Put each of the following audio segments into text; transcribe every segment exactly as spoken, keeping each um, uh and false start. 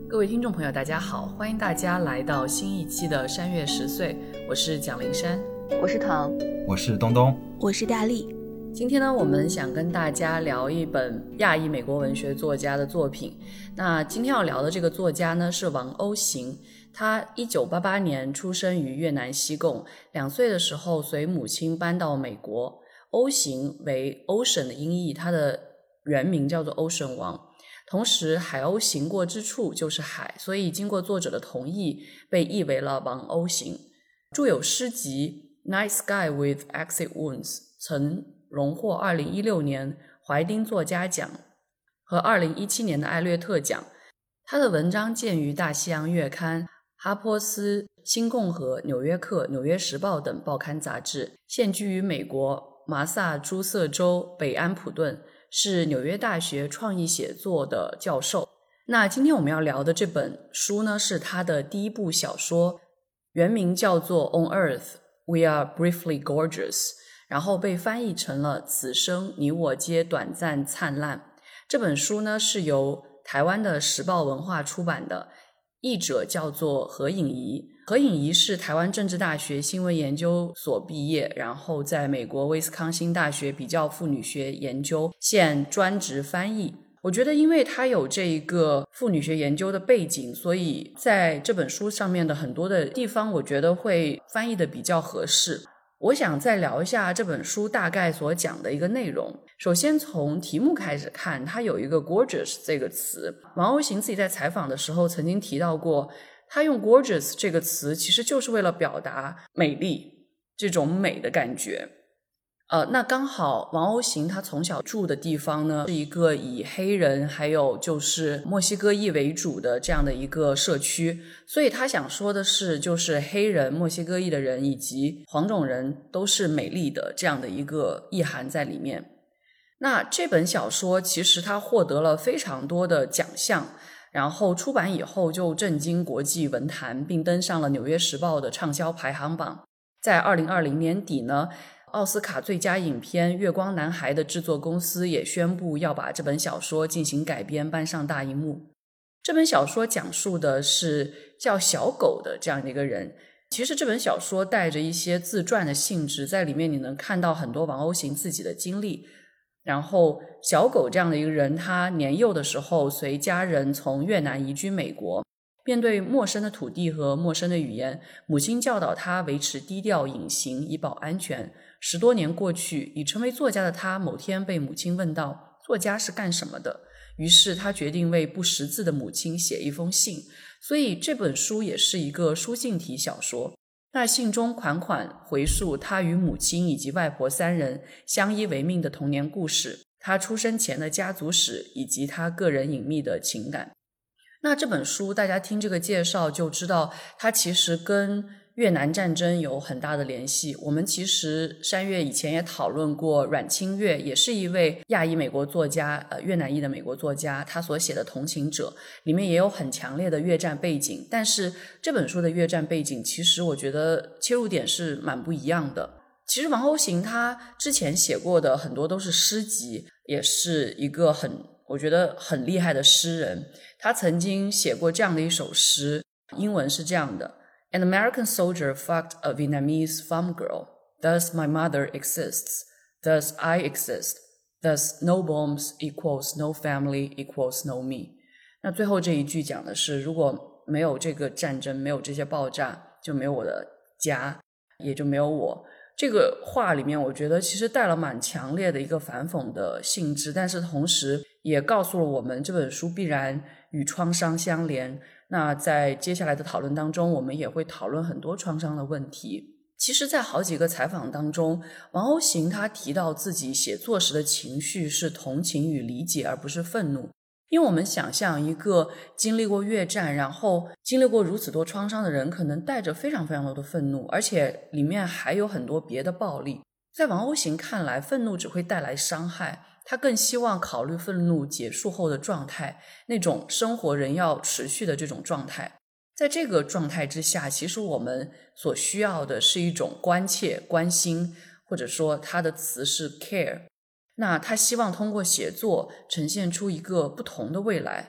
各位听众朋友大家好，欢迎大家来到新一期的山月十岁，我是蒋灵山， 我是唐， 我是东东， 我是大力。 今天呢，我们想跟大家聊一本亚裔美国文学作家的作品。那今天要聊的这个作家呢是王欧行，他一九八八年出生于越南西贡，两岁的时候随母亲搬到美国。欧行为 Ocean 的音译，他的原名叫做 Ocean 王。同时海鸥行过之处就是海，所以经过作者的同意被译为了王欧行。著有诗集 Night Sky with Exit Wounds， 曾荣获二零一六年怀丁作家奖和二零一七年的艾略特奖。他的文章见于大西洋月刊、哈珀斯、新共和、纽约客、纽约时报等报刊杂志，现居于美国麻萨诸塞州北安普顿，是纽约大学创意写作的教授。那今天我们要聊的这本书呢，是他的第一部小说，原名叫做 On Earth We Are Briefly Gorgeous， 然后被翻译成了此生你我皆短暂灿烂。这本书呢是由台湾的时报文化出版的，译者叫做何颖怡。何颖怡是台湾政治大学新闻研究所毕业，然后在美国威斯康星大学比较妇女学研究，现专职翻译。我觉得因为他有这一个妇女学研究的背景，所以在这本书上面的很多的地方我觉得会翻译的比较合适。我想再聊一下这本书大概所讲的一个内容。首先从题目开始看，它有一个 gorgeous 这个词。王欧行自己在采访的时候曾经提到过，他用 gorgeous 这个词其实就是为了表达美丽，这种美的感觉。呃，那刚好王欧行他从小住的地方呢，是一个以黑人还有就是墨西哥裔为主的这样的一个社区，所以他想说的是，就是黑人、墨西哥裔的人以及黄种人都是美丽的这样的一个意涵在里面。那这本小说其实他获得了非常多的奖项，然后出版以后就震惊国际文坛，并登上了纽约时报的畅销排行榜。在二零二零年底呢，奥斯卡最佳影片《月光男孩》的制作公司也宣布要把这本小说进行改编，搬上大荧幕。这本小说讲述的是叫小狗的这样的一个人。其实这本小说带着一些自传的性质，在里面你能看到很多王欧行自己的经历。然后小狗这样的一个人，他年幼的时候随家人从越南移居美国，面对陌生的土地和陌生的语言，母亲教导他维持低调隐形以保安全。十多年过去，已成为作家的他某天被母亲问到作家是干什么的，于是他决定为不识字的母亲写一封信。所以这本书也是一个书信体小说。那信中款款回溯他与母亲以及外婆三人相依为命的童年故事，他出生前的家族史以及他个人隐秘的情感。那这本书大家听这个介绍就知道，它其实跟越南战争有很大的联系。我们其实山月以前也讨论过阮清月，也是一位亚裔美国作家，呃，越南裔的美国作家，他所写的《同情者》里面也有很强烈的越战背景，但是这本书的越战背景其实我觉得切入点是蛮不一样的。其实王欧行他之前写过的很多都是诗集，也是一个很我觉得很厉害的诗人。他曾经写过这样的一首诗，英文是这样的：An American soldier fucked a Vietnamese farm girl. Thus my mother exists. Thus I exist. Thus no bombs equals no family equals no me. 那最后这一句讲的是，如果没有这个战争，没有这些爆炸，就没有我的家，也就没有我。这个话里面我觉得其实带了蛮强烈的一个反讽的性质，但是同时也告诉了我们这本书必然与创伤相连。那在接下来的讨论当中，我们也会讨论很多创伤的问题。其实在好几个采访当中，王欧行他提到自己写作时的情绪是同情与理解，而不是愤怒。因为我们想象一个经历过越战，然后经历过如此多创伤的人，可能带着非常非常多的愤怒，而且里面还有很多别的暴力。在王欧行看来，愤怒只会带来伤害，他更希望考虑愤怒结束后的状态，那种生活仍要持续的这种状态。在这个状态之下，其实我们所需要的是一种关切、关心，或者说他的词是 care。那他希望通过写作呈现出一个不同的未来。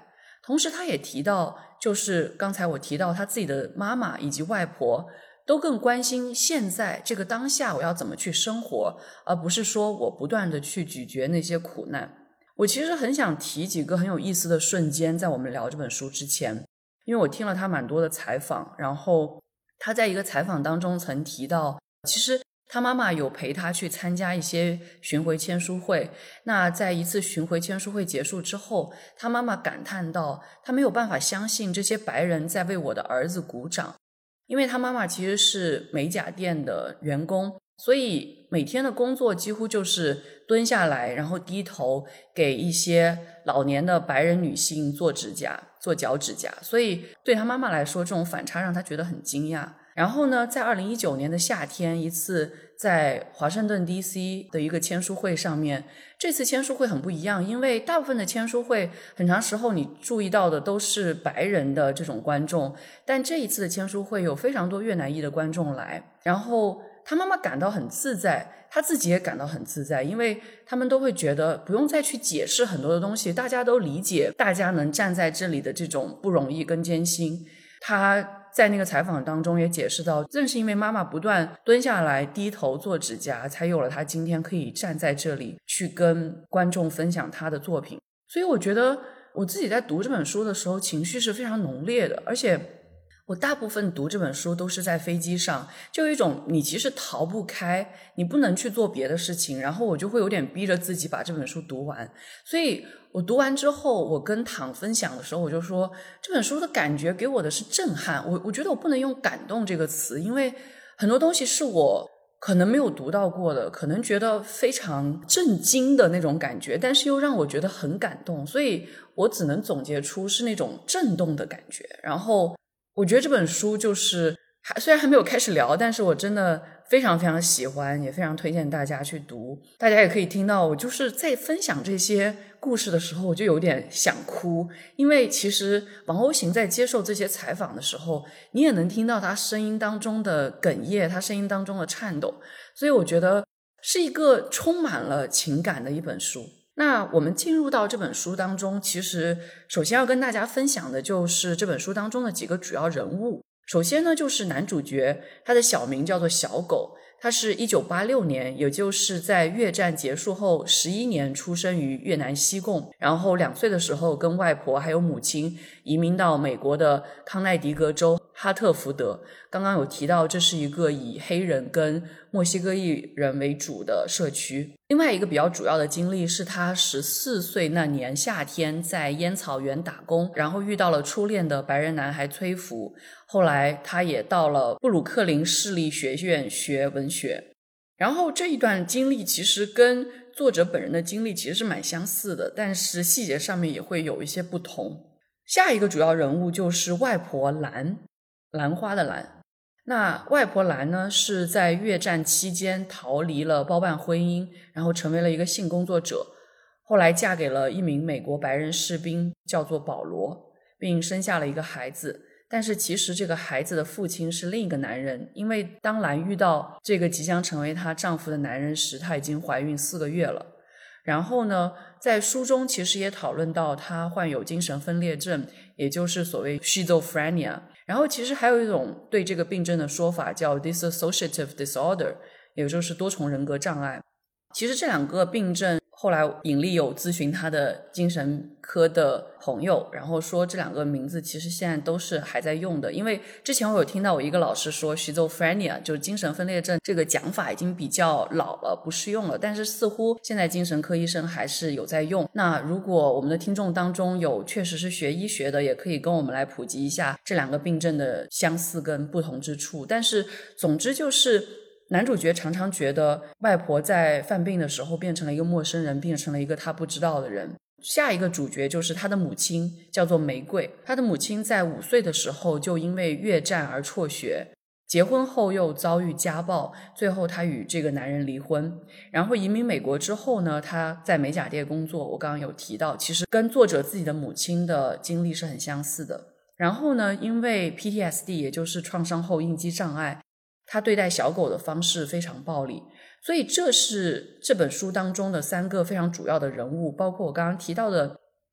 同时他也提到，就是刚才我提到他自己的妈妈以及外婆都更关心现在这个当下我要怎么去生活，而不是说我不断的去咀嚼那些苦难。我其实很想提几个很有意思的瞬间，在我们聊这本书之前，因为我听了他蛮多的采访，然后他在一个采访当中曾提到，其实他妈妈有陪他去参加一些巡回签书会，那在一次巡回签书会结束之后，他妈妈感叹到，他没有办法相信这些白人在为我的儿子鼓掌，因为他妈妈其实是美甲店的员工，所以每天的工作几乎就是蹲下来，然后低头给一些老年的白人女性做指甲、做脚指甲，所以对他妈妈来说，这种反差让他觉得很惊讶。然后呢，在二零一九年的夏天，一次在华盛顿 D C 的一个签书会上面，这次签书会很不一样，因为大部分的签书会很长时候你注意到的都是白人的这种观众，但这一次的签书会有非常多越南裔的观众来，然后他妈妈感到很自在，他自己也感到很自在，因为他们都会觉得不用再去解释很多的东西，大家都理解大家能站在这里的这种不容易跟艰辛。他在那个采访当中也解释到，正是因为妈妈不断蹲下来低头做指甲，才有了他今天可以站在这里去跟观众分享他的作品。所以我觉得我自己在读这本书的时候情绪是非常浓烈的，而且我大部分读这本书都是在飞机上，就有一种你其实逃不开，你不能去做别的事情，然后我就会有点逼着自己把这本书读完。所以我读完之后，我跟唐分享的时候，我就说这本书的感觉给我的是震撼。我我觉得我不能用感动这个词，因为很多东西是我可能没有读到过的，可能觉得非常震惊的那种感觉，但是又让我觉得很感动，所以我只能总结出是那种震动的感觉。然后我觉得这本书就是还虽然还没有开始聊，但是我真的非常非常喜欢，也非常推荐大家去读。大家也可以听到我就是在分享这些故事的时候，我就有点想哭，因为其实王欧行在接受这些采访的时候，你也能听到他声音当中的哽咽，他声音当中的颤抖，所以我觉得是一个充满了情感的一本书。那我们进入到这本书当中，其实首先要跟大家分享的就是这本书当中的几个主要人物。首先呢，就是男主角，他的小名叫做小狗，他是一九八六年，也就是在越战结束后十一年出生于越南西贡，然后两岁的时候跟外婆还有母亲移民到美国的康奈狄格州哈特福德。刚刚有提到这是一个以黑人跟墨西哥裔人为主的社区。另外一个比较主要的经历是他十四岁那年夏天在烟草园打工，然后遇到了初恋的白人男孩崔福，后来他也到了布鲁克林市立学院学文学。然后这一段经历其实跟作者本人的经历其实是蛮相似的，但是细节上面也会有一些不同。下一个主要人物就是外婆兰，兰花的兰。那外婆兰呢，是在越战期间逃离了包办婚姻，然后成为了一个性工作者，后来嫁给了一名美国白人士兵，叫做保罗，并生下了一个孩子。但是其实这个孩子的父亲是另一个男人，因为当兰遇到这个即将成为她丈夫的男人时，她已经怀孕四个月了。然后呢，在书中其实也讨论到她患有精神分裂症，也就是所谓 schizophrenia。然后其实还有一种对这个病症的说法叫 dissociative disorder， 也就是多重人格障碍。其实这两个病症后来尹力有咨询他的精神科的朋友，然后说这两个名字其实现在都是还在用的，因为之前我有听到我一个老师说 schizophrenia 就是精神分裂症，这个讲法已经比较老了，不适用了，但是似乎现在精神科医生还是有在用。那如果我们的听众当中有确实是学医学的，也可以跟我们来普及一下这两个病症的相似跟不同之处。但是总之就是男主角常常觉得外婆在犯病的时候变成了一个陌生人，变成了一个他不知道的人。下一个主角就是他的母亲，叫做玫瑰。他的母亲在五岁的时候就因为越战而辍学，结婚后又遭遇家暴，最后他与这个男人离婚。然后移民美国之后呢，他在美甲店工作，我刚刚有提到其实跟作者自己的母亲的经历是很相似的。然后呢，因为 P T S D 也就是创伤后应激障碍，他对待小狗的方式非常暴力。所以这是这本书当中的三个非常主要的人物，包括我刚刚提到的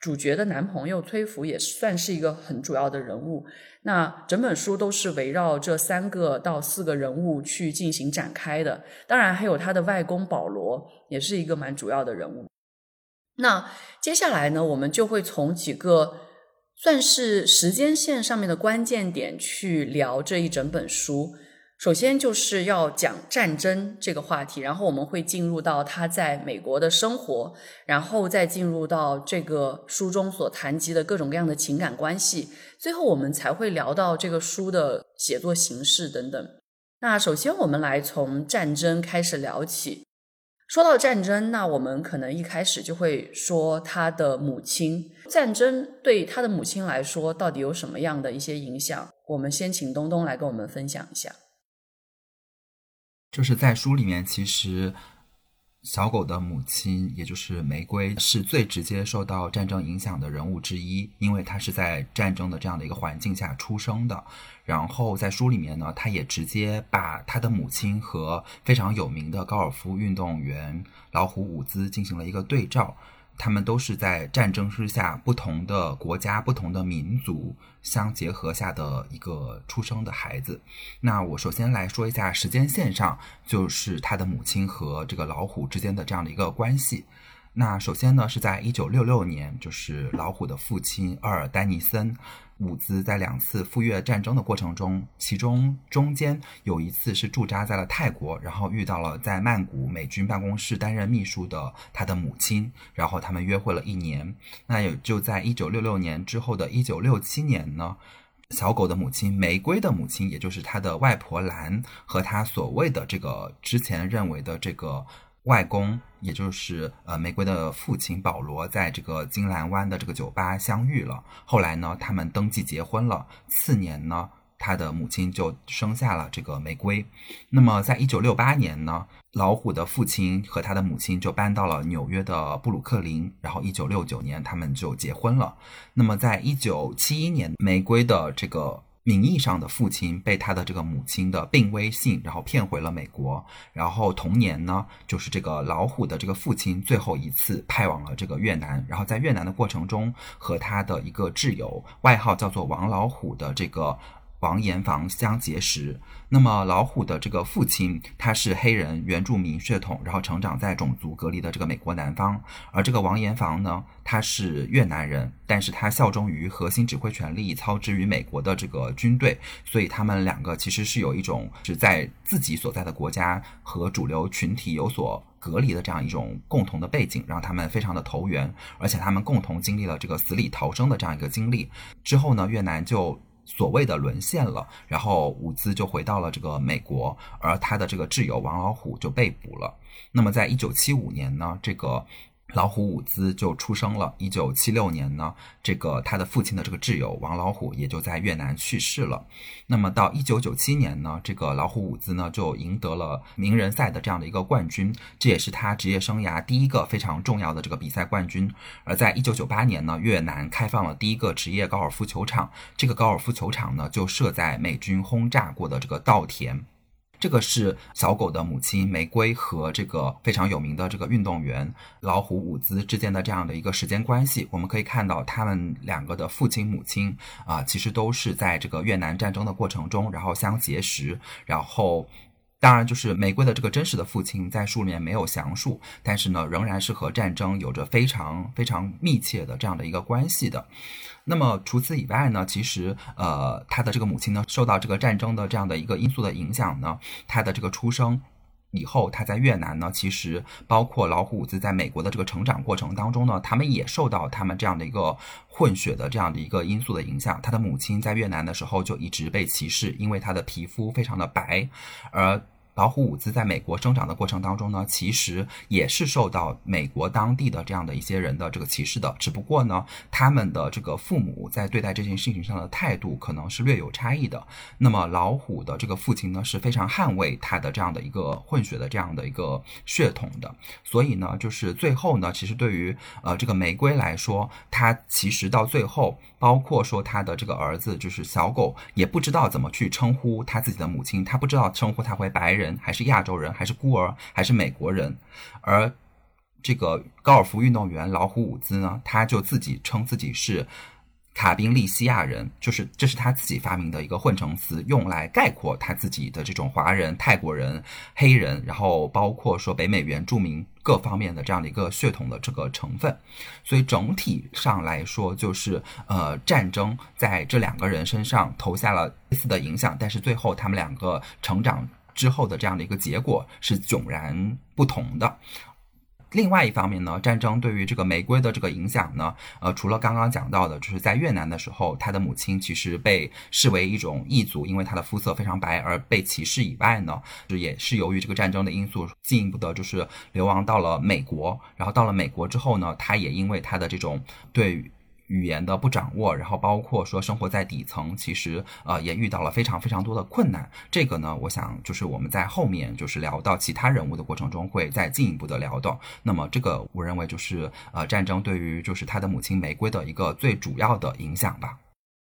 主角的男朋友崔福也算是一个很主要的人物。那整本书都是围绕这三个到四个人物去进行展开的，当然还有他的外公保罗也是一个蛮主要的人物。那接下来呢，我们就会从几个算是时间线上面的关键点去聊这一整本书。首先就是要讲战争这个话题，然后我们会进入到他在美国的生活，然后再进入到这个书中所谈及的各种各样的情感关系，最后我们才会聊到这个书的写作形式等等。那首先我们来从战争开始聊起。说到战争，那我们可能一开始就会说他的母亲。战争对他的母亲来说到底有什么样的一些影响？我们先请东东来跟我们分享一下。 就是在书里面，其实小狗的母亲也就是玫瑰是最直接受到战争影响的人物之一，因为她是在战争的这样的一个环境下出生的。然后在书里面呢，他也直接把他的母亲和非常有名的高尔夫运动员老虎伍兹进行了一个对照，他们都是在战争之下不同的国家不同的民族相结合下的一个出生的孩子。那我首先来说一下时间线上就是他的母亲和这个老虎之间的这样的一个关系。那首先呢，是在一九六六年，就是老虎的父亲厄尔丹尼森伍兹在两次赴越战争的过程中，其中中间有一次是驻扎在了泰国，然后遇到了在曼谷美军办公室担任秘书的他的母亲，然后他们约会了一年。那也就在一九六六年之后的一九六七年呢，小狗的母亲玫瑰的母亲，也就是他的外婆兰，和他所谓的这个之前认为的这个外公，也就是呃玫瑰的父亲保罗，在这个金兰湾的这个酒吧相遇了。后来呢，他们登记结婚了。次年呢，他的母亲就生下了这个玫瑰。那么在一九六八年呢，老虎的父亲和他的母亲就搬到了纽约的布鲁克林，然后一九六九年他们就结婚了。那么在一九七一年，玫瑰的这个名义上的父亲被他的这个母亲的病危信然后骗回了美国。然后同年呢，就是这个老虎的这个父亲最后一次派往了这个越南，然后在越南的过程中和他的一个挚友外号叫做王老虎的这个王延房相结识。那么老虎的这个父亲他是黑人原住民血统，然后成长在种族隔离的这个美国南方。而这个王延房呢，他是越南人，但是他效忠于核心指挥权力，操之于美国的这个军队，所以他们两个其实是有一种是在自己所在的国家和主流群体有所隔离的这样一种共同的背景，让他们非常的投缘，而且他们共同经历了这个死里逃生的这样一个经历。之后呢，越南就所谓的沦陷了，然后伍兹就回到了这个美国，而他的这个挚友王老虎就被捕了。那么在一九七五年呢，这个老虎伍兹就出生了。一九七六年呢，这个他的父亲的这个挚友王老虎也就在越南去世了。那么到一九九七年呢，这个老虎伍兹呢就赢得了名人赛的这样的一个冠军，这也是他职业生涯第一个非常重要的这个比赛冠军。而在一九九八年呢，越南开放了第一个职业高尔夫球场，这个高尔夫球场呢就设在美军轰炸过的这个稻田。这个是小狗的母亲玫瑰和这个非常有名的这个运动员老虎伍兹之间的这样的一个时间关系。我们可以看到他们两个的父亲母亲啊、呃，其实都是在这个越南战争的过程中然后相结识。然后当然就是玫瑰的这个真实的父亲在书里面没有详述，但是呢仍然是和战争有着非常非常密切的这样的一个关系的。那么除此以外呢，其实呃，他的这个母亲呢受到这个战争的这样的一个因素的影响呢，他的这个出生以后，他在越南呢，其实包括老虎伍兹在美国的这个成长过程当中呢，他们也受到他们这样的一个混血的这样的一个因素的影响。他的母亲在越南的时候就一直被歧视，因为他的皮肤非常的白。而老虎伍兹在美国生长的过程当中呢，其实也是受到美国当地的这样的一些人的这个歧视的，只不过呢他们的这个父母在对待这件事情上的态度可能是略有差异的。那么老虎的这个父亲呢是非常捍卫他的这样的一个混血的这样的一个血统的，所以呢就是最后呢，其实对于呃这个玫瑰来说，他其实到最后包括说他的这个儿子就是小狗也不知道怎么去称呼他自己的母亲，他不知道称呼他为白人还是亚洲人还是孤儿还是美国人。而这个高尔夫运动员老虎伍兹呢，他就自己称自己是卡宾利西亚人，就是这是他自己发明的一个混成词，用来概括他自己的这种华人、泰国人、黑人，然后包括说北美原住民各方面的这样的一个血统的这个成分。所以整体上来说，就是呃战争在这两个人身上投下了类似的影响，但是最后他们两个成长之后的这样的一个结果是迥然不同的。另外一方面呢，战争对于这个玫瑰的这个影响呢，呃，除了刚刚讲到的，就是在越南的时候，他的母亲其实被视为一种异族，因为他的肤色非常白而被歧视以外呢，就也是由于这个战争的因素，进一步的就是流亡到了美国。然后到了美国之后呢，他也因为他的这种对语言的不掌握，然后包括说生活在底层，其实呃也遇到了非常非常多的困难。这个呢，我想就是我们在后面就是聊到其他人物的过程中会再进一步的聊到。那么这个我认为就是呃战争对于就是他的母亲玫瑰的一个最主要的影响吧。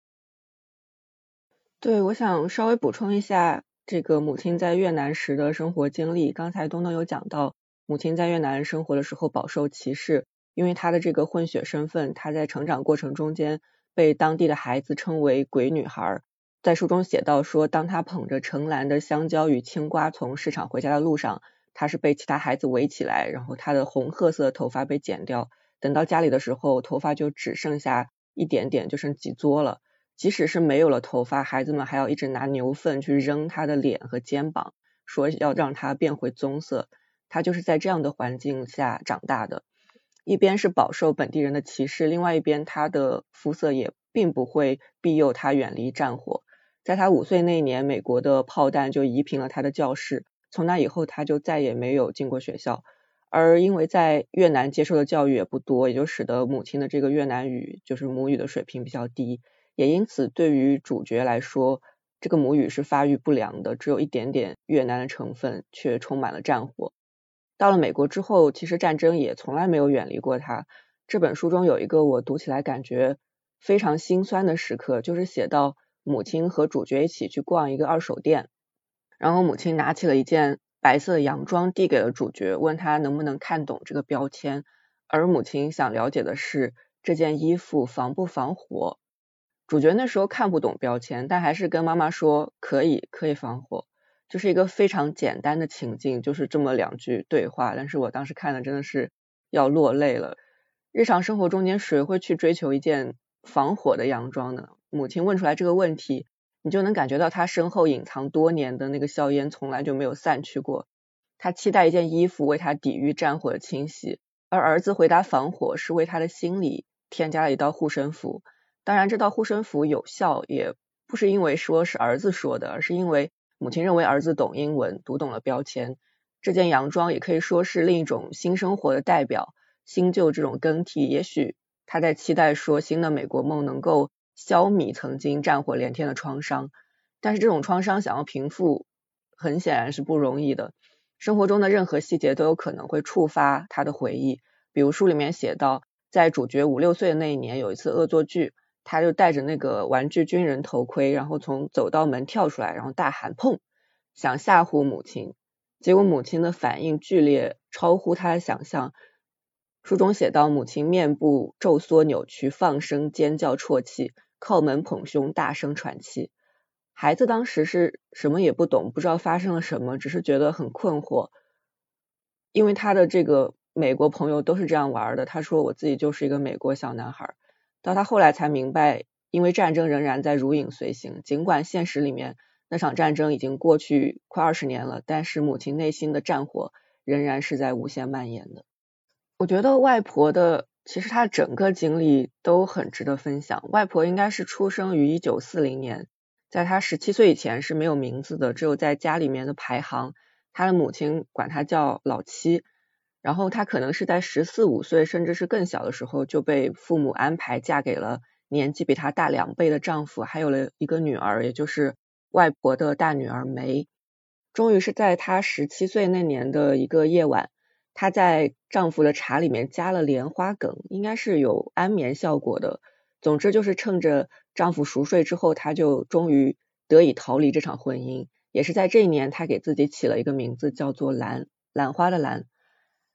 对，我想稍微补充一下这个母亲在越南时的生活经历。刚才东东有讲到，母亲在越南生活的时候饱受歧视，因为她的这个混血身份，她在成长过程中间被当地的孩子称为鬼女孩。在书中写到说，当她捧着成篮的香蕉与青瓜从市场回家的路上，她是被其他孩子围起来，然后她的红褐色头发被剪掉，等到家里的时候，头发就只剩下一点点，就剩几撮了。即使是没有了头发，孩子们还要一直拿牛粪去扔她的脸和肩膀，说要让她变回棕色。她就是在这样的环境下长大的，一边是饱受本地人的歧视，另外一边她的肤色也并不会庇佑她远离战火。在她五岁那一年，美国的炮弹就夷平了她的教室，从那以后她就再也没有进过学校。而因为在越南接受的教育也不多，也就使得母亲的这个越南语就是母语的水平比较低，也因此对于主角来说，这个母语是发育不良的，只有一点点越南的成分，却充满了战火。到了美国之后，其实战争也从来没有远离过他。这本书中有一个我读起来感觉非常心酸的时刻，就是写到母亲和主角一起去逛一个二手店，然后母亲拿起了一件白色的洋装递给了主角，问他能不能看懂这个标签，而母亲想了解的是这件衣服防不防火。主角那时候看不懂标签，但还是跟妈妈说可以可以防火，就是一个非常简单的情境，就是这么两句对话，但是我当时看的真的是要落泪了。日常生活中间谁会去追求一件防火的洋装呢？母亲问出来这个问题，你就能感觉到他身后隐藏多年的那个硝烟从来就没有散去过。他期待一件衣服为他抵御战火的侵袭，而儿子回答防火是为他的心里添加了一道护身符。当然这道护身符有效也不是因为说是儿子说的，而是因为母亲认为儿子懂英文，读懂了标签。这件洋装也可以说是另一种新生活的代表，新旧这种更替，也许他在期待说新的美国梦能够消弭曾经战火连天的创伤，但是这种创伤想要平复很显然是不容易的。生活中的任何细节都有可能会触发他的回忆，比如书里面写到，在主角五六岁的那一年有一次恶作剧，他就戴着那个玩具军人头盔，然后从走道门跳出来，然后大喊砰，想吓唬母亲，结果母亲的反应剧烈，超乎他的想象。书中写到，母亲面部皱缩扭曲，放声尖叫啜泣，靠门捧胸大声喘气。孩子当时是什么也不懂，不知道发生了什么，只是觉得很困惑，因为他的这个美国朋友都是这样玩的，他说我自己就是一个美国小男孩。到他后来才明白，因为战争仍然在如影随形，尽管现实里面那场战争已经过去快二十年了，但是母亲内心的战火仍然是在无限蔓延的。我觉得外婆的其实她整个经历都很值得分享。外婆应该是出生于一九四零年，在她十七岁以前是没有名字的，只有在家里面的排行，她的母亲管她叫老七。然后她可能是在十四五岁甚至是更小的时候就被父母安排嫁给了年纪比她大两倍的丈夫，还有了一个女儿，也就是外婆的大女儿梅。终于是在她十七岁那年的一个夜晚，她在丈夫的茶里面加了莲花梗，应该是有安眠效果的。总之就是趁着丈夫熟睡之后，她就终于得以逃离这场婚姻。也是在这一年，她给自己起了一个名字，叫做兰，兰花的兰。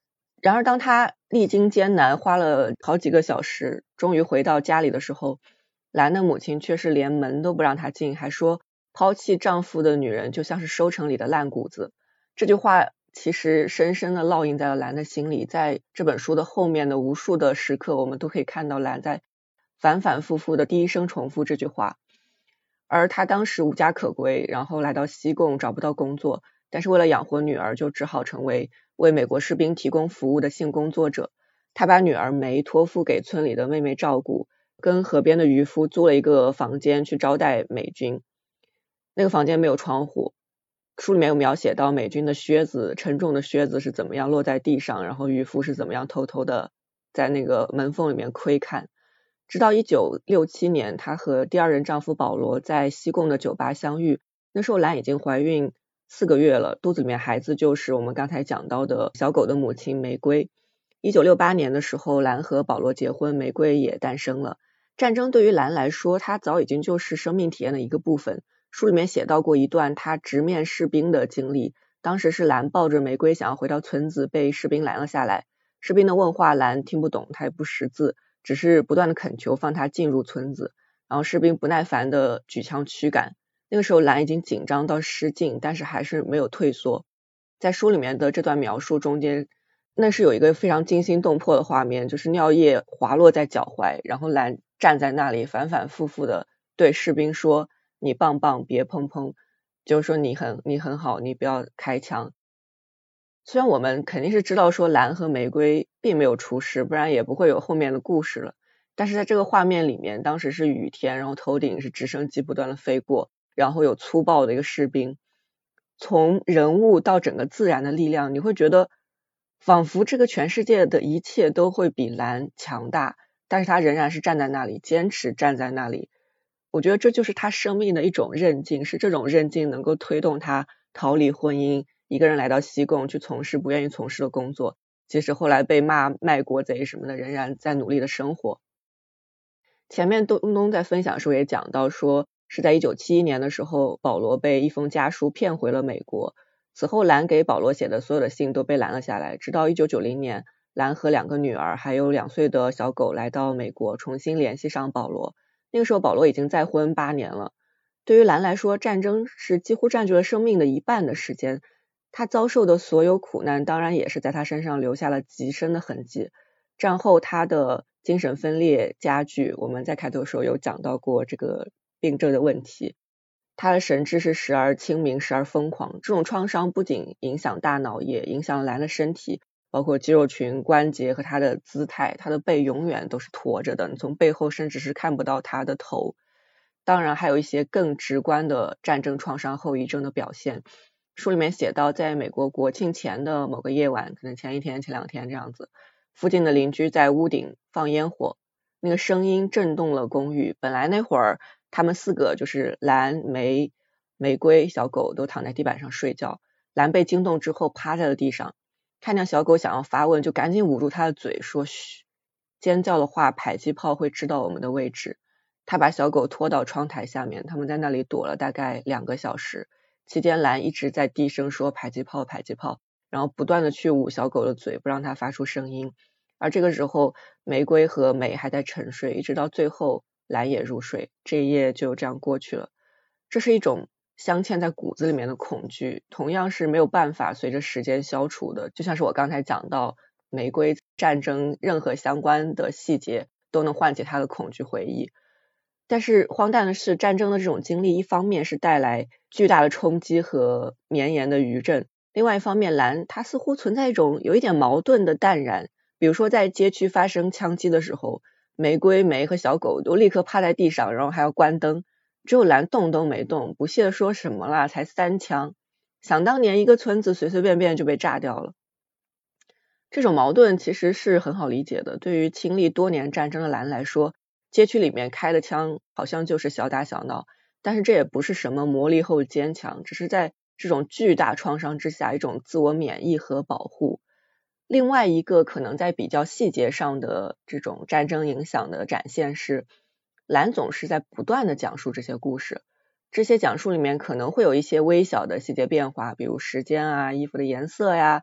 然而当他历经艰难，花了好几个小时，终于回到家里的时候，兰的母亲却是连门都不让他进，还说抛弃丈夫的女人就像是收成里的烂谷子。这句话其实深深的烙印在了兰的心里，在这本书的后面的无数的时刻，我们都可以看到兰在反反复复的第一声重复这句话。而他当时无家可归，然后来到西贡找不到工作，但是为了养活女儿，就只好成为为美国士兵提供服务的性工作者。他把女儿梅托付给村里的妹妹照顾，跟河边的渔夫租了一个房间去招待美军。那个房间没有窗户，书里面有描写到美军的靴子，沉重的靴子是怎么样落在地上，然后渔夫是怎么样偷偷的在那个门缝里面窥看。直到一九六七年，她和第二任丈夫保罗在西贡的酒吧相遇，那时候兰已经怀孕四个月了，肚子里面孩子就是我们刚才讲到的小狗的母亲玫瑰。一九六八年的时候，兰和保罗结婚，玫瑰也诞生了。战争对于兰来说，它早已经就是生命体验的一个部分。书里面写到过一段她直面士兵的经历，当时是兰抱着玫瑰想要回到村子，被士兵拦了下来。士兵的问话兰听不懂，她也不识字，只是不断的恳求放她进入村子，然后士兵不耐烦的举枪驱赶。那个时候兰已经紧张到失禁，但是还是没有退缩。在书里面的这段描述中间，那是有一个非常惊心动魄的画面，就是尿液滑落在脚踝，然后兰站在那里反反复复的对士兵说，你棒棒别砰砰，就是说你很你很好，你不要开枪。虽然我们肯定是知道说兰和玫瑰并没有出事，不然也不会有后面的故事了，但是在这个画面里面，当时是雨天，然后头顶是直升机不断的飞过，然后有粗暴的一个士兵，从人物到整个自然的力量，你会觉得仿佛这个全世界的一切都会比兰强大，但是他仍然是站在那里，坚持站在那里。我觉得这就是他生命的一种韧劲，是这种韧劲能够推动他逃离婚姻，一个人来到西贡去从事不愿意从事的工作，即使后来被骂卖国贼什么的，仍然在努力的生活。前面东东在分享的时候也讲到说，是在一九七一年的时候，保罗被一封家书骗回了美国。此后兰给保罗写的所有的信都被拦了下来，直到一九九零年，兰和两个女儿还有两岁的小狗来到美国，重新联系上保罗。那个时候保罗已经再婚八年了。对于兰来说，战争是几乎占据了生命的一半的时间，他遭受的所有苦难当然也是在他身上留下了极深的痕迹。战后他的精神分裂加剧，我们在开头的时候有讲到过这个病症的问题，他的神志是时而清明时而疯狂。这种创伤不仅影响大脑，也影响兰的身体，包括肌肉群、关节和他的姿态，他的背永远都是驼着的，你从背后甚至是看不到他的头。当然还有一些更直观的战争创伤后遗症的表现。书里面写到，在美国国庆前的某个夜晚，可能前一天前两天这样子，附近的邻居在屋顶放烟火，那个声音震动了公寓。本来那会儿他们四个就是兰、玫、玫瑰、小狗都躺在地板上睡觉，兰被惊动之后趴在了地上，看见小狗想要发问，就赶紧捂住他的嘴说嘘，尖叫的话迫击炮会知道我们的位置。他把小狗拖到窗台下面，他们在那里躲了大概两个小时，期间兰一直在低声说迫击炮迫击炮，然后不断的去捂小狗的嘴，不让它发出声音。而这个时候玫瑰和玫还在沉睡，一直到最后兰也入睡，这一夜就这样过去了。这是一种镶嵌在骨子里面的恐惧，同样是没有办法随着时间消除的，就像是我刚才讲到玫瑰战争任何相关的细节都能唤起他的恐惧回忆。但是荒诞的是，战争的这种经历一方面是带来巨大的冲击和绵延的余震，另外一方面兰它似乎存在一种有一点矛盾的淡然。比如说在街区发生枪击的时候，玫瑰、玫和小狗都立刻趴在地上，然后还要关灯，只有兰动都没动，不屑说什么啦，才三枪，想当年一个村子随随便便就被炸掉了。这种矛盾其实是很好理解的，对于经历多年战争的兰来说，街区里面开的枪好像就是小打小闹，但是这也不是什么磨砺后坚强，只是在这种巨大创伤之下一种自我免疫和保护。另外一个可能在比较细节上的这种战争影响的展现是，兰总是在不断的讲述这些故事，这些讲述里面可能会有一些微小的细节变化，比如时间啊、衣服的颜色呀，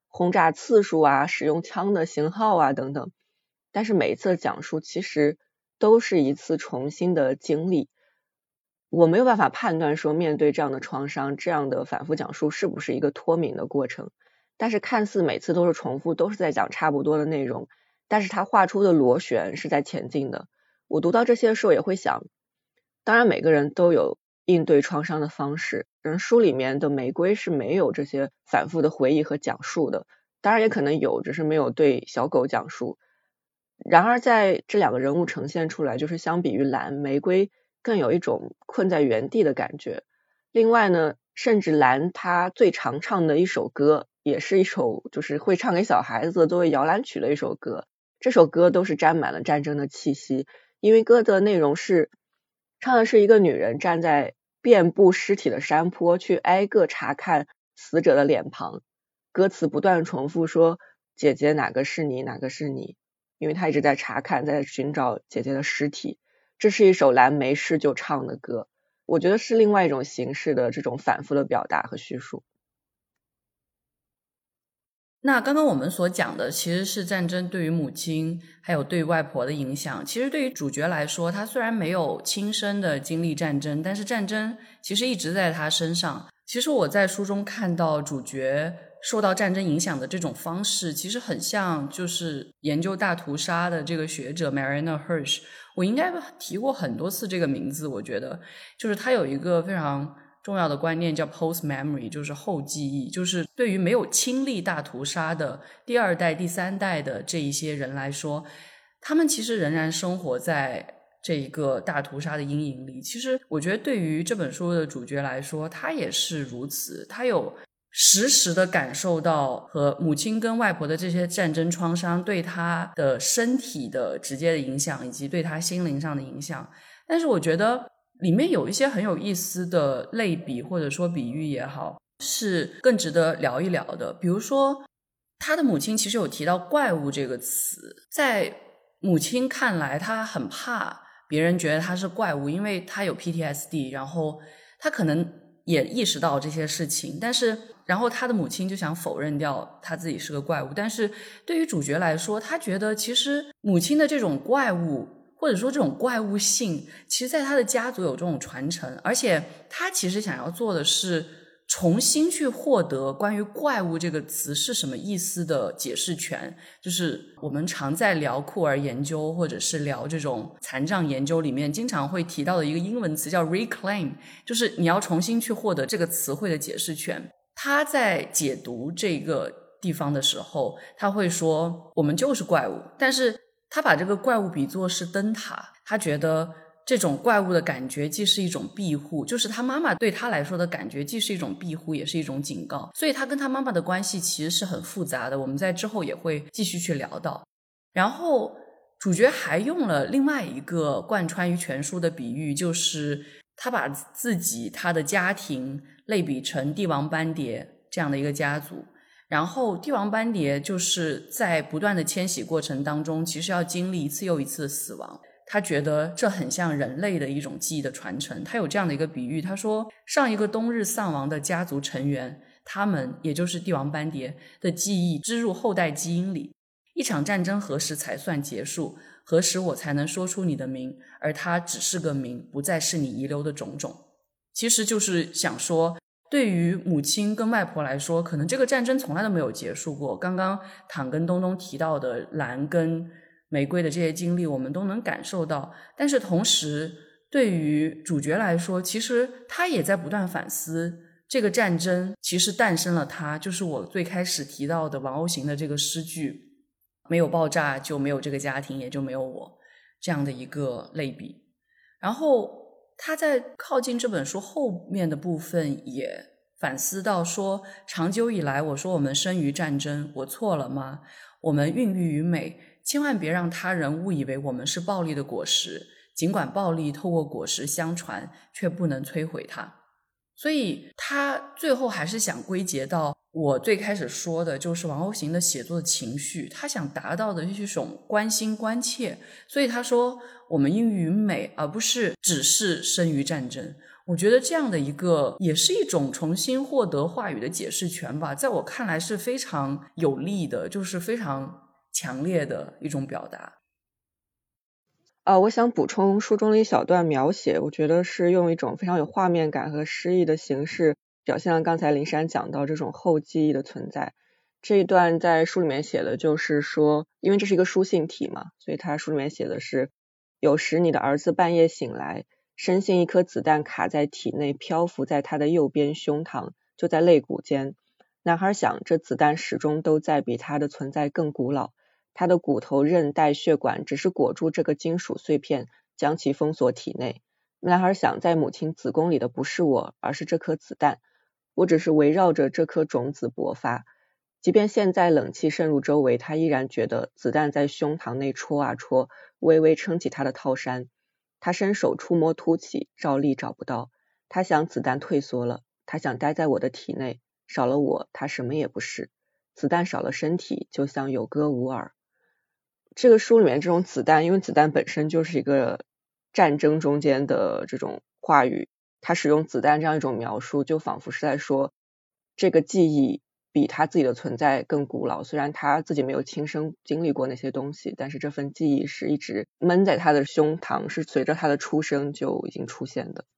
轰炸次数啊，使用枪的型号啊等等，但是每一次的讲述其实都是一次重新的经历。我没有办法判断说面对这样的创伤，这样的反复讲述是不是一个脱敏的过程，但是看似每次都是重复，都是在讲差不多的内容，但是他画出的螺旋是在前进的。我读到这些的时候也会想，当然每个人都有应对创伤的方式，人书里面的玫瑰是没有这些反复的回忆和讲述的，当然也可能有，只是没有对小狗讲述。然而在这两个人物呈现出来，就是相比于蓝，玫瑰更有一种困在原地的感觉。另外呢，甚至蓝他最常唱的一首歌，也是一首就是会唱给小孩子作为摇篮曲的一首歌，这首歌都是沾满了战争的气息，因为歌的内容是唱的是一个女人站在遍布尸体的山坡，去挨个查看死者的脸庞，歌词不断重复说姐姐哪个是你哪个是你，因为她一直在查看，在寻找姐姐的尸体。这是一首蓝没事就唱的歌，我觉得是另外一种形式的这种反复的表达和叙述。 那刚刚我们所讲的其实是战争对于母亲还有对外婆的影响。其实对于主角来说，他虽然没有亲身的经历战争，但是战争其实一直在他身上。其实我在书中看到主角受到战争影响的这种方式，其实很像就是研究大屠杀的这个学者 Marina Hirsch， 我应该提过很多次这个名字。我觉得就是他有一个非常重要的观念叫 post memory， 就是后记忆，就是对于没有亲历大屠杀的第二代第三代的这一些人来说，他们其实仍然生活在这一个大屠杀的阴影里。其实我觉得对于这本书的主角来说，他也是如此，他有实时的感受到和母亲跟外婆的这些战争创伤对他的身体的直接的影响，以及对他心灵上的影响。但是我觉得里面有一些很有意思的类比或者说比喻也好，是更值得聊一聊的。比如说他的母亲其实有提到怪物这个词，在母亲看来他很怕别人觉得他是怪物，因为他有 P T S D， 然后他可能也意识到这些事情，但是然后他的母亲就想否认掉他自己是个怪物。但是对于主角来说，他觉得其实母亲的这种怪物或者说这种怪物性，其实在他的家族有这种传承，而且他其实想要做的是重新去获得关于怪物这个词是什么意思的解释权。就是我们常在聊酷儿研究或者是聊这种残障研究里面经常会提到的一个英文词叫 reclaim， 就是你要重新去获得这个词汇的解释权。他在解读这个地方的时候，他会说我们就是怪物，但是他把这个怪物比作是灯塔，他觉得这种怪物的感觉既是一种庇护，就是他妈妈对他来说的感觉既是一种庇护也是一种警告，所以他跟他妈妈的关系其实是很复杂的，我们在之后也会继续去聊到。然后主角还用了另外一个贯穿于全书的比喻，就是他把自己他的家庭类比成帝王斑蝶这样的一个家族，然后帝王斑蝶就是在不断的迁徙过程当中其实要经历一次又一次的死亡，他觉得这很像人类的一种记忆的传承。他有这样的一个比喻，他说上一个冬日丧亡的家族成员，他们也就是帝王斑蝶的记忆织入后代基因里，一场战争何时才算结束，何时我才能说出你的名，而它只是个名，不再是你遗留的种种。其实就是想说，对于母亲跟外婆来说，可能这个战争从来都没有结束过。刚刚躺跟东东提到的蓝跟玫瑰的这些经历我们都能感受到，但是同时对于主角来说，其实他也在不断反思这个战争其实诞生了他，就是我最开始提到的王鸥行的这个诗句，没有爆炸就没有这个家庭，也就没有我，这样的一个类比。然后他在靠近这本书后面的部分也反思到说，长久以来我说我们生于战争，我错了吗？我们孕育于美，千万别让他人误以为我们是暴力的果实，尽管暴力透过果实相传，却不能摧毁它。所以他最后还是想归结到我最开始说的，就是王鸥行的写作的情绪，他想达到的是一种关心关切。所以他说我们孕育于美，而不是只是生于战争， 我觉得这样的一个也是一种重新获得话语的解释权吧，在我看来是非常有力的，就是非常强烈的一种表达。 呃，我想补充书中的一小段描写，我觉得是用一种非常有画面感和诗意的形式表现了刚才林珊讲到这种后记忆的存在。这一段在书里面写的就是说，因为这是一个书信体嘛，所以他书里面写的是，有时你的儿子半夜醒来，深信一颗子弹卡在体内，漂浮在他的右边胸膛，就在肋骨间。男孩想，这子弹始终都在，比他的存在更古老。他的骨头、韧带、血管只是裹住这个金属碎片，将其封锁体内。男孩想，在母亲子宫里的不是我，而是这颗子弹。我只是围绕着这颗种子勃发。即便现在冷气渗入周围，他依然觉得子弹在胸膛内戳啊戳，微微撑起他的套衫。他伸手触摸凸起，照例找不到。他想，子弹退缩了。他想待在我的体内，少了我，他什么也不是。子弹少了身体，就像有歌无耳。这个书里面这种子弹，因为子弹本身就是一个战争中间的这种话语，他使用子弹这样一种描述，就仿佛是在说这个记忆比他自己的存在更古老。虽然他自己没有亲身经历过那些东西，但是这份记忆是一直闷在他的胸膛，是随着他的出生就已经出现的。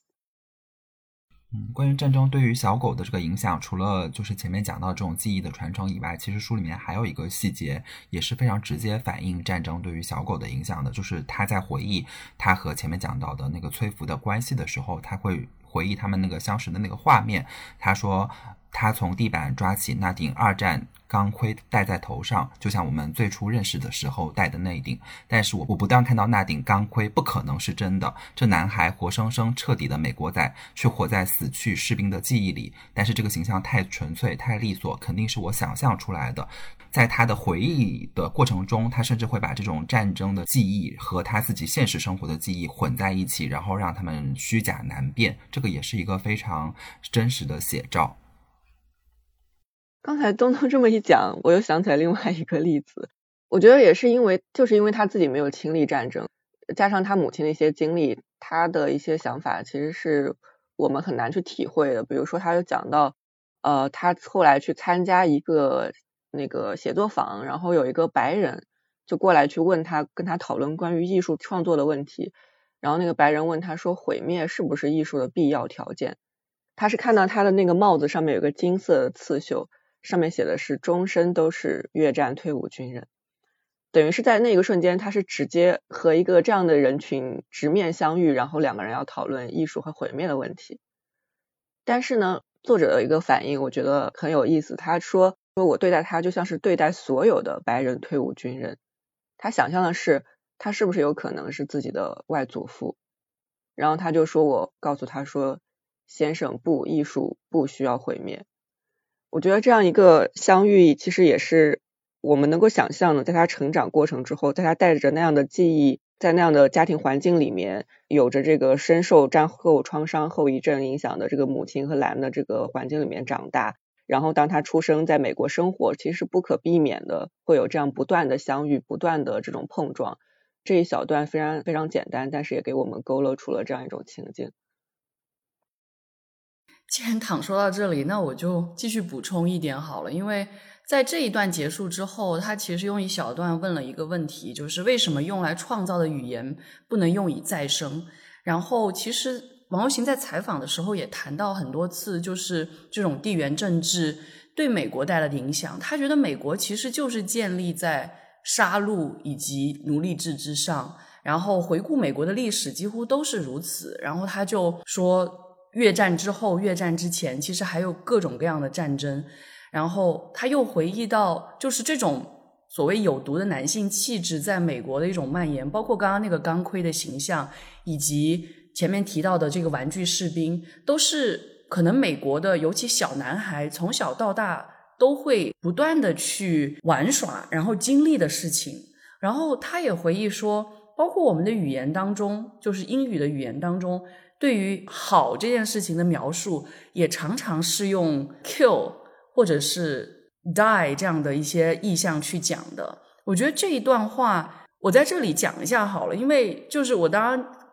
嗯，关于战争对于小狗的这个影响，除了就是前面讲到这种记忆的传承以外，其实书里面还有一个细节也是非常直接反映战争对于小狗的影响的，就是他在回忆他和前面讲到的那个崔福的关系的时候，他会回忆他们那个相识的那个画面。他说他从地板抓起那顶二战钢盔戴在头上，就像我们最初认识的时候戴的那顶。但是我我不但看到那顶钢盔不可能是真的，这男孩活生生彻底的美国仔，却活在死去士兵的记忆里。但是这个形象太纯粹太利索，肯定是我想象出来的。在他的回忆的过程中，他甚至会把这种战争的记忆和他自己现实生活的记忆混在一起，然后让他们虚假难辨。这个也是一个非常真实的写照。 刚才东东这么一讲，我又想起来另外一个例子。我觉得也是因为就是因为他自己没有亲历战争，加上他母亲的一些经历，他的一些想法其实是我们很难去体会的。比如说他有讲到呃，他后来去参加一个那个写作坊，然后有一个白人就过来去问他，跟他讨论关于艺术创作的问题。然后那个白人问他说，毁灭是不是艺术的必要条件？他是看到他的那个帽子上面有个金色的刺绣，上面写的是终身都是越战退伍军人。等于是在那个瞬间，他是直接和一个这样的人群直面相遇，然后两个人要讨论艺术和毁灭的问题。但是呢，作者的一个反应我觉得很有意思，他说说我对待他就像是对待所有的白人退伍军人。他想象的是他是不是有可能是自己的外祖父，然后他就说，我告诉他说，先生不，艺术不需要毁灭。我觉得这样一个相遇其实也是我们能够想象的，在他成长过程之后，在他带着那样的记忆，在那样的家庭环境里面，有着这个深受战后创伤后遗症影响的这个母亲和蓝的这个环境里面长大，然后当他出生在美国生活，其实是不可避免的会有这样不断的相遇，不断的这种碰撞。这一小段非常非常简单，但是也给我们勾勒出了这样一种情境。 既然躺说到这里，那我就继续补充一点好了。因为在这一段结束之后，他其实用一小段问了一个问题，就是为什么用来创造的语言不能用以再生。然后其实王欧行在采访的时候也谈到很多次，就是这种地缘政治对美国带来的影响。他觉得美国其实就是建立在杀戮以及奴隶制之上，然后回顾美国的历史几乎都是如此。然后他就说越战之后越战之前其实还有各种各样的战争。然后他又回忆到就是这种所谓有毒的男性气质在美国的一种蔓延，包括刚刚那个钢盔的形象，以及前面提到的这个玩具士兵，都是可能美国的尤其小男孩从小到大都会不断的去玩耍然后经历的事情。然后他也回忆说，包括我们的语言当中，就是英语的语言当中，对于好这件事情的描述也常常是用 kill 或者是 die 这样的一些意象去讲的。我觉得这一段话我在这里讲一下好了，因为就是我当然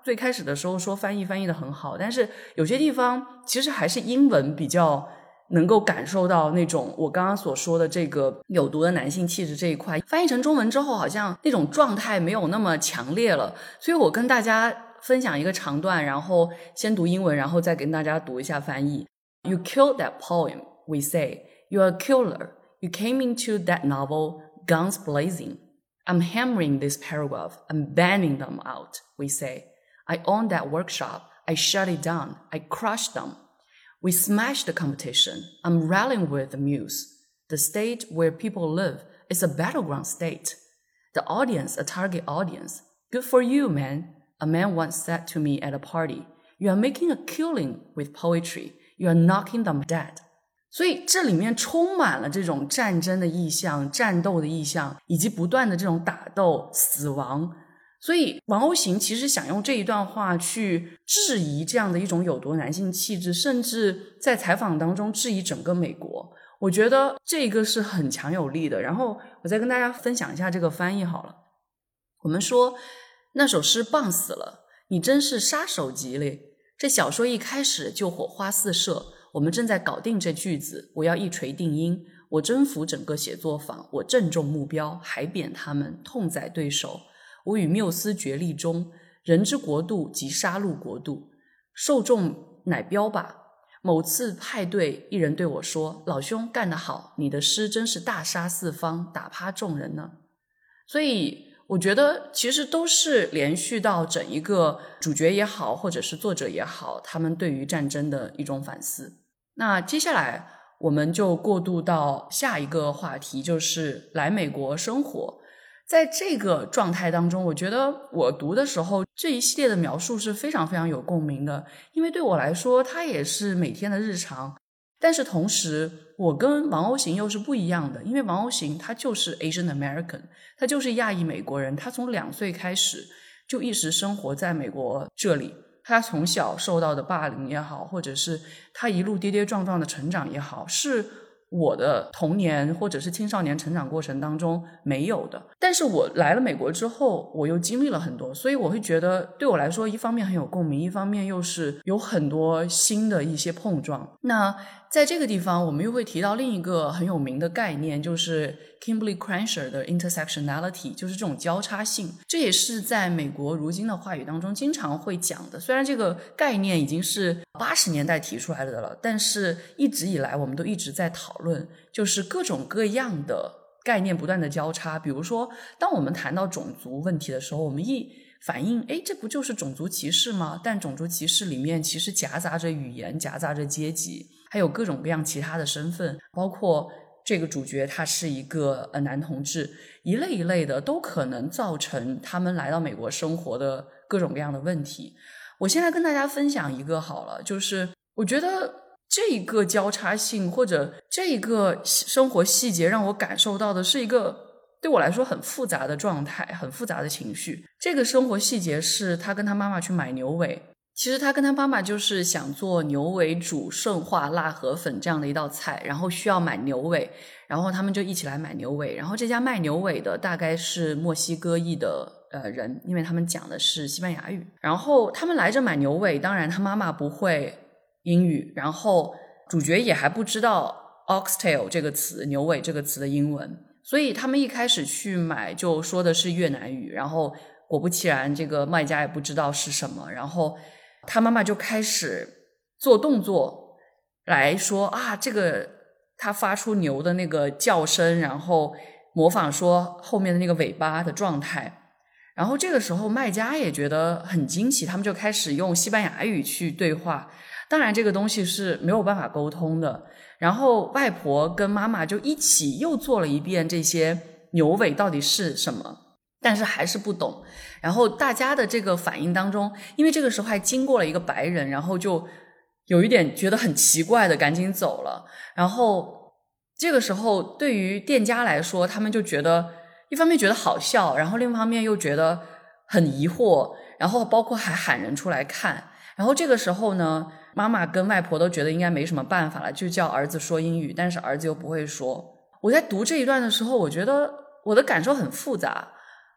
最开始的时候说翻译翻译的很好，但是有些地方其实还是英文比较能够感受到那种我刚刚所说的这个有毒的男性气质这一块，翻译成中文之后好像那种状态没有那么强烈了。所以我跟大家分享一个长段，然后先读英文，然后再跟大家读一下翻译。 You killed that poem, we say. You're a killer. You came into that novel guns blazing. I'm hammering this paragraph. I'm banning them out, we say. I own that workshop. I shut it down. I crushed them. We smashed the competition. I'm rallying with the muse. The state where people live is a battleground state. The audience, a target audience. Good for you, man. A man once said to me at a party, You are making a killing with poetry. You are knocking them dead. 所以这里面充满了这种战争的意象、战斗的意象，以及不断的这种打斗、死亡。所以王鸥行其实想用这一段话去质疑这样的一种有毒男性气质，甚至在采访当中质疑整个美国。我觉得这个是很强有力的。然后我再跟大家分享一下这个翻译好了。我们说那首诗棒死了，你真是杀手级嘞。这小说一开始就火花四射，我们正在搞定这句子，我要一锤定音，我征服整个写作坊，我正中目标，海扁他们，痛宰对手。我与缪斯决力中，人之国度即杀戮国度，受众乃标靶。某次派对，一人对我说，老兄干得好，你的诗真是大杀四方，打趴众人呢。所以我觉得其实都是连续到整一个主角也好，或者是作者也好，他们对于战争的一种反思。那接下来我们就过渡到下一个话题，就是来美国生活。在这个状态当中，我觉得我读的时候这一系列的描述是非常非常有共鸣的，因为对我来说它也是每天的日常。但是同时我跟王鸥行又是不一样的，因为王鸥行他就是 Asian American， 他就是亚裔美国人，他从两岁开始就一直生活在美国这里，他从小受到的霸凌也好，或者是他一路跌跌撞撞的成长也好，是我的童年或者是青少年成长过程当中没有的。但是我来了美国之后，我又经历了很多，所以我会觉得对我来说一方面很有共鸣，一方面又是有很多新的一些碰撞。那在这个地方我们又会提到另一个很有名的概念，就是 Kimberly Crenshaw 的 intersectionality， 就是这种交叉性。这也是在美国如今的话语当中经常会讲的，虽然这个概念已经是八十年代提出来的了，但是一直以来我们都一直在讨论，就是各种各样的概念不断的交叉。比如说当我们谈到种族问题的时候，我们一反映诶，这不就是种族歧视吗？但种族歧视里面其实夹杂着语言，夹杂着阶级，还有各种各样其他的身份，包括这个主角他是一个呃男同志，一类一类的都可能造成他们来到美国生活的各种各样的问题。我现在跟大家分享一个好了，就是我觉得这个交叉性或者这个生活细节让我感受到的是一个对我来说很复杂的状态，很复杂的情绪。这个生活细节是他跟他妈妈去买牛尾，其实他跟他妈妈就是想做牛尾煮顺化辣河粉这样的一道菜，然后需要买牛尾，然后他们就一起来买牛尾。然后这家卖牛尾的大概是墨西哥裔的呃人，因为他们讲的是西班牙语。然后他们来这买牛尾，当然他妈妈不会英语，然后主角也还不知道 oxtail 这个词，牛尾这个词的英文，所以他们一开始去买就说的是越南语，然后果不其然这个卖家也不知道是什么，然后他妈妈就开始做动作来说啊，这个他发出牛的那个叫声，然后模仿说后面的那个尾巴的状态。然后这个时候卖家也觉得很惊奇，他们就开始用西班牙语去对话，当然这个东西是没有办法沟通的。然后外婆跟妈妈就一起又做了一遍这些牛尾到底是什么，但是还是不懂。然后大家的这个反应当中，因为这个时候还经过了一个白人，然后就有一点觉得很奇怪的赶紧走了。然后这个时候对于店家来说，他们就觉得一方面觉得好笑，然后另一方面又觉得很疑惑，然后包括还喊人出来看。然后这个时候呢，妈妈跟外婆都觉得应该没什么办法了，就叫儿子说英语，但是儿子又不会说。我在读这一段的时候，我觉得我的感受很复杂。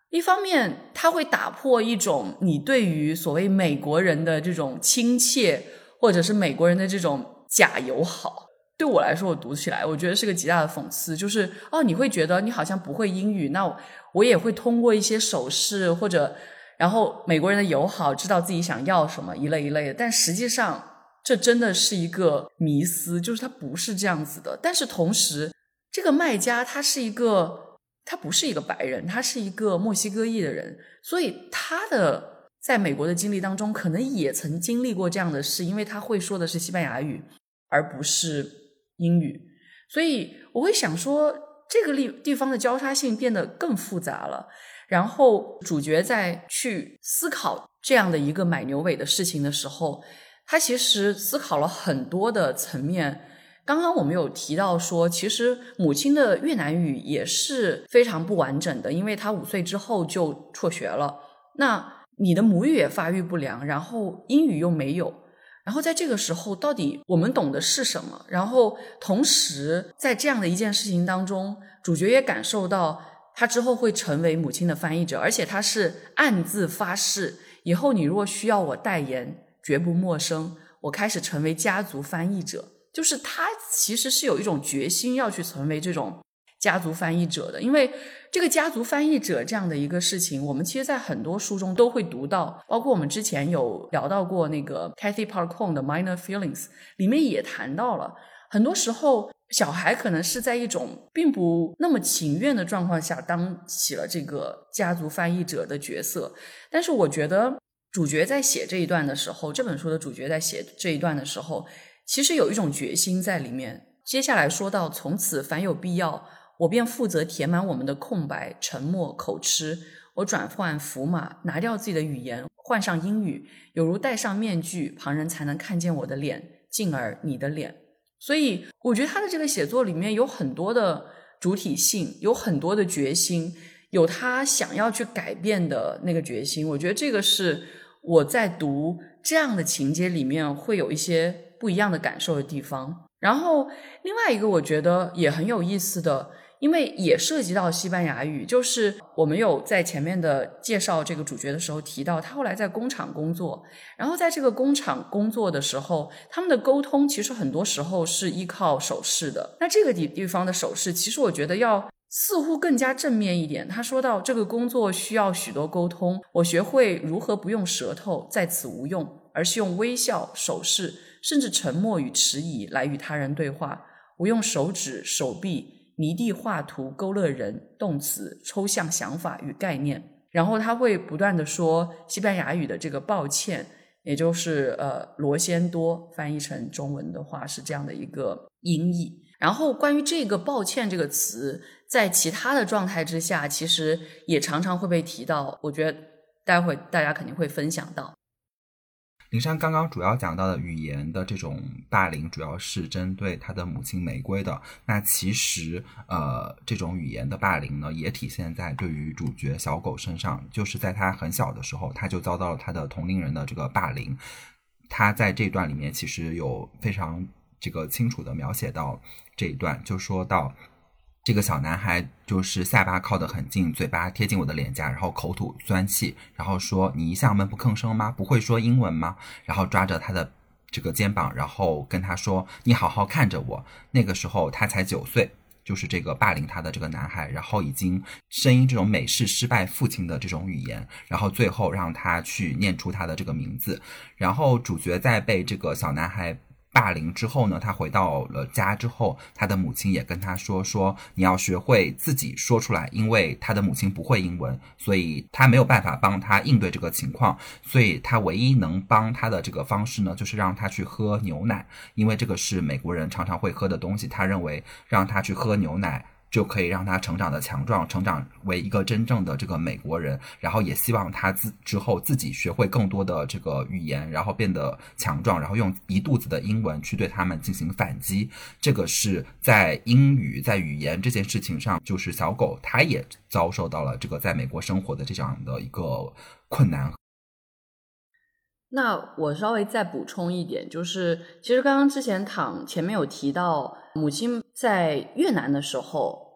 一方面它会打破一种你对于所谓美国人的这种亲切，或者是美国人的这种假友好。对我来说，我读起来我觉得是个极大的讽刺，就是哦，你会觉得你好像不会英语，那我也会通过一些手势或者然后美国人的友好知道自己想要什么一类一类的，但实际上这真的是一个迷思，就是它不是这样子的。但是同时这个卖家他是一个他不是一个白人，他是一个墨西哥裔的人，所以他的在美国的经历当中可能也曾经历过这样的事，因为他会说的是西班牙语而不是英语，所以我会想说这个地方的交叉性变得更复杂了。然后主角在去思考这样的一个买牛尾的事情的时候，他其实思考了很多的层面。刚刚我们有提到说，其实母亲的越南语也是非常不完整的，因为她五岁之后就辍学了。那你的母语也发育不良，然后英语又没有，然后在这个时候到底我们懂的是什么？然后同时在这样的一件事情当中，主角也感受到他之后会成为母亲的翻译者，而且他是暗自发誓，以后你如果需要我代言，绝不陌生，我开始成为家族翻译者。就是他其实是有一种决心要去成为这种家族翻译者的，因为这个家族翻译者这样的一个事情，我们其实在很多书中都会读到，包括我们之前有聊到过那个 Cathy Parkon 的 Minor Feelings 里面也谈到了，很多时候小孩可能是在一种并不那么情愿的状况下当起了这个家族翻译者的角色。但是我觉得主角在写这一段的时候，这本书的主角在写这一段的时候，其实有一种决心在里面。接下来说到，从此凡有必要，我便负责填满我们的空白、沉默、口吃。我转换符码，拿掉自己的语言，换上英语，有如戴上面具，旁人才能看见我的脸，进而你的脸。所以我觉得他的这个写作里面有很多的主体性，有很多的决心，有他想要去改变的那个决心。我觉得这个是我在读这样的情节里面会有一些不一样的感受的地方。然后另外一个我觉得也很有意思的，因为也涉及到西班牙语，就是我们有在前面的介绍这个主角的时候提到，他后来在工厂工作，然后在这个工厂工作的时候，他们的沟通其实很多时候是依靠手势的。那这个地地方的手势其实我觉得要似乎更加正面一点。他说到这个工作需要许多沟通，我学会如何不用舌头，在此无用，而是用微笑、手势甚至沉默与迟疑来与他人对话。我用手指、手臂泥地画图，勾勒人、动词、抽象想法与概念。然后他会不断的说西班牙语的这个抱歉，也就是呃罗仙多，翻译成中文的话是这样的一个音译。然后关于这个抱歉这个词，在其他的状态之下其实也常常会被提到，我觉得待会大家肯定会分享到。 林珊刚刚主要讲到的语言的这种霸凌主要是针对他的母亲玫瑰的，那其实呃，这种语言的霸凌呢也体现在对于主角小狗身上，就是在他很小的时候他就遭到了他的同龄人的这个霸凌。他在这段里面其实有非常这个清楚的描写到这一段，就说到这个小男孩就是下巴靠得很近，嘴巴贴近我的脸颊，然后口吐酸气，然后说你一向闷不吭声吗？不会说英文吗？然后抓着他的这个肩膀，然后跟他说你好好看着我。那个时候他才九岁，就是这个霸凌他的这个男孩，然后已经声音这种美式失败父亲的这种语言，然后最后让他去念出他的这个名字。然后主角在被这个小男孩霸凌之后呢，他回到了家之后，他的母亲也跟他说说你要学会自己说出来，因为他的母亲不会英文，所以他没有办法帮他应对这个情况，所以他唯一能帮他的这个方式呢，就是让他去喝牛奶，因为这个是美国人常常会喝的东西，他认为让他去喝牛奶就可以让他成长的强壮，成长为一个真正的这个美国人，然后也希望他自之后自己学会更多的这个语言，然后变得强壮，然后用一肚子的英文去对他们进行反击。这个是在英语在语言这件事情上，就是小狗他也遭受到了这个在美国生活的这样的一个困难。 那我稍微再补充一点，就是其实刚刚之前躺前面有提到母亲在越南的时候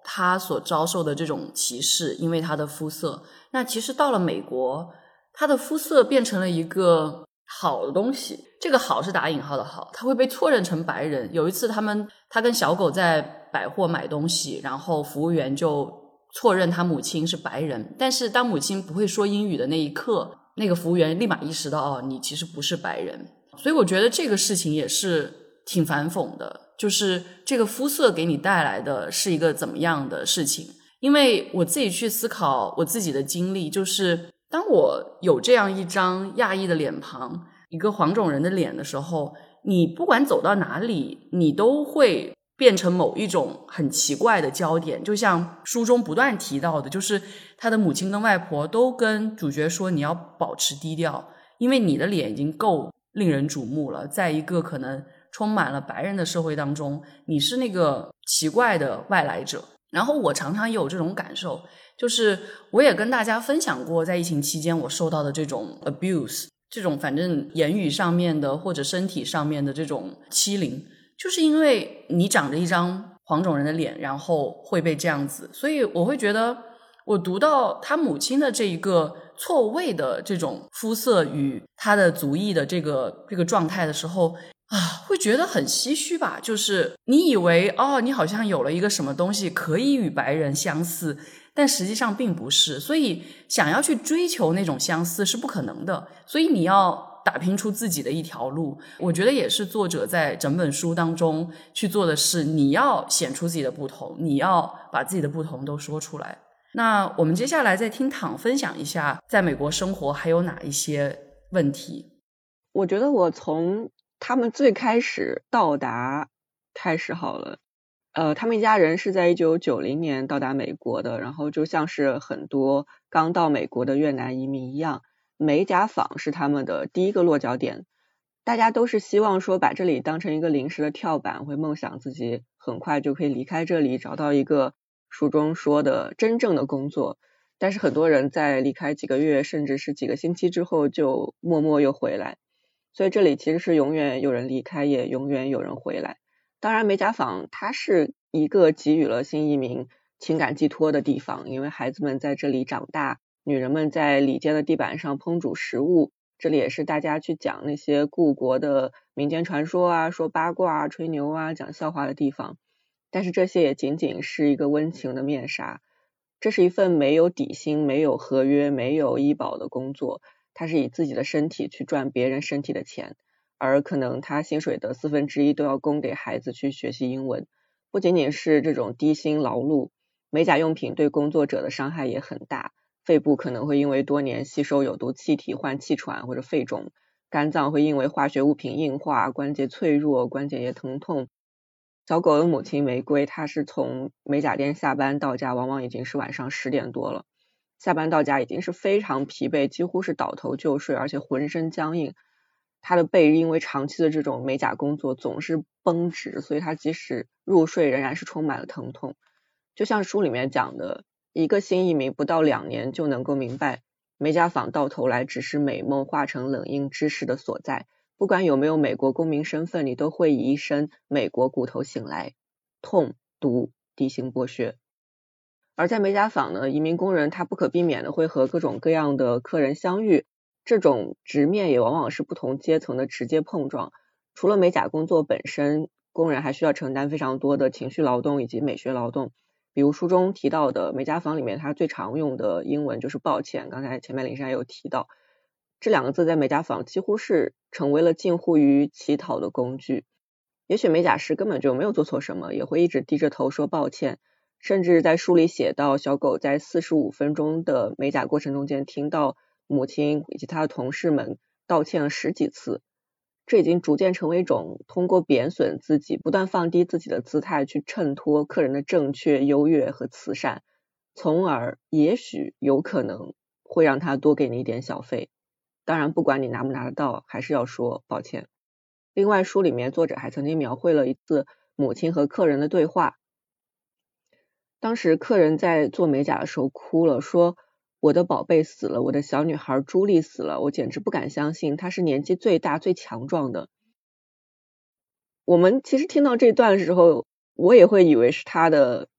他所遭受的这种歧视，因为他的肤色。那其实到了美国，他的肤色变成了一个好的东西，这个好是打引号的好，他会被错认成白人。有一次他们他跟小狗在百货买东西，然后服务员就错认他母亲是白人，但是当母亲不会说英语的那一刻，那个服务员立马意识到，哦，你其实不是白人。所以我觉得这个事情也是挺反讽的，就是这个肤色给你带来的是一个怎么样的事情。因为我自己去思考我自己的经历，就是当我有这样一张亚裔的脸庞，一个黄种人的脸的时候，你不管走到哪里，你都会变成某一种很奇怪的焦点。就像书中不断提到的，就是他的母亲跟外婆都跟主角说，你要保持低调，因为你的脸已经够令人瞩目了，在一个可能充满了白人的社会当中，你是那个奇怪的外来者。然后我常常也有这种感受，就是我也跟大家分享过在疫情期间我受到的这种 abuse， 这种反正言语上面的或者身体上面的这种欺凌，就是因为你长着一张黄种人的脸，然后会被这样子。所以我会觉得我读到他母亲的这一个错位的这种肤色与他的族裔的这个这个状态的时候啊，会觉得很唏嘘吧。就是你以为哦，你好像有了一个什么东西可以与白人相似，但实际上并不是，所以想要去追求那种相似是不可能的，所以你要打拼出自己的一条路。我觉得也是作者在整本书当中去做的事，你要显出自己的不同，你要把自己的不同都说出来。那我们接下来再听躺分享一下在美国生活还有哪一些问题。 我觉得我从他们最开始到达开始好了。呃，他们一家人是在一九九零年到达美国的，然后就像是很多刚到美国的越南移民一样，美甲坊是他们的第一个落脚点。大家都是希望说把这里当成一个临时的跳板，会梦想自己很快就可以离开这里，找到一个书中说的真正的工作。但是很多人在离开几个月甚至是几个星期之后就默默又回来，所以这里其实是永远有人离开，也永远有人回来。当然美甲坊它是一个给予了新移民情感寄托的地方，因为孩子们在这里长大，女人们在里间的地板上烹煮食物，这里也是大家去讲那些故国的民间传说啊，说八卦啊，吹牛啊，讲笑话的地方。但是这些也仅仅是一个温情的面纱，这是一份没有底薪、没有合约、没有医保的工作，他是以自己的身体去赚别人身体的钱，而可能他薪水的四分之一都要供给孩子去学习英文。不仅仅是这种低薪劳碌，美甲用品对工作者的伤害也很大，肺部可能会因为多年吸收有毒气体患气喘或者肺肿，肝脏会因为化学物品硬化，关节脆弱，关节液疼痛。小狗的母亲玫瑰，她是从美甲店下班到家往往已经是晚上十点多了，下班到家已经是非常疲惫，几乎是倒头就睡，而且浑身僵硬。他的背因为长期的这种美甲工作总是绷直，所以他即使入睡仍然是充满了疼痛。就像书里面讲的，一个新移民不到两年就能够明白，美甲坊到头来只是美梦化成冷硬知识的所在，不管有没有美国公民身份，你都会以一身美国骨头醒来，痛、毒、低薪剥削。而在美甲坊呢，移民工人他不可避免的会和各种各样的客人相遇，这种直面也往往是不同阶层的直接碰撞。除了美甲工作本身，工人还需要承担非常多的情绪劳动以及美学劳动。比如书中提到的美甲坊里面他最常用的英文就是抱歉，刚才前面林珊也有提到，这两个字在美甲坊几乎是成为了近乎于乞讨的工具。也许美甲师根本就没有做错什么，也会一直低着头说抱歉，甚至在书里写到小狗在四十五分钟的美甲过程中间听到母亲以及他的同事们道歉了十几次。这已经逐渐成为一种通过贬损自己，不断放低自己的姿态去衬托客人的正确、优越和慈善，从而也许有可能会让他多给你一点小费。当然不管你拿不拿得到，还是要说抱歉。另外书里面作者还曾经描绘了一次母亲和客人的对话，当时客人在做美甲的时候哭了，说我的宝贝死了，我的小女孩朱莉死了，我简直不敢相信，她是年纪最大最强壮的。我们其实听到这段的时候，我也会以为是她的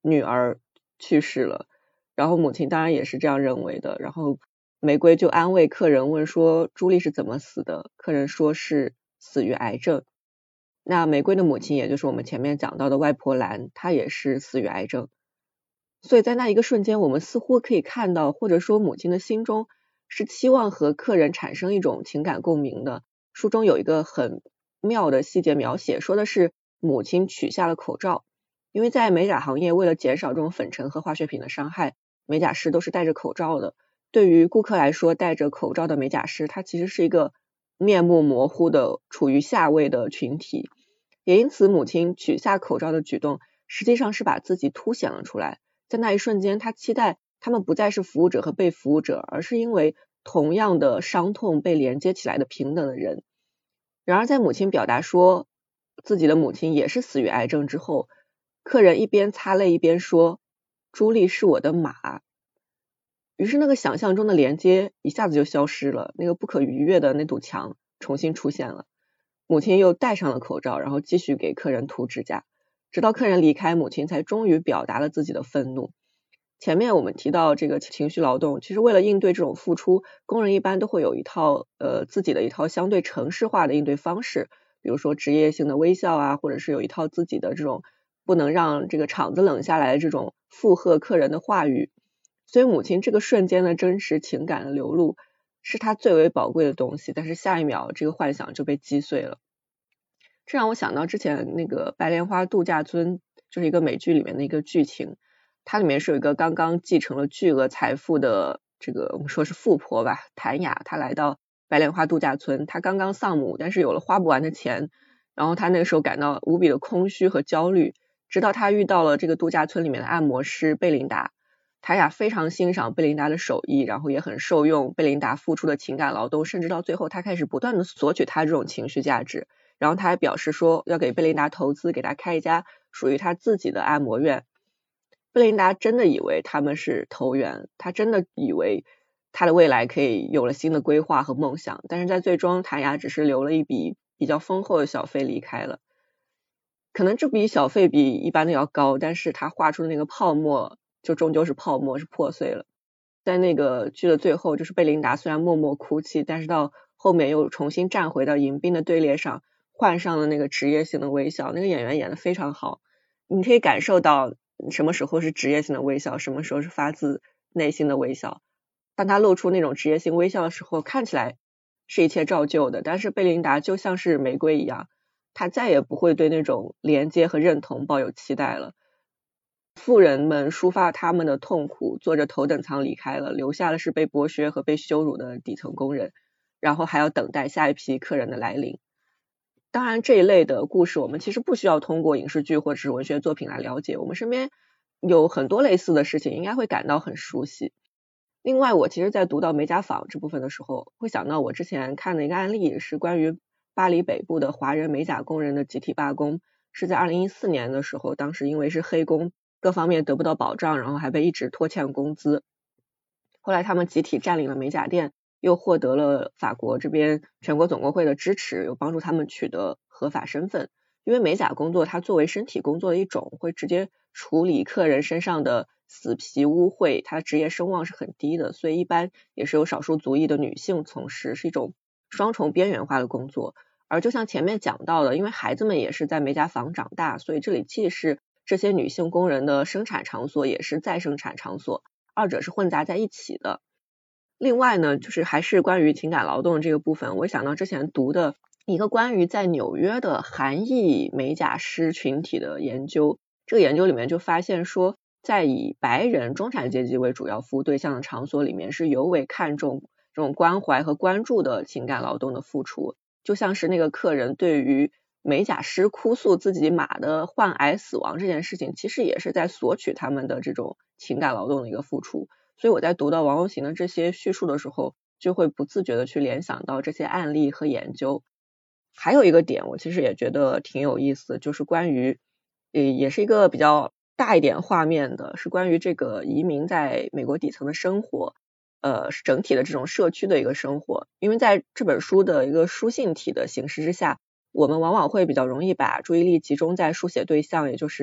女儿去世了，然后母亲当然也是这样认为的，然后玫瑰就安慰客人问说朱莉是怎么死的，客人说是死于癌症。那玫瑰的母亲也就是我们前面讲到的外婆兰，她也是死于癌症。所以在那一个瞬间，我们似乎可以看到，或者说母亲的心中是期望和客人产生一种情感共鸣的。书中有一个很妙的细节描写，说的是母亲取下了口罩，因为在美甲行业为了减少这种粉尘和化学品的伤害，美甲师都是戴着口罩的。对于顾客来说，戴着口罩的美甲师他其实是一个面目模糊的处于下位的群体，也因此母亲取下口罩的举动实际上是把自己凸显了出来。在那一瞬间，他期待他们不再是服务者和被服务者，而是因为同样的伤痛被连接起来的平等的人。然而在母亲表达说自己的母亲也是死于癌症之后，客人一边擦泪一边说朱莉是我的马。于是那个想象中的连接一下子就消失了，那个不可逾越的那堵墙重新出现了。母亲又戴上了口罩，然后继续给客人涂指甲，直到客人离开，母亲才终于表达了自己的愤怒。前面我们提到这个情绪劳动，其实为了应对这种付出，工人一般都会有一套呃自己的一套相对程式化的应对方式，比如说职业性的微笑啊，或者是有一套自己的这种不能让这个场子冷下来的这种附和客人的话语。所以母亲这个瞬间的真实情感的流露是她最为宝贵的东西，但是下一秒这个幻想就被击碎了。这让我想到之前那个白莲花度假村，就是一个美剧里面的一个剧情，它里面是有一个刚刚继承了巨额财富的这个我们说是富婆吧，谭雅，她来到白莲花度假村，她刚刚丧母，但是有了花不完的钱，然后她那个时候感到无比的空虚和焦虑，直到她遇到了这个度假村里面的按摩师贝琳达。谭雅非常欣赏贝琳达的手艺，然后也很受用贝琳达付出的情感劳动，甚至到最后她开始不断的索取她这种情绪价值。然后她还表示说要给贝琳达投资，给她开一家属于她自己的按摩院。贝琳达真的以为他们是投缘，她真的以为她的未来可以有了新的规划和梦想，但是在最终谭雅只是留了一笔比较丰厚的小费离开了。可能这笔小费比一般的要高，但是她画出的那个泡沫就终究是泡沫，是破碎了。在那个剧的最后，就是贝琳达虽然默默哭泣，但是到后面又重新站回到迎宾的队列上，换上了那个职业性的微笑。那个演员演得非常好，你可以感受到什么时候是职业性的微笑，什么时候是发自内心的微笑。当他露出那种职业性微笑的时候，看起来是一切照旧的，但是贝琳达就像是玫瑰一样，她再也不会对那种连接和认同抱有期待了。富人们抒发他们的痛苦，坐着头等舱离开了，留下的是被剥削和被羞辱的底层工人，然后还要等待下一批客人的来临。当然这一类的故事我们其实不需要通过影视剧或者是文学作品来了解，我们身边有很多类似的事情，应该会感到很熟悉。另外我其实在读到美甲坊这部分的时候，会想到我之前看的一个案例，是关于巴黎北部的华人美甲工人的集体罢工，是在二零一四年的时候，当时因为是黑工，各方面得不到保障，然后还被一直拖欠工资。后来他们集体占领了美甲店，又获得了法国这边全国总工会的支持，有帮助他们取得合法身份。因为美甲工作它作为身体工作的一种，会直接处理客人身上的死皮污秽，它的职业声望是很低的，所以一般也是由少数族裔的女性从事，是一种双重边缘化的工作。而就像前面讲到的，因为孩子们也是在美甲坊长大，所以这里既是这些女性工人的生产场所，也是再生产场所，二者是混杂在一起的。另外呢，就是还是关于情感劳动这个部分，我想到之前读的一个关于在纽约的韩裔美甲师群体的研究，这个研究里面就发现说，在以白人中产阶级为主要服务对象的场所里面，是尤为看重这种关怀和关注的情感劳动的付出。就像是那个客人对于美甲师哭诉自己马的患癌死亡这件事情，其实也是在索取他们的这种情感劳动的一个付出。所以我在读到王鸥行的这些叙述的时候，就会不自觉的去联想到这些案例和研究。还有一个点我其实也觉得挺有意思，就是关于呃也是一个比较大一点画面的，是关于这个移民在美国底层的生活，呃整体的这种社区的一个生活。因为在这本书的一个书信体的形式之下，我们往往会比较容易把注意力集中在书写对象，也就是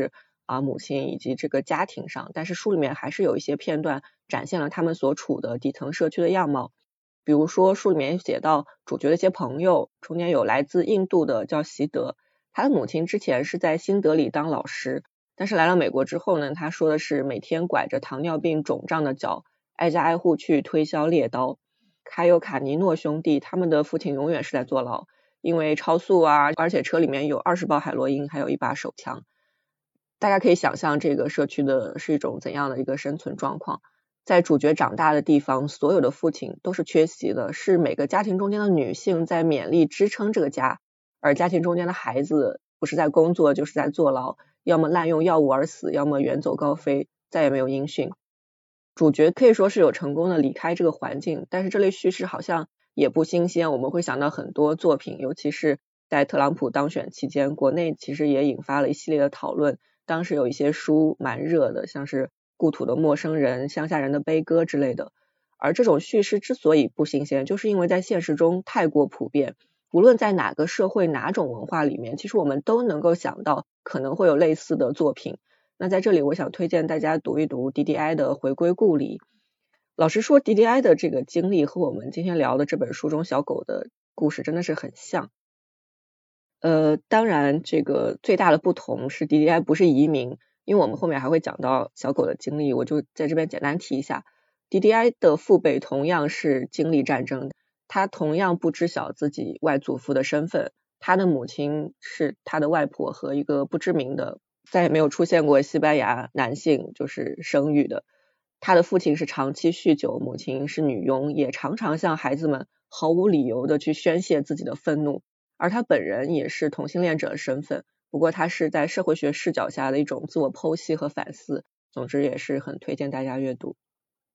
啊母亲以及这个家庭上，但是书里面还是有一些片段展现了他们所处的底层社区的样貌。比如说书里面写到主角的一些朋友，中间有来自印度的叫席德，他的母亲之前是在新德里当老师，但是来了美国之后呢，他说的是每天拐着糖尿病肿胀的脚，挨家挨户去推销猎刀。还有卡尼诺兄弟，他们的父亲永远是在坐牢，因为超速啊，而且车里面有二十包海洛因，还有一把手枪。大家可以想象这个社区的是一种怎样的一个生存状况。在主角长大的地方，所有的父亲都是缺席的，是每个家庭中间的女性在勉力支撑这个家，而家庭中间的孩子不是在工作就是在坐牢，要么滥用药物而死，要么远走高飞，再也没有音讯。主角可以说是有成功的离开这个环境，但是这类叙事好像也不新鲜，我们会想到很多作品，尤其是在特朗普当选期间，国内其实也引发了一系列的讨论，当时有一些书蛮热的，像是故土的陌生人、乡下人的悲歌之类的。而这种叙事之所以不新鲜，就是因为在现实中太过普遍，无论在哪个社会哪种文化里面，其实我们都能够想到可能会有类似的作品。那在这里我想推荐大家读一读 D D I 的回归故里。老实说 D D I 的这个经历和我们今天聊的这本书中小狗的故事真的是很像。呃，当然这个最大的不同是 D D I 不是移民，因为我们后面还会讲到小狗的经历，我就在这边简单提一下。D D I 的父辈同样是经历战争，他同样不知晓自己外祖父的身份，他的母亲是他的外婆和一个不知名的再也没有出现过西班牙男性就是生育的。他的父亲是长期酗酒，母亲是女佣，也常常向孩子们毫无理由的去宣泄自己的愤怒，而他本人也是同性恋者的身份，不过他是在社会学视角下的一种自我剖析和反思，总之也是很推荐大家阅读。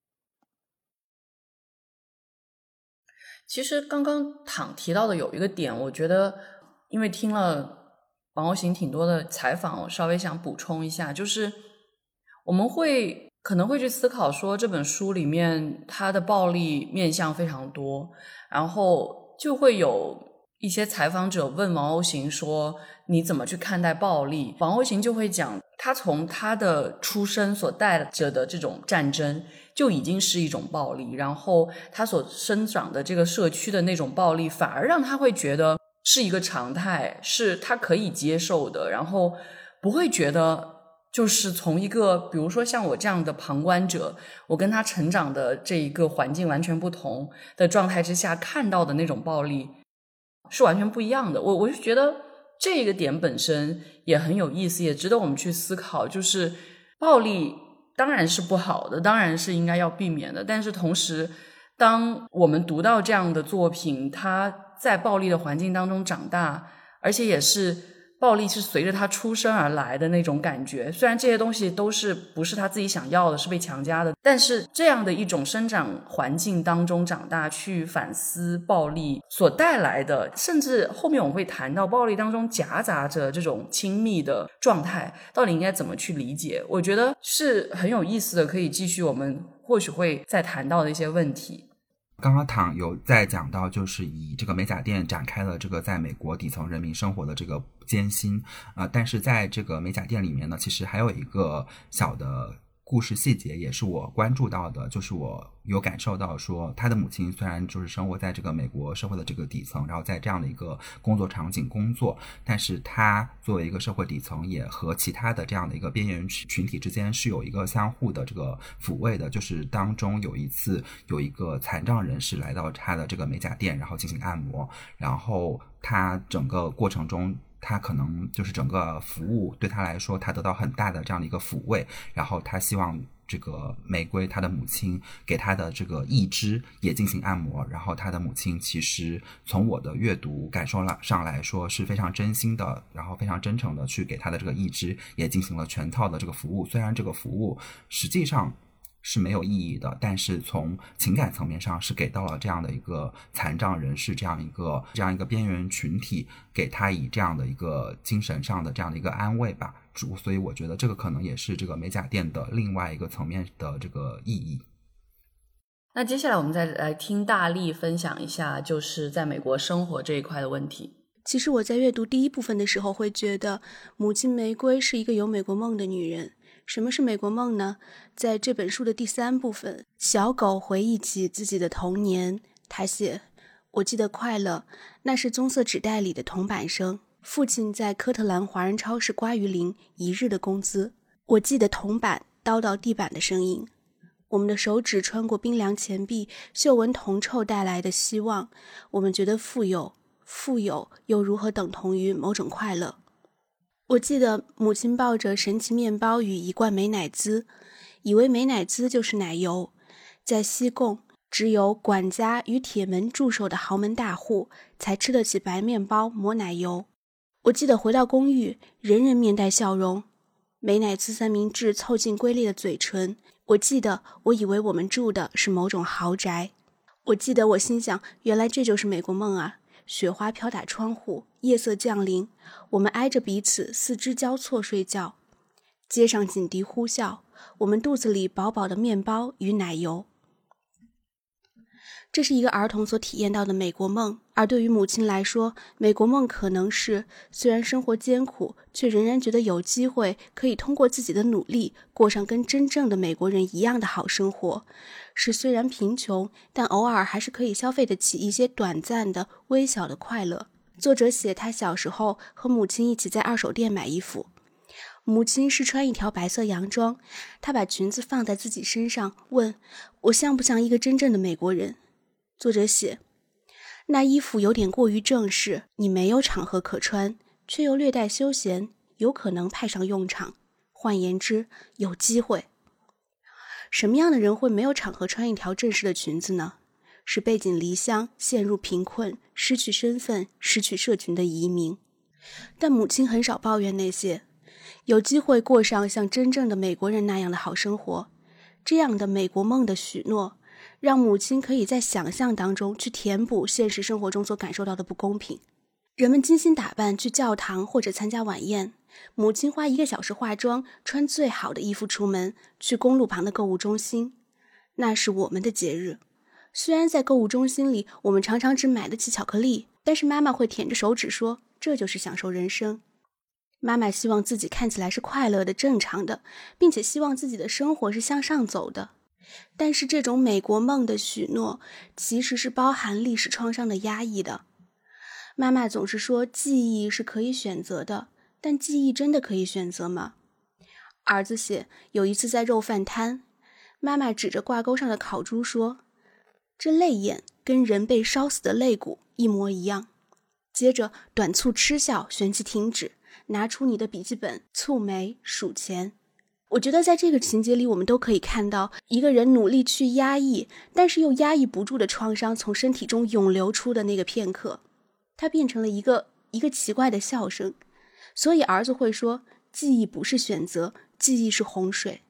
其实刚刚躺提到的有一个点，我觉得因为听了王鸥行挺多的采访，我稍微想补充一下，就是我们会可能会去思考说这本书里面它的暴力面向非常多，然后就会有一些采访者问王鸥行说你怎么去看待暴力，王鸥行就会讲他从他的出生所带着的这种战争就已经是一种暴力，然后他所生长的这个社区的那种暴力反而让他会觉得是一个常态，是他可以接受的，然后不会觉得就是从一个比如说像我这样的旁观者，我跟他成长的这一个环境完全不同的状态之下看到的那种暴力是完全不一样的。我我就觉得这个点本身也很有意思，也值得我们去思考，就是暴力当然是不好的，当然是应该要避免的，但是同时当我们读到这样的作品，他在暴力的环境当中长大，而且也是暴力是随着他出生而来的那种感觉，虽然这些东西都是不是他自己想要的，是被强加的，但是这样的一种生长环境当中长大，去反思暴力所带来的，甚至后面我们会谈到暴力当中夹杂着这种亲密的状态，到底应该怎么去理解，我觉得是很有意思的，可以继续我们或许会再谈到的一些问题。 刚刚躺有在讲到就是以这个美甲店展开了这个在美国底层人民生活的这个艰辛啊、呃，但是在这个美甲店里面呢，其实还有一个小的故事细节也是我关注到的，就是我有感受到说他的母亲虽然就是生活在这个美国社会的这个底层，然后在这样的一个工作场景工作，但是他作为一个社会底层也和其他的这样的一个边缘群体之间是有一个相互的这个抚慰的，就是当中有一次有一个残障人士来到他的这个美甲店然后进行按摩，然后他整个过程中他可能就是整个服务对他来说他得到很大的这样的一个抚慰，然后他希望这个玫瑰他的母亲给他的这个义肢也进行按摩，然后他的母亲其实从我的阅读感受上来说是非常真心的，然后非常真诚的去给他的这个义肢也进行了全套的这个服务，虽然这个服务实际上是没有意义的，但是从情感层面上是给到了这样的一个残障人士这样一个这样一个边缘群体，给他以这样的一个精神上的这样的一个安慰吧，所以我觉得这个可能也是这个美甲店的另外一个层面的这个意义。 那接下来我们再来听大力分享一下就是在美国生活这一块的问题。 其实我在阅读第一部分的时候会觉得母亲玫瑰是一个有美国梦的女人。什么是美国梦呢？在这本书的第三部分，小狗回忆起自己的童年，他写，我记得快乐，那是棕色纸袋里的铜板声，父亲在科特兰华人超市刮鱼鳞一日的工资。我记得铜板叨到地板的声音，我们的手指穿过冰凉钱币，嗅闻铜臭带来的希望，我们觉得富有，富有又如何等同于某种快乐？我记得母亲抱着神奇面包与一罐美乃滋，以为美乃滋就是奶油。在西贡，只有管家与铁门驻守的豪门大户才吃得起白面包抹奶油。我记得回到公寓，人人面带笑容，美乃滋三明治凑近龟裂的嘴唇。我记得我以为我们住的是某种豪宅。我记得我心想，原来这就是美国梦啊。雪花飘打窗户，夜色降临，我们挨着彼此，四肢交错睡觉。街上警笛呼啸，我们肚子里饱饱的面包与奶油。这是一个儿童所体验到的美国梦，而对于母亲来说，美国梦可能是虽然生活艰苦，却仍然觉得有机会可以通过自己的努力过上跟真正的美国人一样的好生活，是虽然贫穷，但偶尔还是可以消费得起一些短暂的微小的快乐。作者写他小时候和母亲一起在二手店买衣服，母亲是穿一条白色洋装，她把裙子放在自己身上，问我像不像一个真正的美国人。作者写，那衣服有点过于正式，你没有场合可穿，却又略带休闲，有可能派上用场。换言之，有机会。什么样的人会没有场合穿一条正式的裙子呢？是背井离乡，陷入贫困，失去身份，失去社群的移民。但母亲很少抱怨那些，有机会过上像真正的美国人那样的好生活，这样的美国梦的许诺，让母亲可以在想象当中去填补现实生活中所感受到的不公平。人们精心打扮去教堂或者参加晚宴，母亲花一个小时化妆，穿最好的衣服出门，去公路旁的购物中心。那是我们的节日。虽然在购物中心里，我们常常只买得起巧克力，但是妈妈会舔着手指说，这就是享受人生。妈妈希望自己看起来是快乐的、正常的，并且希望自己的生活是向上走的。但是这种美国梦的许诺其实是包含历史创伤的压抑的。妈妈总是说记忆是可以选择的，但记忆真的可以选择吗？儿子写，有一次在肉饭摊，妈妈指着挂钩上的烤猪说，这泪眼跟人被烧死的肋骨一模一样。接着短促嗤笑，旋即停止，拿出你的笔记本，蹙眉数钱。我觉得在这个情节里，我们都可以看到一个人努力去压抑，但是又压抑不住的创伤从身体中涌流出的那个片刻，它变成了一个一个奇怪的笑声。所以儿子会说，记忆不是选择，记忆是洪水。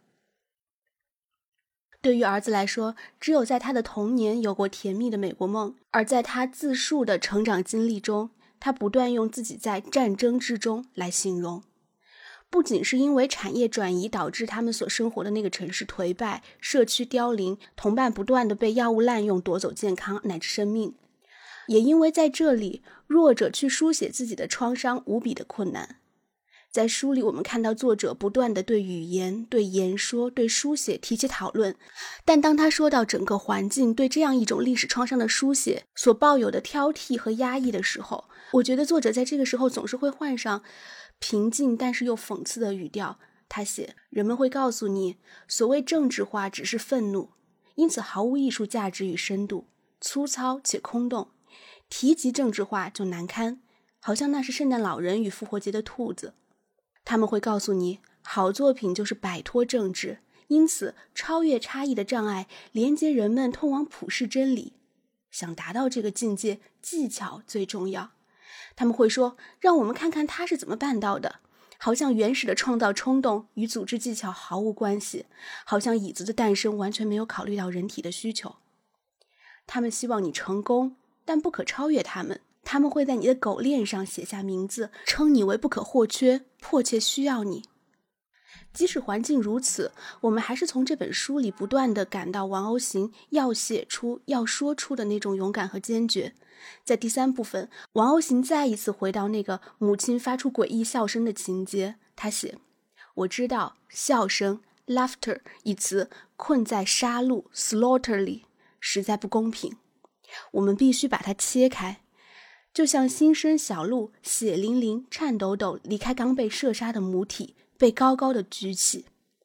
对于儿子来说，只有在他的童年有过甜蜜的美国梦，而在他自述的成长经历中，他不断用自己在战争之中来形容。不仅是因为产业转移导致他们所生活的那个城市颓败，社区凋零，同伴不断地被药物滥用夺走健康乃至生命，也因为在这里弱者去书写自己的创伤无比的困难。在书里我们看到作者不断地对语言、对言说、对书写提起讨论，但当他说到整个环境对这样一种历史创伤的书写所抱有的挑剔和压抑的时候，我觉得作者在这个时候总是会换上平静但是又讽刺的语调。他写，人们会告诉你，所谓政治化只是愤怒，因此毫无艺术价值与深度，粗糙且空洞，提及政治化就难堪，好像那是圣诞老人与复活节的兔子。他们会告诉你，好作品就是摆脱政治，因此超越差异的障碍，连接人们通往普世真理。想达到这个境界，技巧最重要。他们会说，让我们看看他是怎么办到的，好像原始的创造冲动与组织技巧毫无关系，好像椅子的诞生完全没有考虑到人体的需求。他们希望你成功，但不可超越他们。他们会在你的狗链上写下名字，称你为不可或缺，迫切需要你。 即使环境如此，我们还是从这本书里不断地感到王鸥行要写出、要说出的那种勇敢和坚决。在第三部分，王鸥行再一次回到那个母亲发出诡异笑声的情节。他写：我知道笑声 laughter 一词困在杀戮 slaughter 里，实在不公平。我们必须把它切开，就像新生小鹿血淋淋、颤抖抖离开刚被射杀的母体，被高高的举起。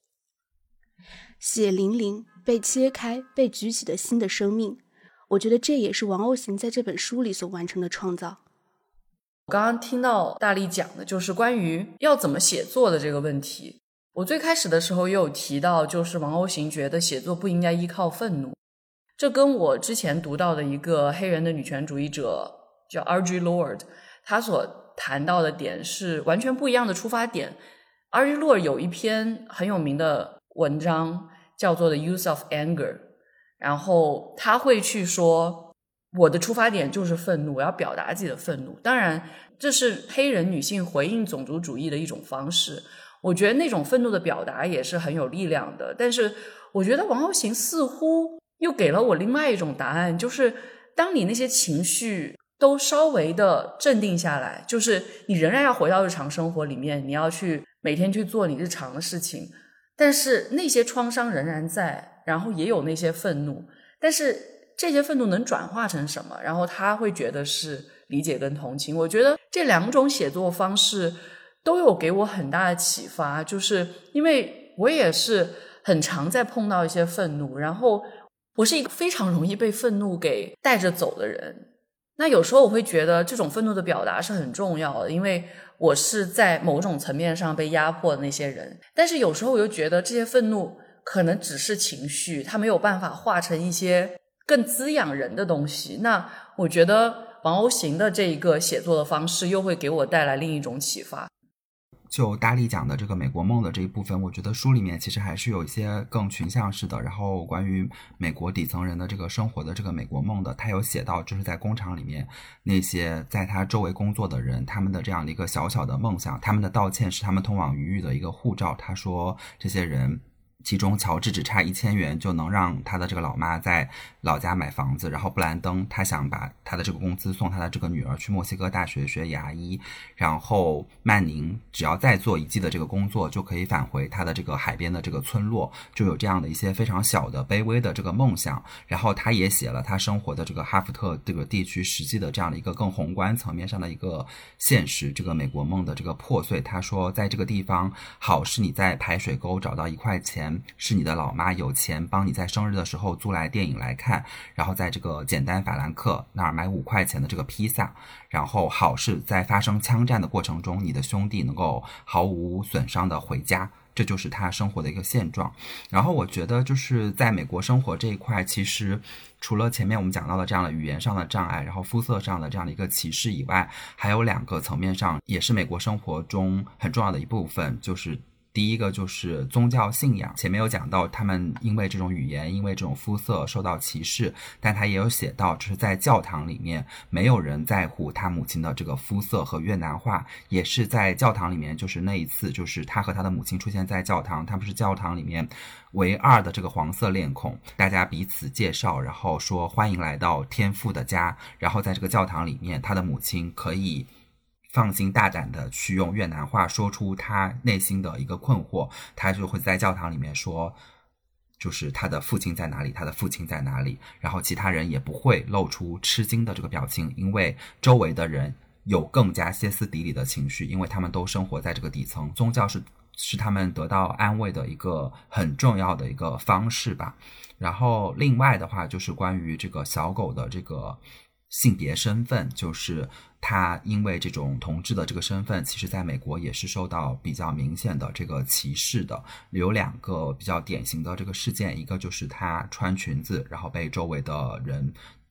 血淋淋被切开、被举起的新的生命，我觉得这也是王鸥行在这本书里所完成的创造。 我刚刚听到大力讲的就是关于要怎么写作的这个问题。我最开始的时候也有提到，就是王鸥行觉得写作不应该依靠愤怒，这跟我之前读到的一个黑人的女权主义者叫 Audre Lorde， 他所谈到的点是完全不一样的出发点。Audre Lorde 有一篇很有名的文章叫做 The Use of Anger， 然后他会去说我的出发点就是愤怒，我要表达自己的愤怒。当然这是黑人女性回应种族主义的一种方式，我觉得那种愤怒的表达也是很有力量的。但是我觉得王鸥行似乎又给了我另外一种答案，就是当你那些情绪都稍微的镇定下来，就是你仍然要回到日常生活里面，你要去每天去做你日常的事情，但是那些创伤仍然在，然后也有那些愤怒，但是这些愤怒能转化成什么，然后他会觉得是理解跟同情。我觉得这两种写作方式都有给我很大的启发，就是因为我也是很常在碰到一些愤怒，然后我是一个非常容易被愤怒给带着走的人。那有时候我会觉得这种愤怒的表达是很重要的，因为我是在某种层面上被压迫的那些人，但是有时候我又觉得这些愤怒可能只是情绪，它没有办法化成一些更滋养人的东西。那我觉得王鸥行的这一个写作的方式又会给我带来另一种启发。 就大力讲的这个美国梦的这一部分，我觉得书里面其实还是有一些更群像式的，然后关于美国底层人的这个生活的这个美国梦的，他有写到就是在工厂里面那些在他周围工作的人，他们的这样的一个小小的梦想，他们的道歉是他们通往余狱的一个护照。他说这些人其中乔治只差一千元就能让他的这个老妈在老家买房子，然后布兰登他想把他的这个工资送他的这个女儿去墨西哥大学学牙医，然后曼宁只要再做一季的这个工作就可以返回他的这个海边的这个村落，就有这样的一些非常小的卑微的这个梦想。然后他也写了他生活的这个哈福特这个地区实际的这样的一个更宏观层面上的一个现实，这个美国梦的这个破碎。他说在这个地方，好是你在排水沟找到一块钱，是你的老妈有钱帮你在生日的时候租来电影来看，然后在这个简单法兰克那儿买五块钱的这个披萨，然后好是在发生枪战的过程中，你的兄弟能够毫无损伤的回家，这就是他生活的一个现状。然后我觉得就是在美国生活这一块，其实除了前面我们讲到的这样的语言上的障碍，然后肤色上的这样的一个歧视以外，还有两个层面上也是美国生活中很重要的一部分，就是第一个就是宗教信仰。前面有讲到他们因为这种语言因为这种肤色受到歧视，但他也有写到就是在教堂里面没有人在乎他母亲的这个肤色和越南话，也是在教堂里面，就是那一次就是他和他的母亲出现在教堂，他们是教堂里面唯二的这个黄色脸孔，大家彼此介绍，然后说欢迎来到天父的家，然后在这个教堂里面他的母亲可以放心大胆的去用越南话说出他内心的一个困惑，他就会在教堂里面说就是他的父亲在哪里，他的父亲在哪里，然后其他人也不会露出吃惊的这个表情，因为周围的人有更加歇斯底里的情绪，因为他们都生活在这个底层，宗教是是他们得到安慰的一个很重要的一个方式吧。然后另外的话就是关于这个小狗的这个性别身份，就是他因为这种同志的这个身份，其实在美国也是受到比较明显的这个歧视的。有两个比较典型的这个事件，一个就是他穿裙子然后被周围的人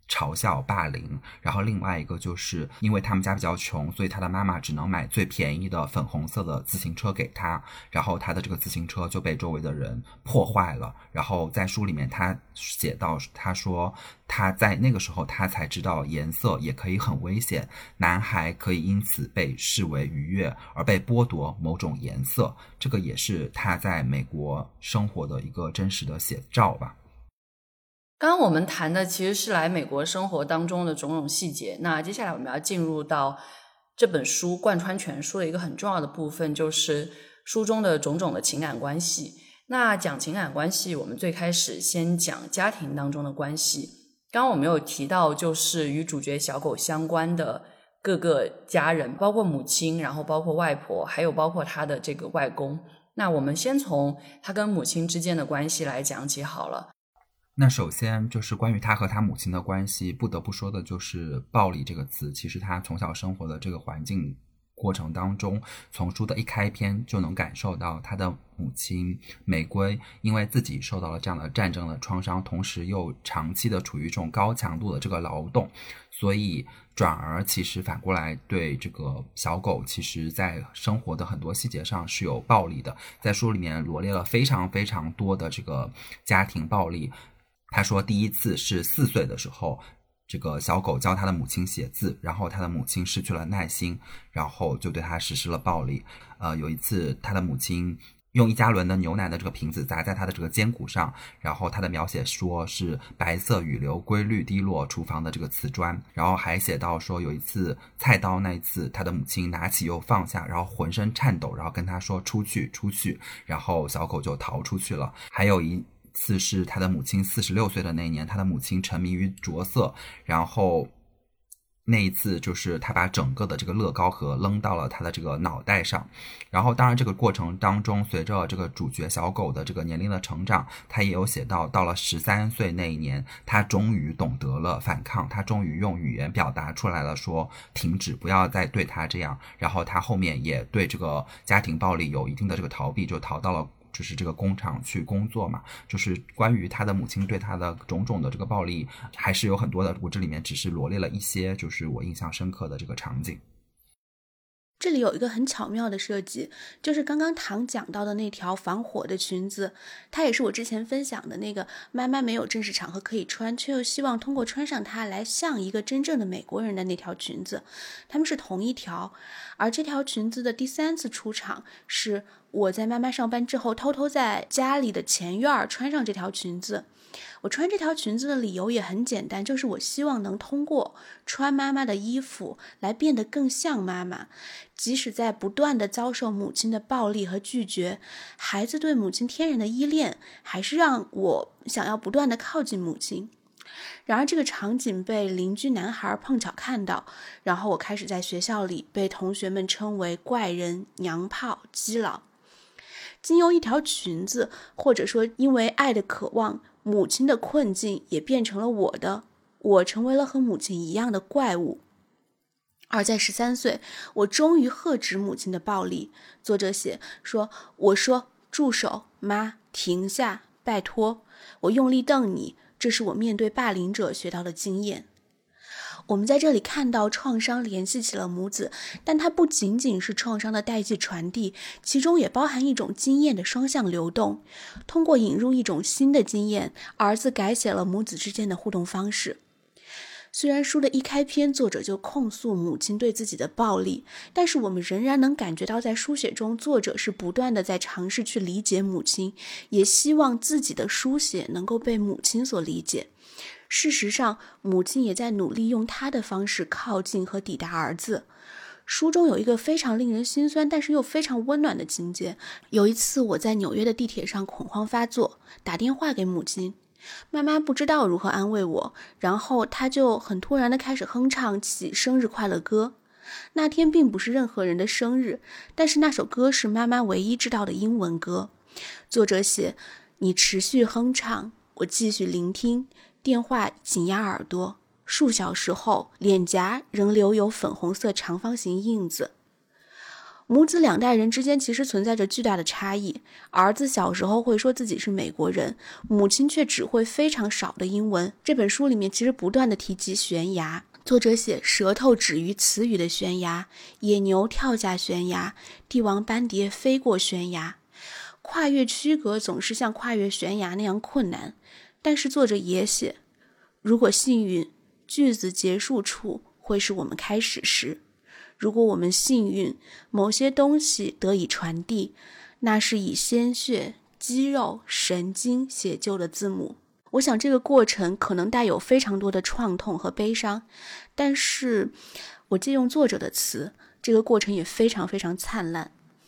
嘲笑霸凌，然后另外一个就是因为他们家比较穷，所以他的妈妈只能买最便宜的粉红色的自行车给他，然后他的这个自行车就被周围的人破坏了。然后在书里面他写到，他说他在那个时候他才知道颜色也可以很危险，男孩可以因此被视为愉悦而被剥夺某种颜色，这个也是他在美国生活的一个真实的写照吧。 刚刚我们谈的其实是来美国生活当中的种种细节，那接下来我们要进入到这本书贯穿全书的一个很重要的部分，就是书中的种种的情感关系。那讲情感关系，我们最开始先讲家庭当中的关系。刚刚我们有提到，就是与主角小狗相关的各个家人，包括母亲，然后包括外婆，还有包括他的这个外公。那我们先从他跟母亲之间的关系来讲起好了。 那首先就是关于他和他母亲的关系，不得不说的就是暴力这个词。其实他从小生活的这个环境过程当中，从书的一开篇就能感受到他的母亲玫瑰因为自己受到了这样的战争的创伤，同时又长期的处于这种高强度的这个劳动，所以转而其实反过来对这个小狗其实在生活的很多细节上是有暴力的。在书里面罗列了非常非常多的这个家庭暴力。他说第一次是四岁的时候，这个小狗教他的母亲写字，然后他的母亲失去了耐心，然后就对他实施了暴力。呃，有一次他的母亲用一加仑的牛奶的这个瓶子砸在他的这个肩骨上，然后他的描写说是白色雨流规律滴落厨房的这个瓷砖，然后还写到说有一次菜刀，那一次他的母亲拿起又放下，然后浑身颤抖，然后跟他说出去出去，然后小狗就逃出去了。还有一次是他的母亲四十六岁的那一年，他的母亲沉迷于着色，然后那一次就是他把整个的这个乐高盒扔到了他的这个脑袋上。然后当然这个过程当中，随着这个主角小狗的这个年龄的成长，他也有写到到了十三岁那一年，他终于懂得了反抗，他终于用语言表达出来了，说停止，不要再对他这样。然后他后面也对这个家庭暴力有一定的这个逃避，就逃到了就是这个工厂去工作嘛。就是关于他的母亲对他的种种的这个暴力还是有很多的，我这里面只是罗列了一些就是我印象深刻的这个场景。 这里有一个很巧妙的设计，就是刚刚唐讲到的那条防火的裙子，它也是我之前分享的那个妈妈没有正式场合可以穿，却又希望通过穿上它来像一个真正的美国人的那条裙子，它们是同一条。而这条裙子的第三次出场是我在妈妈上班之后偷偷在家里的前院穿上这条裙子。我穿这条裙子的理由也很简单，就是我希望能通过穿妈妈的衣服来变得更像妈妈。即使在不断的遭受母亲的暴力和拒绝，孩子对母亲天然的依恋还是让我想要不断的靠近母亲。然而这个场景被邻居男孩碰巧看到，然后我开始在学校里被同学们称为怪人、娘炮、基佬。经由一条裙子，或者说因为爱的渴望，母亲的困境也变成了我的，我成为了和母亲一样的怪物。而在十三岁，我终于喝止母亲的暴力。作者写说，我说住手，妈，停下，拜托，我用力瞪你，这是我面对霸凌者学到的经验。我们在这里看到创伤联系起了母子，但它不仅仅是创伤的代际传递，其中也包含一种经验的双向流动。通过引入一种新的经验，儿子改写了母子之间的互动方式。虽然书的一开篇作者就控诉母亲对自己的暴力，但是我们仍然能感觉到在书写中作者是不断的在尝试去理解母亲，也希望自己的书写能够被母亲所理解。事实上，母亲也在努力用她的方式靠近和抵达儿子。书中有一个非常令人心酸但是又非常温暖的情节。有一次我在纽约的地铁上恐慌发作，打电话给母亲，妈妈不知道如何安慰我，然后她就很突然地开始哼唱起生日快乐歌。那天并不是任何人的生日，但是那首歌是妈妈唯一知道的英文歌。作者写，你持续哼唱，我继续聆听，电话紧压耳朵，数小时后脸颊仍留有粉红色长方形印子。 母子两代人之间其实存在着巨大的差异，儿子小时候会说自己是美国人，母亲却只会非常少的英文。这本书里面其实不断的提及悬崖，作者写舌头止于词语的悬崖，野牛跳下悬崖，帝王斑蝶飞过悬崖。跨越区隔总是像跨越悬崖那样困难，但是作者也写，如果幸运，句子结束处会是我们开始时。如果我们幸运，某些东西得以传递，那是以鲜血、肌肉、神经写就的字母。我想这个过程可能带有非常多的创痛和悲伤，但是我借用作者的词，这个过程也非常非常灿烂。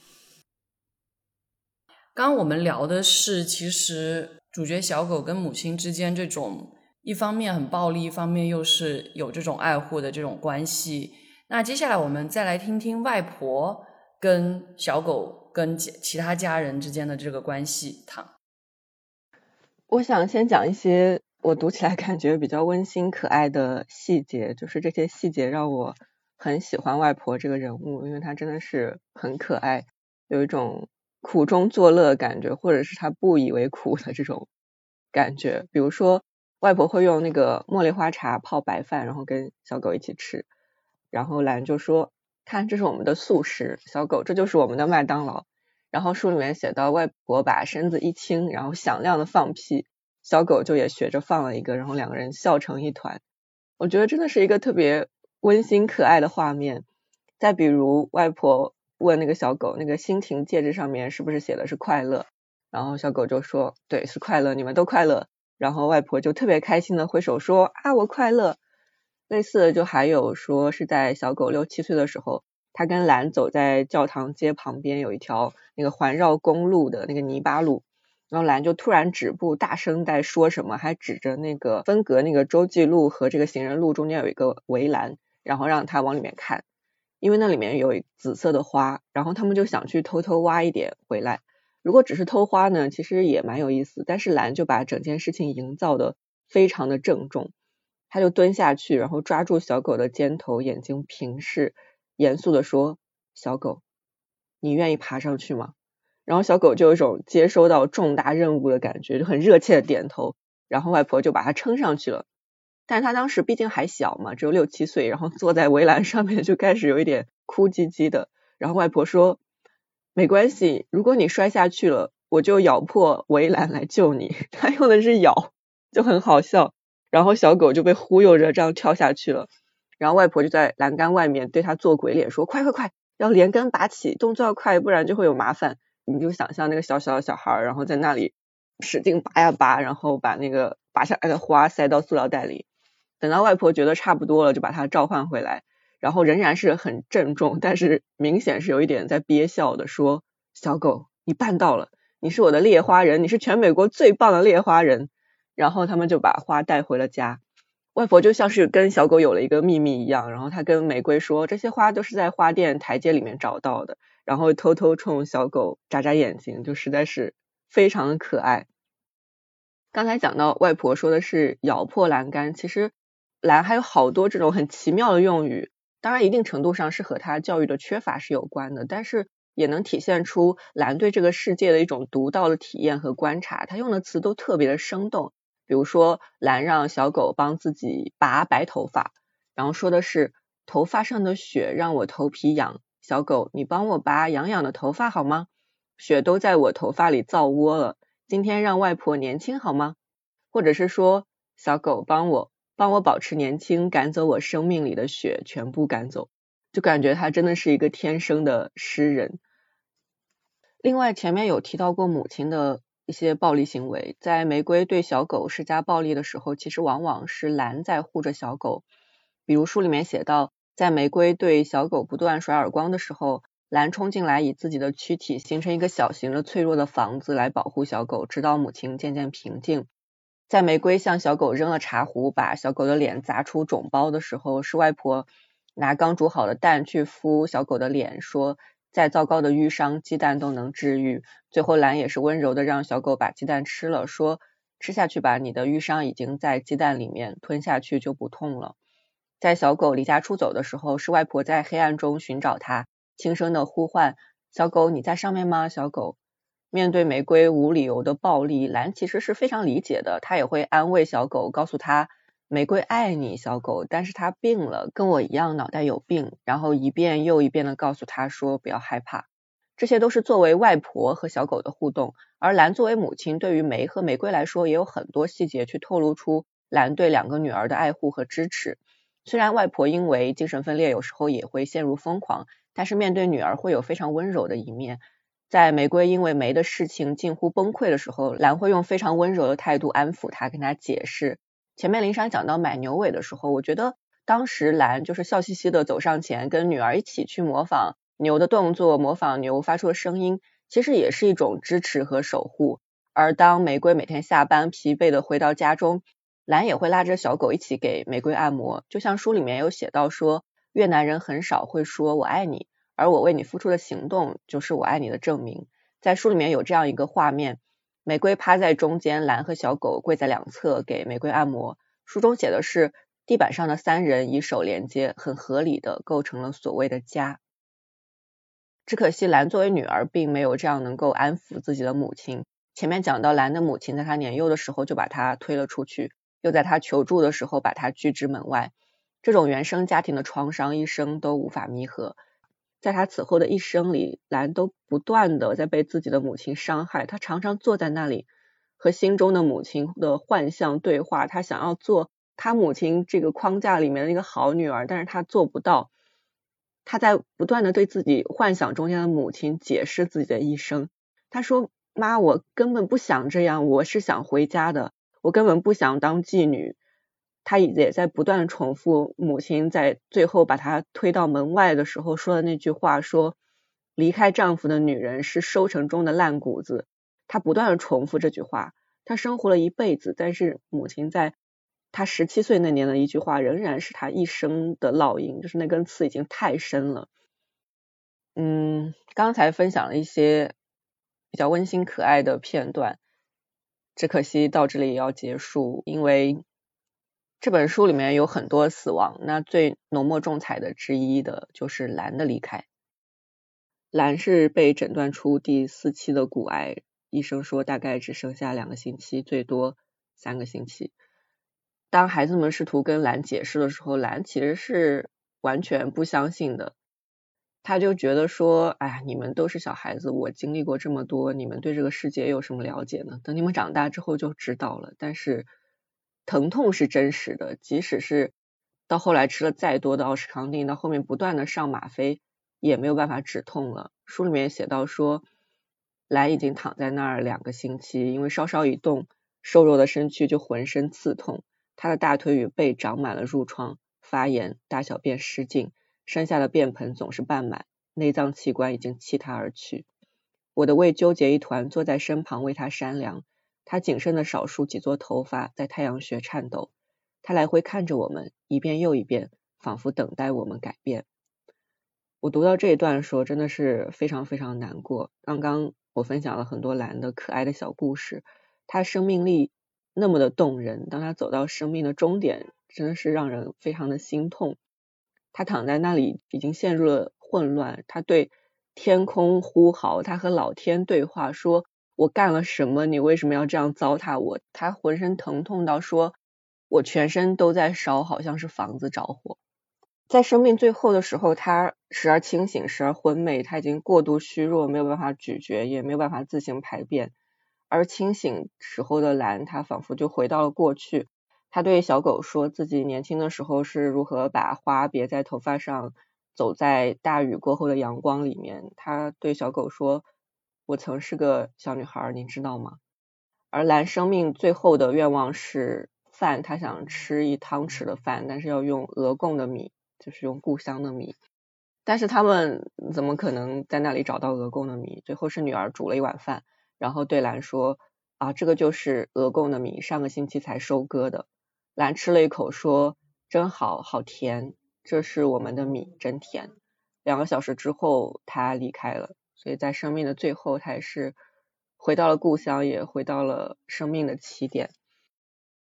刚刚我们聊的是其实主角小狗跟母亲之间这种一方面很暴力，一方面又是有这种爱护的这种关系。那接下来我们再来听听外婆跟小狗跟其他家人之间的这个关系。唐， 我想先讲一些我读起来感觉比较温馨可爱的细节，就是这些细节让我很喜欢外婆这个人物，因为她真的是很可爱，有一种苦中作乐的感觉，或者是她不以为苦的这种感觉。比如说外婆会用那个茉莉花茶泡白饭，然后跟小狗一起吃，然后兰就说，看这是我们的素食，小狗这就是我们的麦当劳。然后书里面写到外婆把身子一倾，然后响亮的放屁，小狗就也学着放了一个，然后两个人笑成一团。我觉得真的是一个特别温馨可爱的画面。再比如外婆问那个小狗，那个心情戒指上面是不是写的是快乐，然后小狗就说对，是快乐，你们都快乐。然后外婆就特别开心的挥手说啊，我快乐。类似的就还有说是在小狗六七岁的时候，他跟兰走在教堂街旁边，有一条那个环绕公路的那个泥巴路，然后兰就突然止步，大声在说什么，还指着那个分隔那个洲际路和这个行人路中间有一个围栏，然后让他往里面看，因为那里面有紫色的花，然后他们就想去偷偷挖一点回来。如果只是偷花呢，其实也蛮有意思，但是兰就把整件事情营造的非常的郑重。他就蹲下去，然后抓住小狗的肩头，眼睛平视，严肃地说，小狗，你愿意爬上去吗？然后小狗就有一种接收到重大任务的感觉，就很热切的点头，然后外婆就把它撑上去了。但是他当时毕竟还小嘛，只有六七岁，然后坐在围栏上面就开始有一点哭唧唧的。然后外婆说，没关系，如果你摔下去了，我就咬破围栏来救你。他用的是咬，就很好笑。然后小狗就被忽悠着这样跳下去了，然后外婆就在栏杆外面对他做鬼脸说，快快快，要连根拔起，动作要快，不然就会有麻烦。你就想象那个小小的小孩，然后在那里使劲拔呀拔，然后把那个拔下来的花塞到塑料袋里。等到外婆觉得差不多了，就把它召唤回来，然后仍然是很郑重，但是明显是有一点在憋笑的说，小狗，你办到了，你是我的猎花人，你是全美国最棒的猎花人。然后他们就把花带回了家，外婆就像是跟小狗有了一个秘密一样，然后她跟玫瑰说，这些花都是在花店台阶里面找到的，然后偷偷冲小狗眨眨眼睛，就实在是非常的可爱。刚才讲到外婆说的是咬破栏杆，其实兰还有好多这种很奇妙的用语，当然一定程度上是和她教育的缺乏是有关的，但是也能体现出兰对这个世界的一种独到的体验和观察，她用的词都特别的生动。比如说兰让小狗帮自己拔白头发，然后说的是头发上的雪让我头皮痒，小狗你帮我拔痒痒的头发好吗？雪都在我头发里造窝了，今天让外婆年轻好吗？或者是说小狗帮我帮我保持年轻，赶走我生命里的雪，全部赶走，就感觉他真的是一个天生的诗人。另外前面有提到过母亲的一些暴力行为，在玫瑰对小狗施加暴力的时候，其实往往是兰在护着小狗。比如书里面写到，在玫瑰对小狗不断甩耳光的时候，兰冲进来以自己的躯体形成一个小型的脆弱的房子来保护小狗，直到母亲渐渐平静。在玫瑰向小狗扔了茶壶，把小狗的脸砸出肿包的时候，是外婆拿刚煮好的蛋去敷小狗的脸，说再糟糕的淤伤鸡蛋都能治愈。最后兰也是温柔的让小狗把鸡蛋吃了，说吃下去吧，你的淤伤已经在鸡蛋里面，吞下去就不痛了。在小狗离家出走的时候，是外婆在黑暗中寻找它， 轻声的呼唤小狗，你在上面吗？小狗。面对玫瑰无理由的暴力，蓝其实是非常理解的，他也会安慰小狗，告诉他玫瑰爱你小狗，但是他病了，跟我一样脑袋有病，然后一遍又一遍的告诉他说不要害怕。这些都是作为外婆和小狗的互动，而蓝作为母亲对于玫和玫瑰来说也有很多细节去透露出蓝对两个女儿的爱护和支持。虽然外婆因为精神分裂有时候也会陷入疯狂，但是面对女儿会有非常温柔的一面。在玫瑰因为玫的事情近乎崩溃的时候，蓝会用非常温柔的态度安抚她，跟她解释。前面林珊讲到买牛尾的时候，我觉得当时蓝就是笑嘻嘻的走上前跟女儿一起去模仿牛的动作，模仿牛发出的声音，其实也是一种支持和守护。而当玫瑰每天下班疲惫的回到家中，蓝也会拉着小狗一起给玫瑰按摩，就像书里面有写到说，越南人很少会说我爱你，而我为你付出的行动就是我爱你的证明。在书里面有这样一个画面，玫瑰趴在中间，蓝和小狗跪在两侧给玫瑰按摩。书中写的是地板上的三人以手连接，很合理的构成了所谓的家。只可惜蓝作为女儿并没有这样能够安抚自己的母亲。前面讲到蓝的母亲在她年幼的时候就把她推了出去，又在她求助的时候把她拒之门外，这种原生家庭的创伤一生都无法弥合。在她此后的一生里，蓝都不断的在被自己的母亲伤害，她常常坐在那里和心中的母亲的幻象对话，她想要做她母亲这个框架里面的那个好女儿，但是她做不到。她在不断的对自己幻想中间的母亲解释自己的一生。她说，妈，我根本不想这样，我是想回家的，我根本不想当妓女。她也在不断的重复母亲在最后把她推到门外的时候说的那句话，说离开丈夫的女人是收成中的烂谷子。她不断的重复这句话，她生活了一辈子，但是母亲在她十七岁那年的一句话仍然是她一生的烙印，就是那根刺已经太深了。嗯，刚才分享了一些比较温馨可爱的片段，只可惜到这里也要结束，因为这本书里面有很多死亡，那最浓墨重彩的之一的就是蓝的离开。蓝是被诊断出第四期的骨癌，医生说大概只剩下两个星期，最多三个星期。当孩子们试图跟蓝解释的时候，蓝其实是完全不相信的。他就觉得说，哎呀，你们都是小孩子，我经历过这么多，你们对这个世界有什么了解呢？等你们长大之后就知道了。但是疼痛是真实的，即使是到后来吃了再多的奥施康定，到后面不断的上吗啡，也没有办法止痛了。书里面写到说，蓝已经躺在那儿两个星期，因为稍稍一动，瘦弱的身躯就浑身刺痛，他的大腿与背长满了褥疮，发炎，大小便失禁，身下的便盆总是半满，内脏器官已经弃他而去。我的胃纠结一团，坐在身旁为他扇凉，他仅剩的少数几撮头发在太阳穴颤抖，他来回看着我们，一遍又一遍，仿佛等待我们改变。我读到这一段的时候真的是非常非常难过。刚刚我分享了很多蓝的可爱的小故事，他生命力那么的动人，当他走到生命的终点，真的是让人非常的心痛。他躺在那里已经陷入了混乱，他对天空呼号，他和老天对话，说我干了什么，你为什么要这样糟蹋我？他浑身疼痛到说我全身都在烧，好像是房子着火。在生命最后的时候，他时而清醒，时而昏昧，他已经过度虚弱，没有办法咀嚼，也没有办法自行排便。而清醒时候的蓝，他仿佛就回到了过去。他对小狗说自己年轻的时候是如何把花别在头发上，走在大雨过后的阳光里面。他对小狗说，我曾是个小女孩，你知道吗？而蓝生命最后的愿望是饭，他想吃一汤匙的饭，但是要用俄贡的米，就是用故乡的米。但是他们怎么可能在那里找到俄贡的米？最后是女儿煮了一碗饭，然后对蓝说，啊，这个就是俄贡的米，上个星期才收割的。蓝吃了一口说，真好，好甜，这是我们的米，真甜。两个小时之后他离开了，所以在生命的最后他也是回到了故乡，也回到了生命的起点。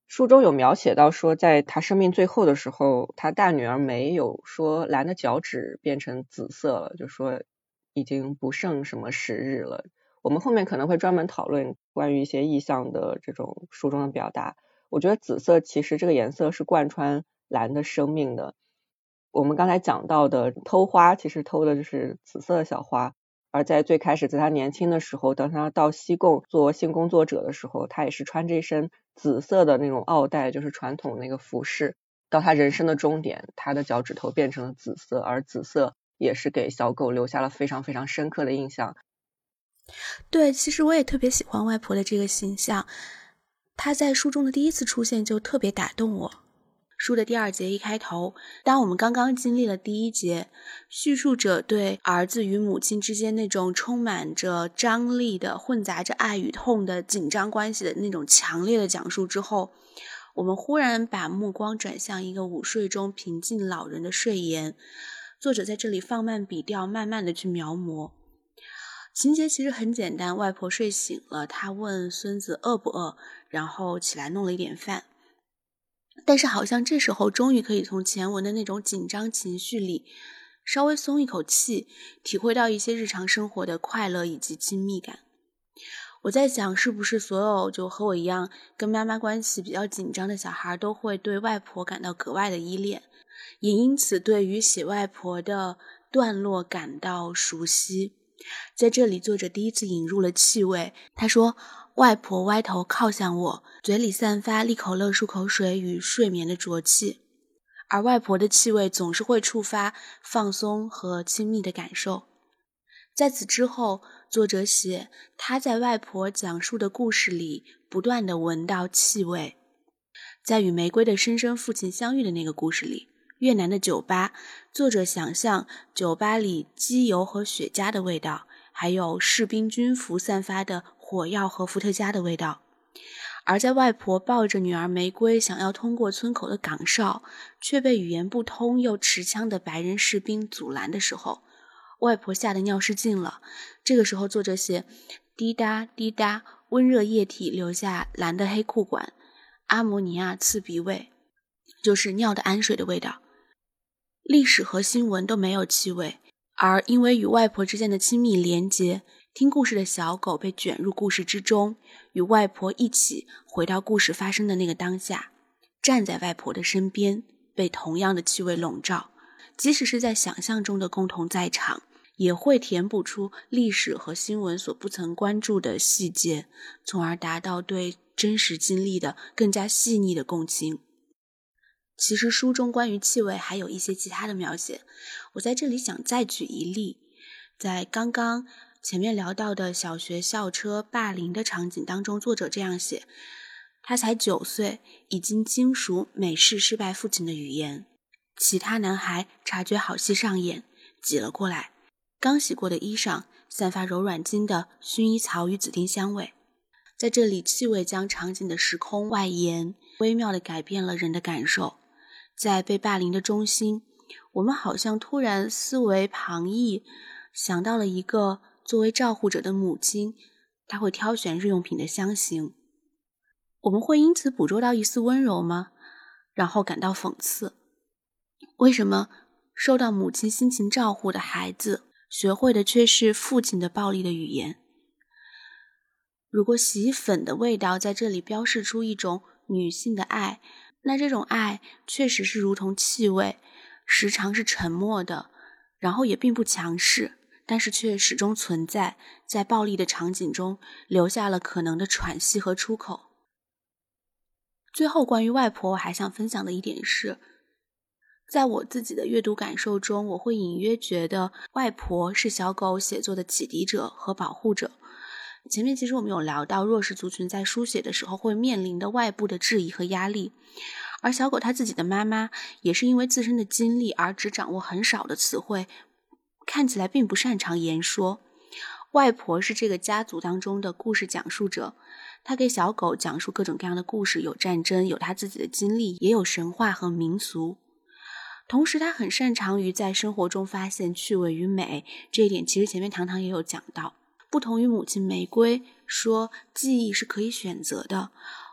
书中有描写到说，在他生命最后的时候，他大女儿梅有说兰的脚趾变成紫色了，就说已经不剩什么时日了。我们后面可能会专门讨论关于一些意象的这种书中的表达。我觉得紫色其实这个颜色是贯穿兰的生命的。我们刚才讲到的偷花，其实偷的就是紫色的小花，而在最开始在他年轻的时候，当他到西贡做性工作者的时候，他也是穿着一身紫色的那种奥黛，就是传统那个服饰。到他人生的终点，他的脚趾头变成了紫色，而紫色也是给小狗留下了非常非常深刻的印象。 对，其实我也特别喜欢外婆的这个形象，她在书中的第一次出现就特别打动我。书的第二节一开头，当我们刚刚经历了第一节，叙述者对儿子与母亲之间那种充满着张力的、混杂着爱与痛的紧张关系的那种强烈的讲述之后，我们忽然把目光转向一个午睡中平静老人的睡颜。作者在这里放慢笔调，慢慢的去描摹。情节其实很简单，外婆睡醒了，她问孙子饿不饿，然后起来弄了一点饭。但是好像这时候终于可以从前文的那种紧张情绪里稍微松一口气，体会到一些日常生活的快乐以及亲密感。我在想，是不是所有就和我一样跟妈妈关系比较紧张的小孩都会对外婆感到格外的依恋，也因此对于写外婆的段落感到熟悉。在这里作者第一次引入了气味，他说外婆歪头靠向我，嘴里散发利口乐漱口水与睡眠的浊气，而外婆的气味总是会触发放松和亲密的感受。在此之后，作者写他在外婆讲述的故事里不断地闻到气味。在与玫瑰的深深父亲相遇的那个故事里，越南的酒吧，作者想象酒吧里机油和雪茄的味道，还有士兵军服散发的火药和伏特加的味道。而在外婆抱着女儿玫瑰想要通过村口的岗哨，却被语言不通又持枪的白人士兵阻拦的时候，外婆吓得尿失禁了。这个时候作者写滴答滴答，温热液体流下蓝的黑裤管，阿摩尼亚刺鼻味，就是尿的氨水的味道。历史和新闻都没有气味，而因为与外婆之间的亲密连结，听故事的小狗被卷入故事之中，与外婆一起回到故事发生的那个当下，站在外婆的身边，被同样的气味笼罩。即使是在想象中的共同在场，也会填补出历史和新闻所不曾关注的细节，从而达到对真实经历的更加细腻的共情。其实书中关于气味还有一些其他的描写，我在这里想再举一例。在刚刚前面聊到的小学校车霸凌的场景当中，作者这样写，他才九岁，已经精熟美式失败父亲的语言。其他男孩察觉好戏上演，挤了过来，刚洗过的衣裳散发柔软筋的薰衣草与紫丁香味。在这里，气味将场景的时空外延，微妙地改变了人的感受。在被霸凌的中心，我们好像突然思维旁逸，想到了一个作为照护者的母亲，她会挑选日用品的香型。我们会因此捕捉到一丝温柔吗？然后感到讽刺。为什么受到母亲辛勤照护的孩子，学会的却是父亲的暴力的语言？如果洗衣粉的味道在这里标示出一种女性的爱，那这种爱确实是如同气味，时常是沉默的，然后也并不强势，但是却始终存在，在暴力的场景中留下了可能的喘息和出口。最后关于外婆，我还想分享的一点是，在我自己的阅读感受中，我会隐约觉得外婆是小狗写作的启迪者和保护者。前面其实我们有聊到弱势族群在书写的时候会面临的外部的质疑和压力，而小狗它自己的妈妈也是因为自身的经历而只掌握很少的词汇，看起来并不擅长言说。外婆是这个家族当中的故事讲述者，她给小狗讲述各种各样的故事，有战争，有她自己的经历，也有神话和民俗。同时她很擅长于在生活中发现趣味与美，这一点其实前面糖糖也有讲到。不同于母亲玫瑰说记忆是可以选择的，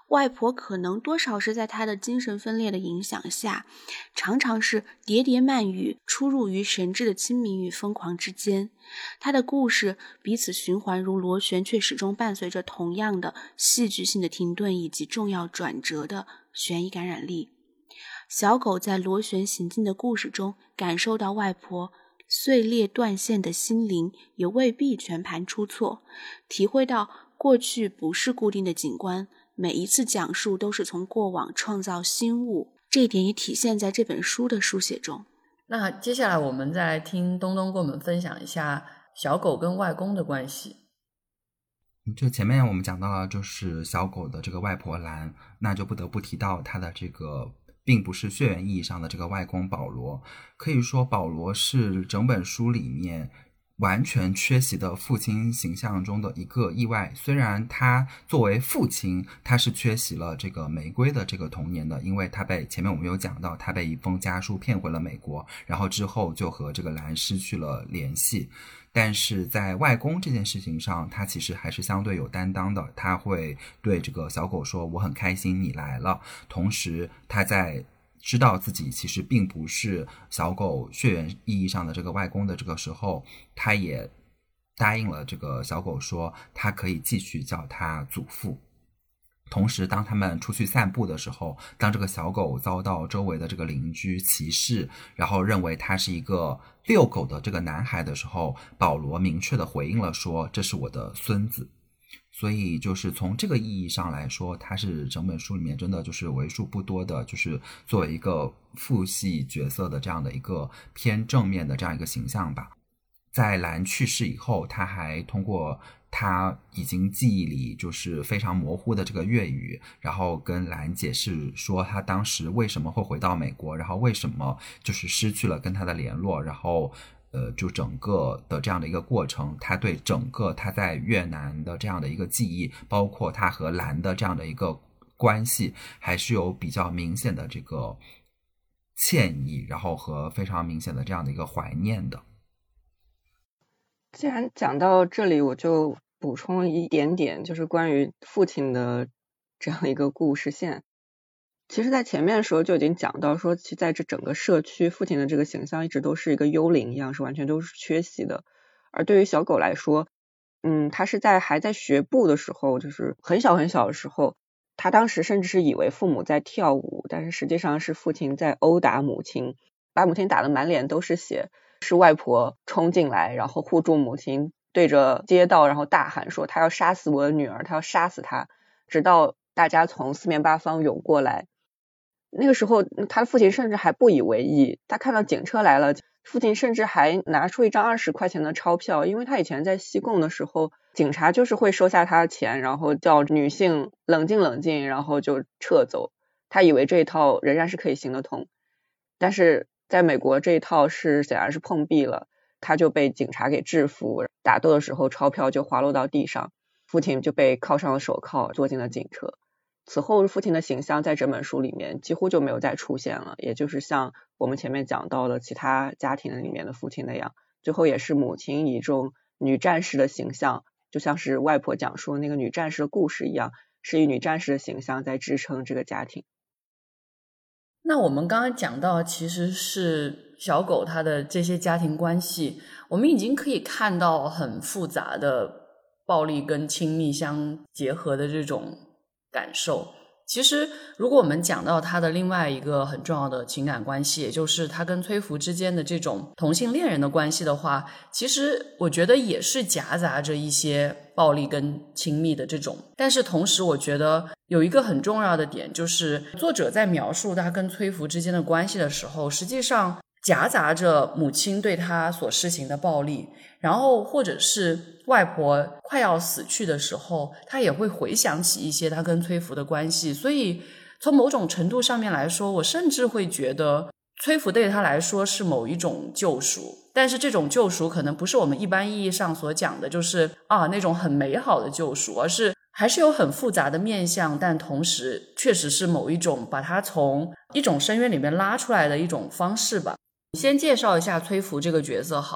外婆可能多少是在他的精神分裂的影响下，常常是喋喋慢语，出入于神智的清明与疯狂之间。他的故事彼此循环如螺旋，却始终伴随着同样的戏剧性的停顿以及重要转折的悬疑感染力。小狗在螺旋行进的故事中感受到外婆碎裂断线的心灵，也未必全盘出错，体会到过去不是固定的景观，每一次讲述都是从过往创造新物，这一点也体现在这本书的书写中。 那接下来我们再听东东跟我们分享一下小狗跟外公的关系。 就前面我们讲到了就是小狗的这个外婆兰，那就不得不提到他的这个并不是血缘意义上的这个外公保罗。可以说保罗是整本书里面完全缺席的父亲形象中的一个意外。虽然他作为父亲他是缺席了这个玫瑰的这个童年的，因为他被前面我们有讲到他被一封家书骗回了美国，然后之后就和这个兰失去了联系。但是在外公这件事情上他其实还是相对有担当的，他会对这个小狗说我很开心你来了，同时他在知道自己其实并不是小狗血缘意义上的这个外公的这个时候，他也答应了这个小狗说他可以继续叫他祖父。同时当他们出去散步的时候，当这个小狗遭到周围的这个邻居歧视，然后认为他是一个遛狗的这个男孩的时候，保罗明确的回应了说这是我的孙子。所以就是从这个意义上来说，他是整本书里面真的就是为数不多的就是作为一个父系角色的这样的一个偏正面的这样一个形象吧。在兰去世以后，他还通过他已经记忆里就是非常模糊的这个粤语，然后跟兰解释说他当时为什么会回到美国，然后为什么就是失去了跟他的联络，然后呃，就整个的这样的一个过程，他对整个他在越南的这样的一个记忆，包括他和兰的这样的一个关系，还是有比较明显的这个歉意，然后和非常明显的这样的一个怀念的。 既然讲到这里，我就补充一点点，就是关于父亲的这样一个故事线。其实在前面的时候就已经讲到说，其实在这整个社区，父亲的这个形象一直都是一个幽灵一样，是完全都是缺席的。而对于小狗来说，嗯，他是在还在学步的时候，就是很小很小的时候，他当时甚至是以为父母在跳舞，但是实际上是父亲在殴打母亲，把母亲打得满脸都是血，是外婆冲进来，然后护住母亲，对着街道然后大喊说他要杀死我的女儿，他要杀死她，直到大家从四面八方涌过来。那个时候他的父亲甚至还不以为意，他看到警车来了，父亲甚至还拿出一张二十块钱的钞票，因为他以前在西贡的时候，警察就是会收下他的钱，然后叫女性冷静冷静，然后就撤走。他以为这一套仍然是可以行得通，但是在美国这一套是显然是碰壁了，他就被警察给制服，打斗的时候钞票就滑落到地上，父亲就被铐上了手铐，坐进了警车。此后父亲的形象在整本书里面几乎就没有再出现了，也就是像我们前面讲到的其他家庭里面的父亲那样，最后也是母亲以一种女战士的形象，就像是外婆讲述那个女战士的故事一样，是以女战士的形象在支撑这个家庭。 那我们刚刚讲到其实是小狗它的这些家庭关系，我们已经可以看到很复杂的暴力跟亲密相结合的这种感受。其实如果我们讲到他的另外一个很重要的情感关系，也就是他跟崔福之间的这种同性恋人的关系的话，其实我觉得也是夹杂着一些暴力跟亲密的这种。但是同时我觉得有一个很重要的点，就是作者在描述他跟崔福之间的关系的时候，实际上夹杂着母亲对他所施行的暴力，然后或者是外婆快要死去的时候，他也会回想起一些他跟崔福的关系。所以从某种程度上面来说，我甚至会觉得崔福对他来说是某一种救赎，但是这种救赎可能不是我们一般意义上所讲的就是啊那种很美好的救赎，而是还是有很复杂的面向，但同时确实是某一种把他从一种深渊里面拉出来的一种方式吧。先介绍一下崔福这个角色好了。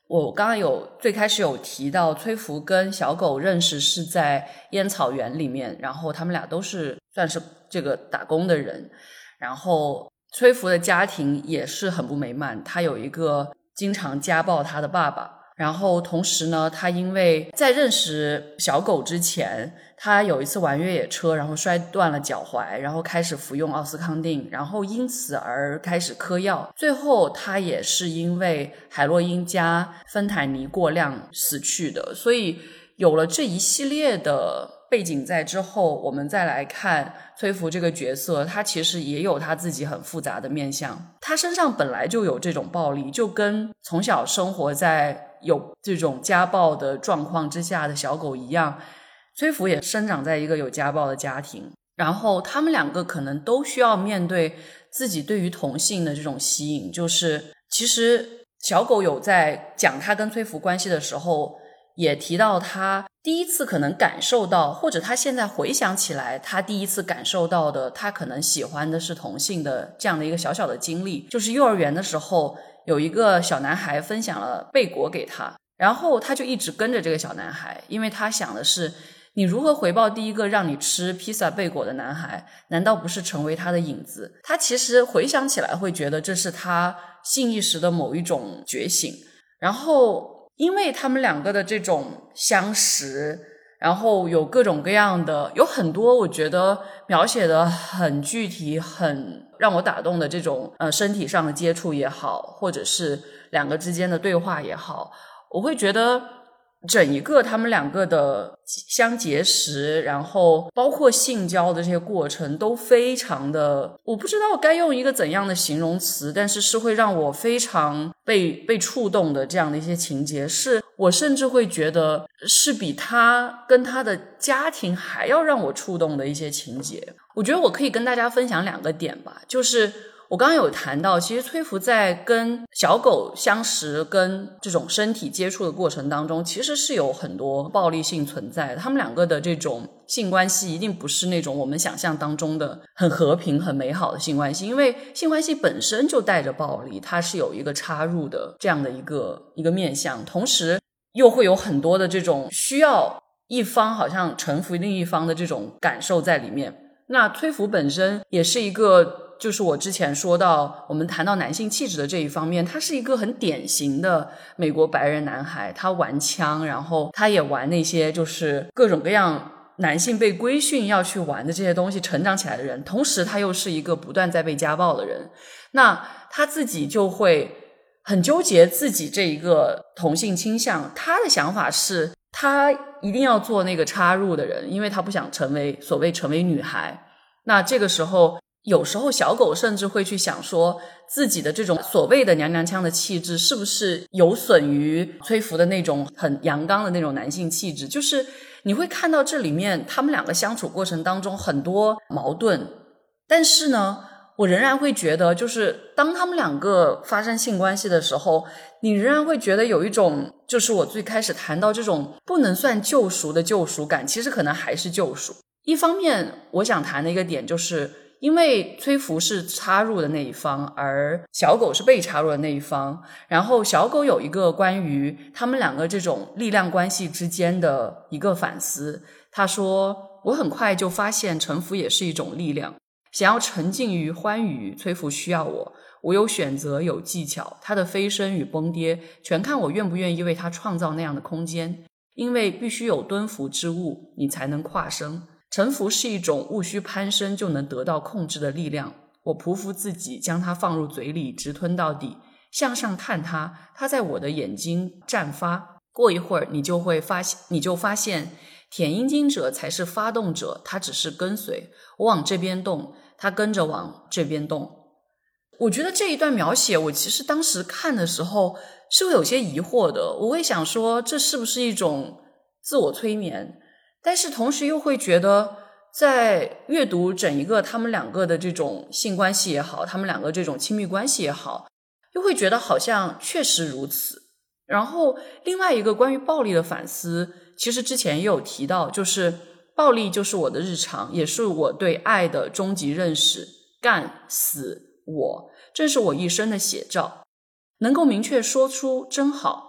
我刚刚有最开始有提到崔福跟小狗认识是在烟草园里面，然后他们俩都是算是这个打工的人，然后崔福的家庭也是很不美满，他有一个经常家暴他的爸爸，然后同时呢，他因为在认识小狗之前，他有一次玩越野车，然后摔断了脚踝，然后开始服用奥司康定，然后因此而开始嗑药，最后他也是因为海洛因加芬坦尼过量死去的。所以有了这一系列的背景在之后，我们再来看崔福这个角色，他其实也有他自己很复杂的面向，他身上本来就有这种暴力，就跟从小生活在有这种家暴的状况之下的小狗一样，崔福也生长在一个有家暴的家庭，然后他们两个可能都需要面对自己对于同性的这种吸引。就是其实小狗有在讲他跟崔福关系的时候也提到，他第一次可能感受到，或者他现在回想起来，他第一次感受到的他可能喜欢的是同性的这样的一个小小的经历，就是幼儿园的时候有一个小男孩分享了贝果给他，然后他就一直跟着这个小男孩，因为他想的是你如何回报第一个让你吃披萨贝果的男孩，难道不是成为他的影子？他其实回想起来会觉得这是他性意识的某一种觉醒。然后因为他们两个的这种相识，然后有各种各样的，有很多我觉得描写的很具体很让我打动的这种呃身体上的接触也好，或者是两个之间的对话也好，我会觉得整一个他们两个的相结识，然后包括性交的这些过程都非常的，我不知道该用一个怎样的形容词，但是是会让我非常被被触动的这样的一些情节，是我甚至会觉得是比他跟他的家庭还要让我触动的一些情节。我觉得我可以跟大家分享两个点吧，就是我刚刚有谈到，其实崔福在跟小狗相识跟这种身体接触的过程当中，其实是有很多暴力性存在的，他们两个的这种性关系一定不是那种我们想象当中的很和平很美好的性关系，因为性关系本身就带着暴力，它是有一个插入的这样的一个一个面向，同时又会有很多的这种需要一方好像臣服另一方的这种感受在里面。那崔福本身也是一个，就是我之前说到我们谈到男性气质的这一方面，他是一个很典型的美国白人男孩，他玩枪，然后他也玩那些就是各种各样男性被规训要去玩的这些东西成长起来的人，同时他又是一个不断在被家暴的人，那他自己就会很纠结自己这一个同性倾向，他的想法是他一定要做那个插入的人，因为他不想成为所谓成为女孩。那这个时候有时候小狗甚至会去想说，自己的这种所谓的娘娘腔的气质是不是有损于崔福的那种很阳刚的那种男性气质，就是你会看到这里面他们两个相处过程当中很多矛盾，但是呢我仍然会觉得，就是当他们两个发生性关系的时候，你仍然会觉得有一种，就是我最开始谈到这种不能算救赎的救赎感，其实可能还是救赎。一方面我想谈的一个点，就是因为崔福是插入的那一方，而小狗是被插入的那一方，然后小狗有一个关于他们两个这种力量关系之间的一个反思，他说我很快就发现臣服也是一种力量，想要沉浸于欢愉，崔福需要我，我有选择有技巧，他的飞升与崩跌全看我愿不愿意为他创造那样的空间，因为必须有蹲伏之物你才能跨升，臣服是一种勿需攀升就能得到控制的力量，我匍匐自己将它放入嘴里直吞到底，向上探它，它在我的眼睛绽发，过一会儿你就会发现你就发现舔阴茎者才是发动者，他只是跟随，我往这边动他跟着往这边动。我觉得这一段描写我其实当时看的时候是会有些疑惑的，我会想说这是不是一种自我催眠，但是同时又会觉得在阅读整一个他们两个的这种性关系也好，他们两个这种亲密关系也好，又会觉得好像确实如此。然后另外一个关于暴力的反思，其实之前也有提到，就是暴力就是我的日常，也是我对爱的终极认识，干死我正是我一生的写照，能够明确说出真好，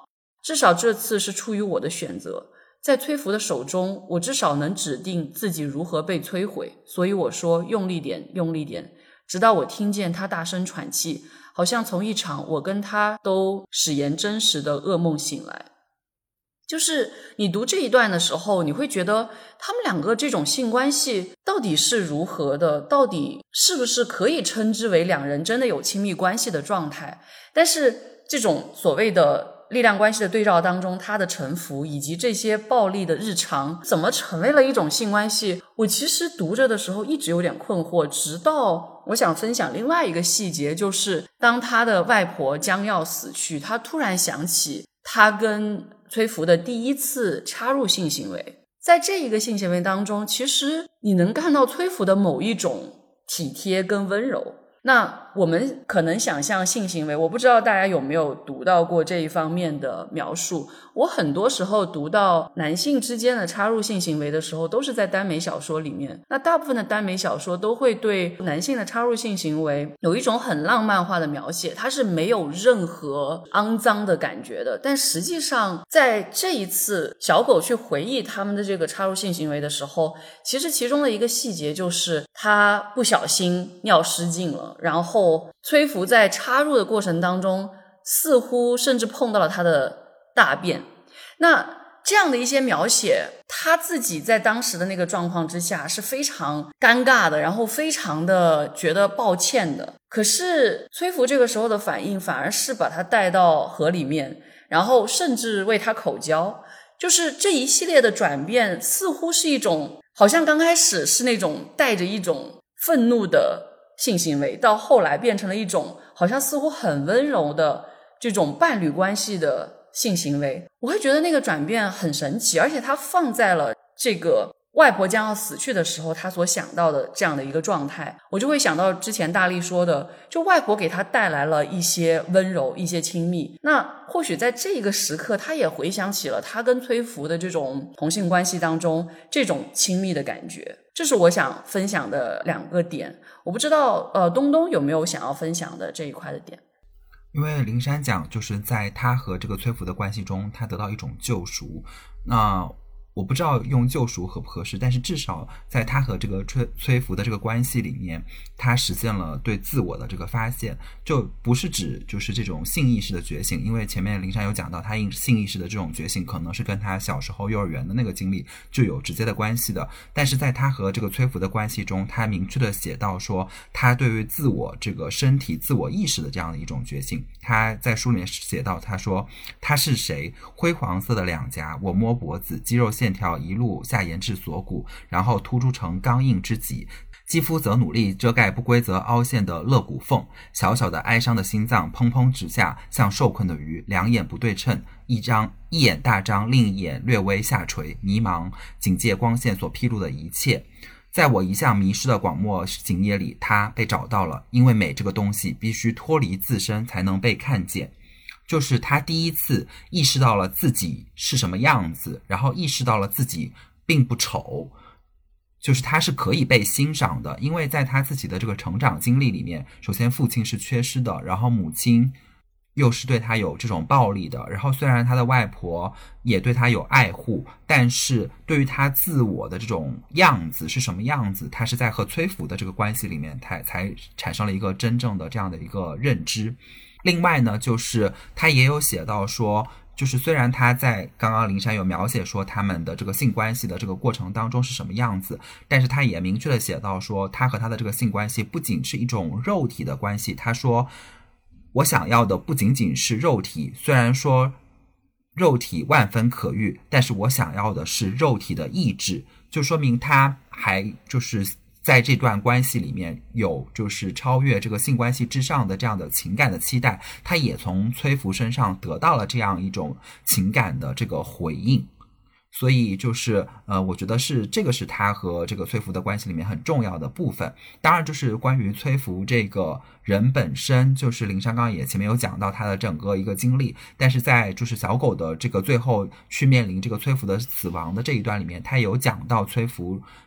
至少这次是出于我的选择，在崔福的手中，我至少能指定自己如何被摧毁，所以我说用力点，用力点，直到我听见他大声喘气，好像从一场我跟他都矢言真实的噩梦醒来。就是你读这一段的时候，你会觉得他们两个这种性关系到底是如何的，到底是不是可以称之为两人真的有亲密关系的状态。但是这种所谓的力量关系的对照当中，他的臣服以及这些暴力的日常怎么成为了一种性关系，我其实读着的时候一直有点困惑，直到我想分享另外一个细节，就是当他的外婆将要死去，他突然想起他跟崔福的第一次插入性行为，在这一个性行为当中，其实你能看到崔福的某一种体贴跟温柔。那我们可能想象性行为，我不知道大家有没有读到过这一方面的描述。我很多时候读到男性之间的插入性行为的时候，都是在耽美小说里面。那大部分的耽美小说都会对男性的插入性行为有一种很浪漫化的描写，它是没有任何肮脏的感觉的。但实际上在这一次小狗去回忆他们的这个插入性行为的时候，其实其中的一个细节就是他不小心尿失禁了，然后崔福在插入的过程当中似乎甚至碰到了他的大便。那这样的一些描写，他自己在当时的那个状况之下是非常尴尬的，然后非常的觉得抱歉的。可是崔福这个时候的反应反而是把他带到河里面，然后甚至为他口交。就是这一系列的转变似乎是一种，好像刚开始是那种带着一种愤怒的性行为，到后来变成了一种好像似乎很温柔的这种伴侣关系的性行为。我会觉得那个转变很神奇，而且它放在了这个外婆将要死去的时候他所想到的这样的一个状态。我就会想到之前大力说的，就外婆给他带来了一些温柔，一些亲密。那或许在这个时刻他也回想起了他跟崔福的这种同性关系当中这种亲密的感觉。这是我想分享的两个点，我不知道呃，东东有没有想要分享的这一块的点。 因为灵山讲就是在他和这个崔福的关系中，他得到一种救赎。那我不知道用救赎合不合适，但是至少在他和这个崔崔福的这个关系里面，他实现了对自我的这个发现，就不是指就是这种性意识的觉醒。因为前面灵山有讲到，他性意识的这种觉醒可能是跟他小时候幼儿园的那个经历就有直接的关系的。但是在他和这个崔福的关系中，他明确的写到说，他对于自我这个身体自我意识的这样的一种觉醒。他在书里面写到，他说他是谁？灰黄色的两颊，我摸脖子，肌肉线条一路下延至锁骨，然后突出成刚硬之极，肌肤则努力遮盖不规则凹陷的肋骨缝。小小的哀伤的心脏砰砰直下，像受困的鱼，两眼不对称，一张一眼大张，另一眼略微下垂，迷茫警戒光线所披露的一切。在我一向迷失的广漠景野里，它被找到了，因为美这个东西必须脱离自身才能被看见。就是他第一次意识到了自己是什么样子，然后意识到了自己并不丑，就是他是可以被欣赏的。因为在他自己的这个成长经历里面，首先父亲是缺失的，然后母亲又是对他有这种暴力的，然后虽然他的外婆也对他有爱护，但是对于他自我的这种样子是什么样子，他是在和崔福的这个关系里面才才产生了一个真正的这样的一个认知。另外呢，就是他也有写到说，就是虽然他在刚刚灵山有描写说他们的这个性关系的这个过程当中是什么样子，但是他也明确的写到说，他和他的这个性关系不仅是一种肉体的关系。他说我想要的不仅仅是肉体，虽然说肉体万分可遇，但是我想要的是肉体的意志。就说明他还就是在这段关系里面有就是超越这个性关系之上的这样的情感的期待，他也从崔福身上得到了这样一种情感的这个回应。所以就是呃，我觉得是这个是他和这个崔福的关系里面很重要的部分。当然就是关于崔福这个人本身，就是灵山刚刚也前面有讲到他的整个一个经历，但是在就是小狗的这个最后去面临这个崔福的死亡的这一段里面，他有讲到崔福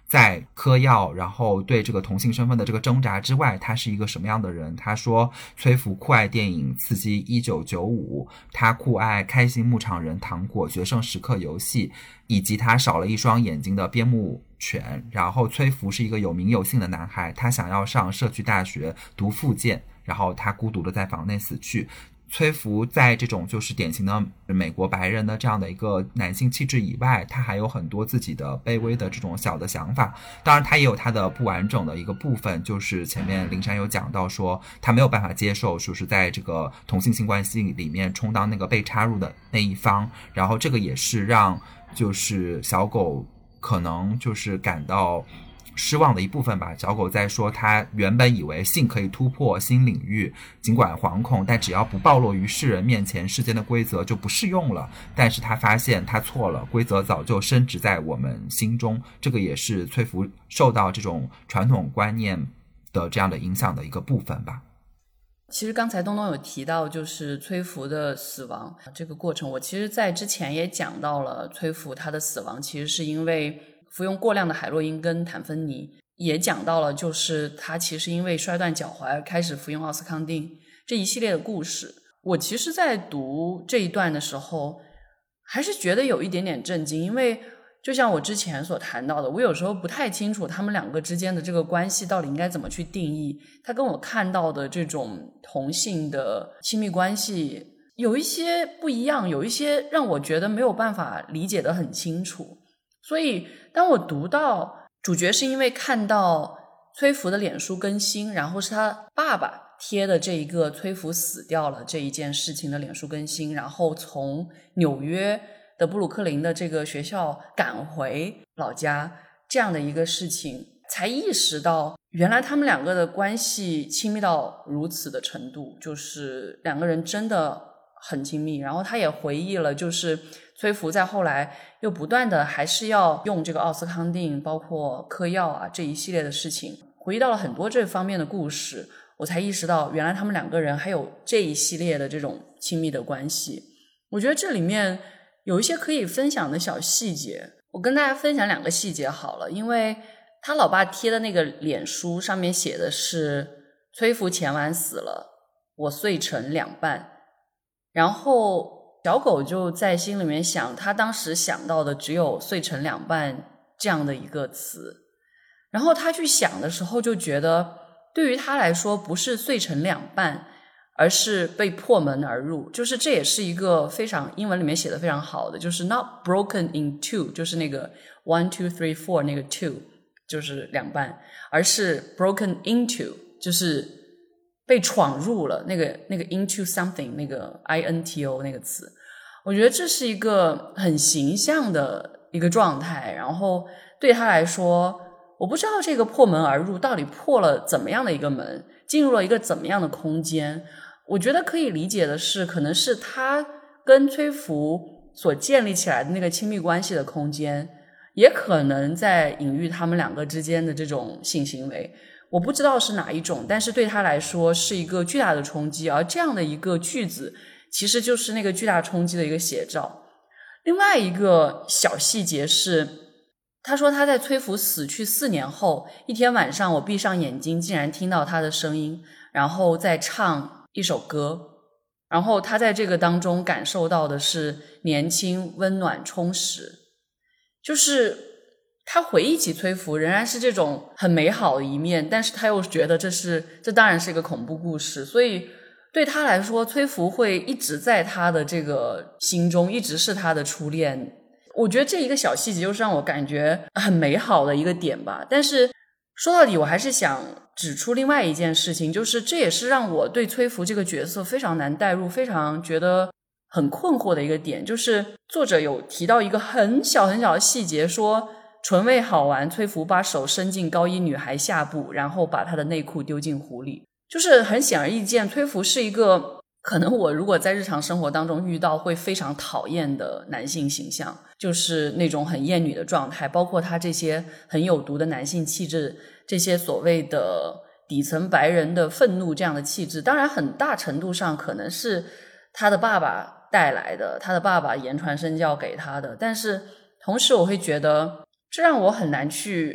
在嗑药然后对这个同性身份的这个挣扎之外，他是一个什么样的人。他说崔福酷爱电影刺激一九九五，他酷爱开心牧场人糖果决胜时刻游戏，以及他少了一双眼睛的边牧犬。然后崔福是一个有名有姓的男孩，他想要上社区大学读复健，然后他孤独的在房内死去。崔福在这种就是典型的美国白人的这样的一个男性气质以外，他还有很多自己的卑微的这种小的想法。当然他也有他的不完整的一个部分，就是前面灵珊有讲到说他没有办法接受就是在这个同性性关系里面充当那个被插入的那一方，然后这个也是让就是小狗可能就是感到失望的一部分吧。小狗在说他原本以为性可以突破新领域，尽管惶恐，但只要不暴露于世人面前，世间的规则就不适用了。但是他发现他错了，规则早就深植在我们心中。这个也是崔福受到这种传统观念的这样的影响的一个部分吧。 其实刚才东东有提到就是崔福的死亡这个过程，我其实在之前也讲到了崔福他的死亡其实是因为服用过量的海洛因跟坦芬尼，也讲到了就是他其实因为摔断脚踝而开始服用奥司康定这一系列的故事。我其实在读这一段的时候还是觉得有一点点震惊，因为就像我之前所谈到的，我有时候不太清楚他们两个之间的这个关系到底应该怎么去定义，他跟我看到的这种同性的亲密关系有一些不一样，有一些让我觉得没有办法理解得很清楚。所以当我读到主角是因为看到崔福的脸书更新，然后是他爸爸贴的这一个崔福死掉了这一件事情的脸书更新，然后从纽约的布鲁克林的这个学校赶回老家这样的一个事情，才意识到原来他们两个的关系亲密到如此的程度，就是两个人真的很亲密。然后他也回忆了就是崔福在后来又不断的还是要用这个奥司康定包括嗑药啊这一系列的事情，回忆到了很多这方面的故事，我才意识到原来他们两个人还有这一系列的这种亲密的关系。我觉得这里面有一些可以分享的小细节，我跟大家分享两个细节好了。因为他老爸贴的那个脸书上面写的是崔福前晚死了，我碎成两半，然后小狗就在心里面想，他当时想到的只有碎成两半这样的一个词，然后他去想的时候就觉得对于他来说不是碎成两半，而是被破门而入。就是这也是一个非常英文里面写的非常好的，就是 not broken in two， 就是那个 one two three four 那个 two 就是两半，而是 broken into 就是被闯入了，那个那个 into something 那个 into 那个词。我觉得这是一个很形象的一个状态，然后对他来说我不知道这个破门而入到底破了怎么样的一个门，进入了一个怎么样的空间。我觉得可以理解的是可能是他跟崔福所建立起来的那个亲密关系的空间，也可能在隐喻他们两个之间的这种性行为，我不知道是哪一种，但是对他来说是一个巨大的冲击，而这样的一个句子其实就是那个巨大冲击的一个写照。另外一个小细节是，他说他在崔福死去四年后一天晚上，我闭上眼睛竟然听到他的声音，然后在唱一首歌，然后他在这个当中感受到的是年轻温暖充实。就是他回忆起崔福仍然是这种很美好的一面，但是他又觉得这是这当然是一个恐怖故事，所以对他来说崔福会一直在他的这个心中，一直是他的初恋。我觉得这一个小细节就是让我感觉很美好的一个点吧。但是说到底我还是想指出另外一件事情，就是这也是让我对崔福这个角色非常难带入，非常觉得很困惑的一个点，就是作者有提到一个很小很小的细节，说纯为好玩，崔福把手伸进高衣女孩下部，然后把她的内裤丢进湖里。就是很显而易见，崔福是一个可能我如果在日常生活当中遇到会非常讨厌的男性形象，就是那种很厌女的状态，包括他这些很有毒的男性气质，这些所谓的底层白人的愤怒这样的气质，当然很大程度上可能是他的爸爸带来的，他的爸爸言传身教给他的，但是同时我会觉得这让我很难去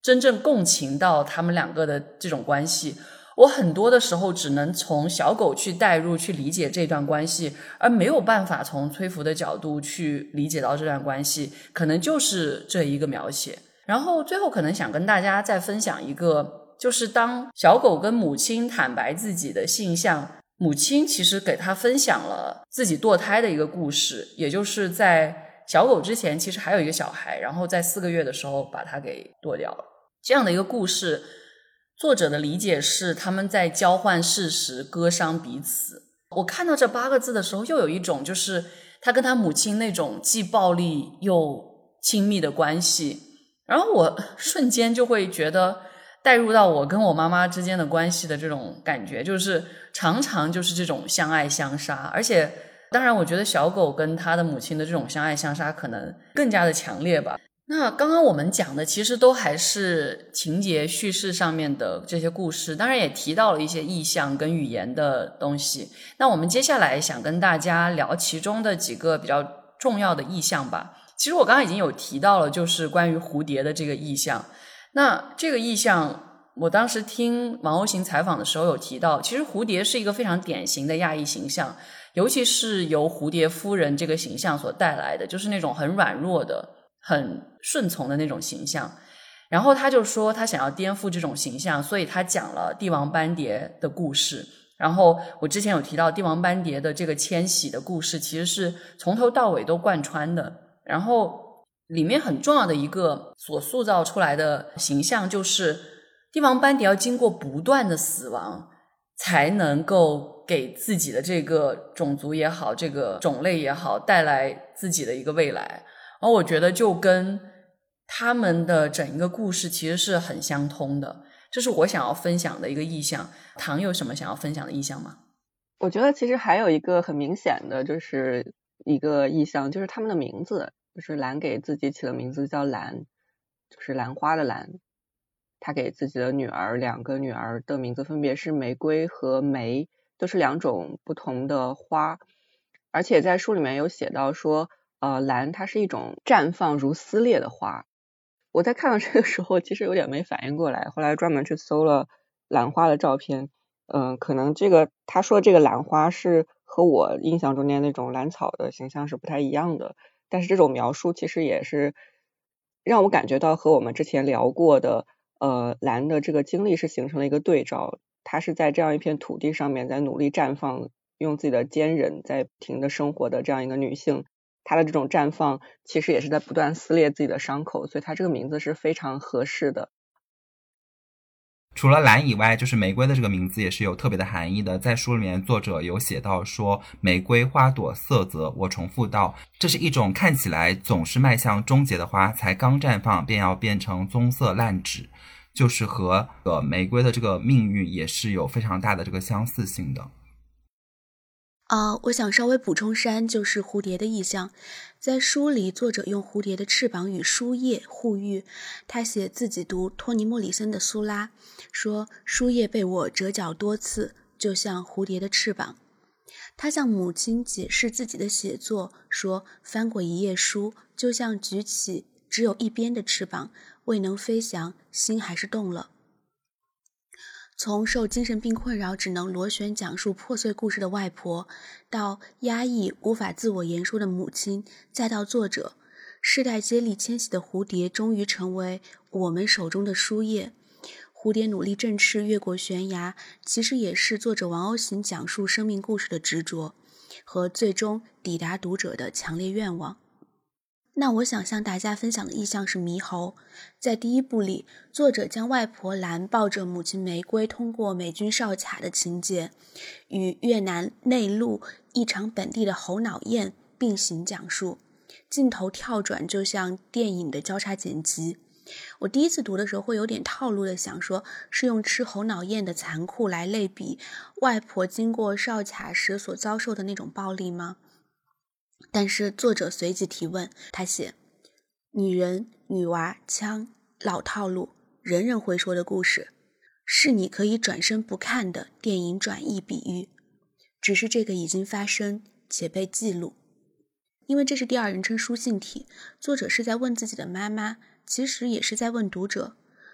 真正共情到他们两个的这种关系。我很多的时候只能从小狗去带入去理解这段关系，而没有办法从崔福的角度去理解到这段关系，可能就是这一个描写。然后最后可能想跟大家再分享一个，就是当小狗跟母亲坦白自己的性向，母亲其实给他分享了自己堕胎的一个故事，也就是在小狗之前其实还有一个小孩，然后在四个月的时候把他给堕掉了。这样的一个故事，作者的理解是他们在交换事实，割伤彼此。我看到这八个字的时候，又有一种就是他跟他母亲那种既暴力又亲密的关系，然后我瞬间就会觉得带入到我跟我妈妈之间的关系的这种感觉，就是常常就是这种相爱相杀。而且当然我觉得小狗跟他的母亲的这种相爱相杀可能更加的强烈吧。那刚刚我们讲的其实都还是情节叙事上面的这些故事，当然也提到了一些意象跟语言的东西。那我们接下来想跟大家聊其中的几个比较重要的意象吧。其实我刚刚已经有提到了，就是关于蝴蝶的这个意象。那这个意象我当时听王鸥行采访的时候有提到，其实蝴蝶是一个非常典型的亚裔形象，尤其是由蝴蝶夫人这个形象所带来的，就是那种很软弱的很顺从的那种形象。然后他就说他想要颠覆这种形象，所以他讲了帝王斑蝶的故事。然后我之前有提到帝王斑蝶的这个迁徙的故事其实是从头到尾都贯穿的，然后里面很重要的一个所塑造出来的形象就是帝王斑蝶要经过不断的死亡才能够给自己的这个种族也好，这个种类也好，带来自己的一个未来。然后我觉得就跟他们的整一个故事其实是很相通的，这是我想要分享的一个意象。唐有什么想要分享的意象吗？ 我觉得其实还有一个很明显的就是一个意象，就是他们的名字，就是兰给自己起的名字叫兰，就是兰花的兰。他给自己的女儿，两个女儿的名字分别是玫瑰和梅，都是两种不同的花。而且在书里面有写到说呃，兰它是一种绽放如撕裂的花。我在看到这个时候其实有点没反应过来，后来专门去搜了兰花的照片。嗯、呃，可能这个他说这个兰花是和我印象中间那种兰草的形象是不太一样的，但是这种描述其实也是让我感觉到和我们之前聊过的呃兰的这个经历是形成了一个对照。它是在这样一片土地上面在努力绽放，用自己的坚韧在不停的生活的这样一个女性，她的这种绽放其实也是在不断撕裂自己的伤口，所以她这个名字是非常合适的。 除了兰以外，就是玫瑰的这个名字也是有特别的含义的。在书里面作者有写到说，玫瑰花朵色泽，我重复到，这是一种看起来总是迈向终结的花，才刚绽放便要变成棕色烂纸，就是和呃玫瑰的这个命运也是有非常大的这个相似性的。 呃，我想稍微补充山，就是蝴蝶的意象。在书里，作者用蝴蝶的翅膀与书叶互喻。他写自己读托尼莫里森的苏拉，说书叶被我折角多次，就像蝴蝶的翅膀。他向母亲解释自己的写作，说翻过一页书，就像举起只有一边的翅膀，未能飞翔，心还是动了。从受精神病困扰只能螺旋讲述破碎故事的外婆，到压抑无法自我言说的母亲，再到作者，世代接力迁徙的蝴蝶终于成为我们手中的书页。蝴蝶努力振翅越过悬崖，其实也是作者王鸥行讲述生命故事的执着和最终抵达读者的强烈愿望。那我想向大家分享的意象是猕猴。在第一部里，作者将外婆兰抱着母亲玫瑰通过美军哨卡的情节，与越南内陆一场本地的猴脑宴并行讲述，镜头跳转就像电影的交叉剪辑。我第一次读的时候会有点套路的想说，是用吃猴脑宴的残酷来类比外婆经过哨卡时所遭受的那种暴力吗？但是作者随即提问，他写女人、女娃、枪，老套路，人人会说的故事，是你可以转身不看的电影转译比喻，只是这个已经发生且被记录。因为这是第二人称书信体，作者是在问自己的妈妈，其实也是在问读者，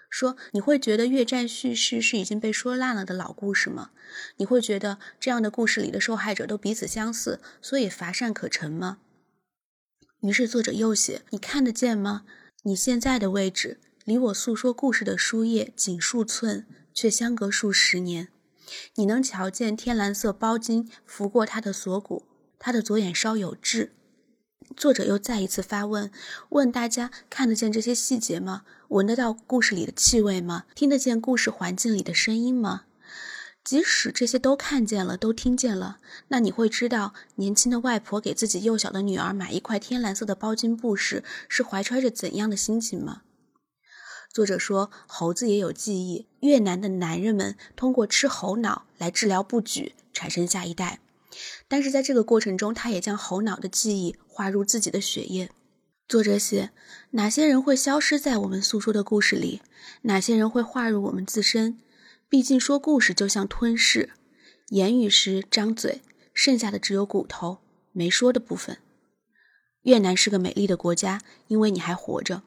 说你会觉得越战叙事是已经被说烂了的老故事吗？你会觉得这样的故事里的受害者都彼此相似，所以乏善可陈吗？于是作者又写，你看得见吗？你现在的位置离我诉说故事的书页仅数寸，却相隔数十年。你能瞧见天蓝色包巾拂过他的锁骨，他的左眼稍有痣。作者又再一次发问，问大家看得见这些细节吗？闻得到故事里的气味吗？听得见故事环境里的声音吗？即使这些都看见了，都听见了，那你会知道年轻的外婆给自己幼小的女儿买一块天蓝色的包巾布时，是怀揣着怎样的心情吗？作者说，猴子也有记忆，越南的男人们通过吃猴脑来治疗不举，产生下一代。但是在这个过程中，他也将猴脑的记忆划入自己的血液。作者写，哪些人会消失在我们诉说的故事里？哪些人会划入我们自身？毕竟说故事就像吞噬，言语时张嘴，剩下的只有骨头，没说的部分。越南是个美丽的国家，因为你还活着。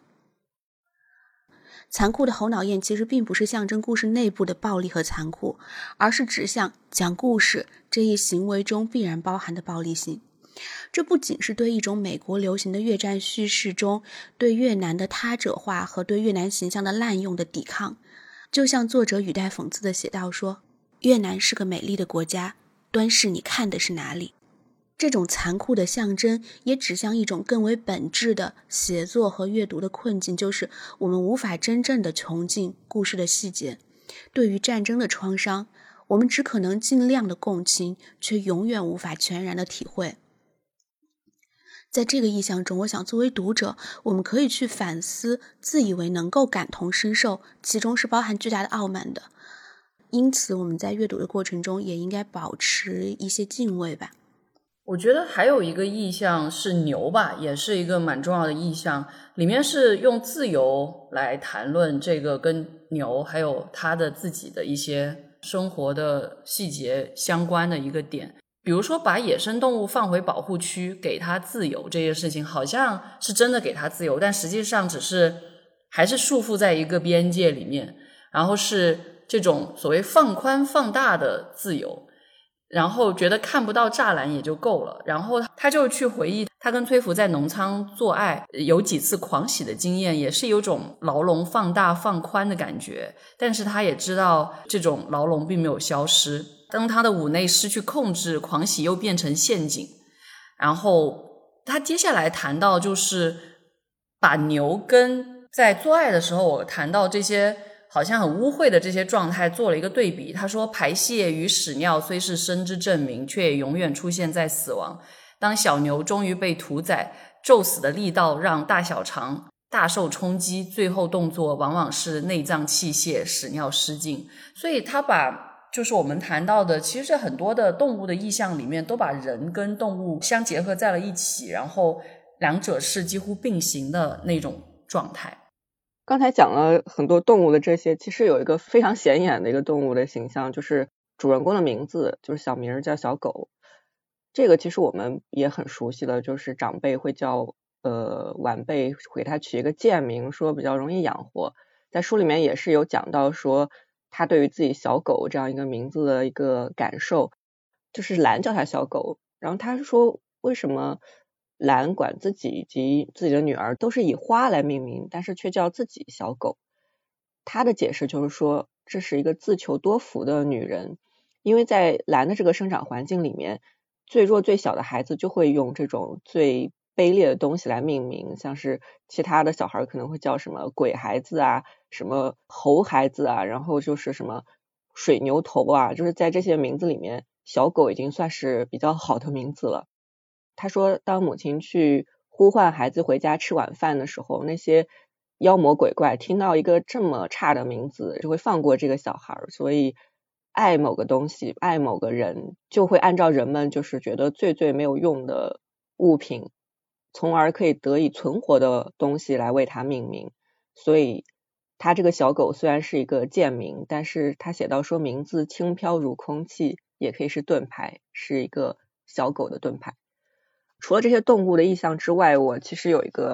残酷的猴脑宴其实并不是象征故事内部的暴力和残酷，而是指向讲故事这一行为中必然包含的暴力性。这不仅是对一种美国流行的越战叙事中对越南的他者化和对越南形象的滥用的抵抗。就像作者语带讽刺的写道说，越南是个美丽的国家，端视你看的是哪里。这种残酷的象征也指向一种更为本质的写作和阅读的困境，就是我们无法真正的穷尽故事的细节。对于战争的创伤，我们只可能尽量的共情，却永远无法全然的体会。在这个意象中，我想作为读者，我们可以去反思自以为能够感同身受，其中是包含巨大的傲慢的。因此我们在阅读的过程中也应该保持一些敬畏吧。 我觉得还有一个意象是牛吧，也是一个蛮重要的意象，里面是用自由来谈论这个跟牛还有他的自己的一些生活的细节相关的一个点。比如说把野生动物放回保护区给它自由，这些事情好像是真的给它自由，但实际上只是还是束缚在一个边界里面，然后是这种所谓放宽放大的自由，然后觉得看不到栅栏也就够了。然后他就去回忆他跟崔福在农仓做爱有几次狂喜的经验，也是有种牢笼放大放宽的感觉，但是他也知道这种牢笼并没有消失。当他的五内失去控制，狂喜又变成陷阱。然后他接下来谈到就是把牛跟在做爱的时候我谈到这些好像很污秽的这些状态做了一个对比。他说，排泄与屎尿虽是生之证明，却也永远出现在死亡。当小牛终于被屠宰，骤死的力道让大小肠大受冲击，最后动作往往是内脏器械屎尿失禁。所以他把就是我们谈到的，其实很多的动物的意象里面都把人跟动物相结合在了一起，然后两者是几乎并行的那种状态。 刚才讲了很多动物的这些，其实有一个非常显眼的一个动物的形象，就是主人公的名字，就是小名叫小狗。这个其实我们也很熟悉了，就是长辈会叫呃晚辈给他取一个贱名，说比较容易养活。在书里面也是有讲到说他对于自己小狗这样一个名字的一个感受，就是兰叫他小狗，然后他说为什么兰管自己以及自己的女儿都是以花来命名，但是却叫自己小狗。他的解释就是说，这是一个自求多福的女人，因为在兰的这个生长环境里面，最弱最小的孩子就会用这种最卑劣的东西来命名，像是其他的小孩可能会叫什么鬼孩子啊，什么猴孩子啊，然后就是什么水牛头啊，就是在这些名字里面，小狗已经算是比较好的名字了。他说当母亲去呼唤孩子回家吃晚饭的时候，那些妖魔鬼怪听到一个这么差的名字就会放过这个小孩，所以爱某个东西爱某个人就会按照人们就是觉得最最没有用的物品，从而可以得以存活的东西来为它命名。所以他这个小狗虽然是一个贱名，但是他写到说名字轻飘如空气，也可以是盾牌，是一个小狗的盾牌。除了这些动物的意象之外，我其实有一个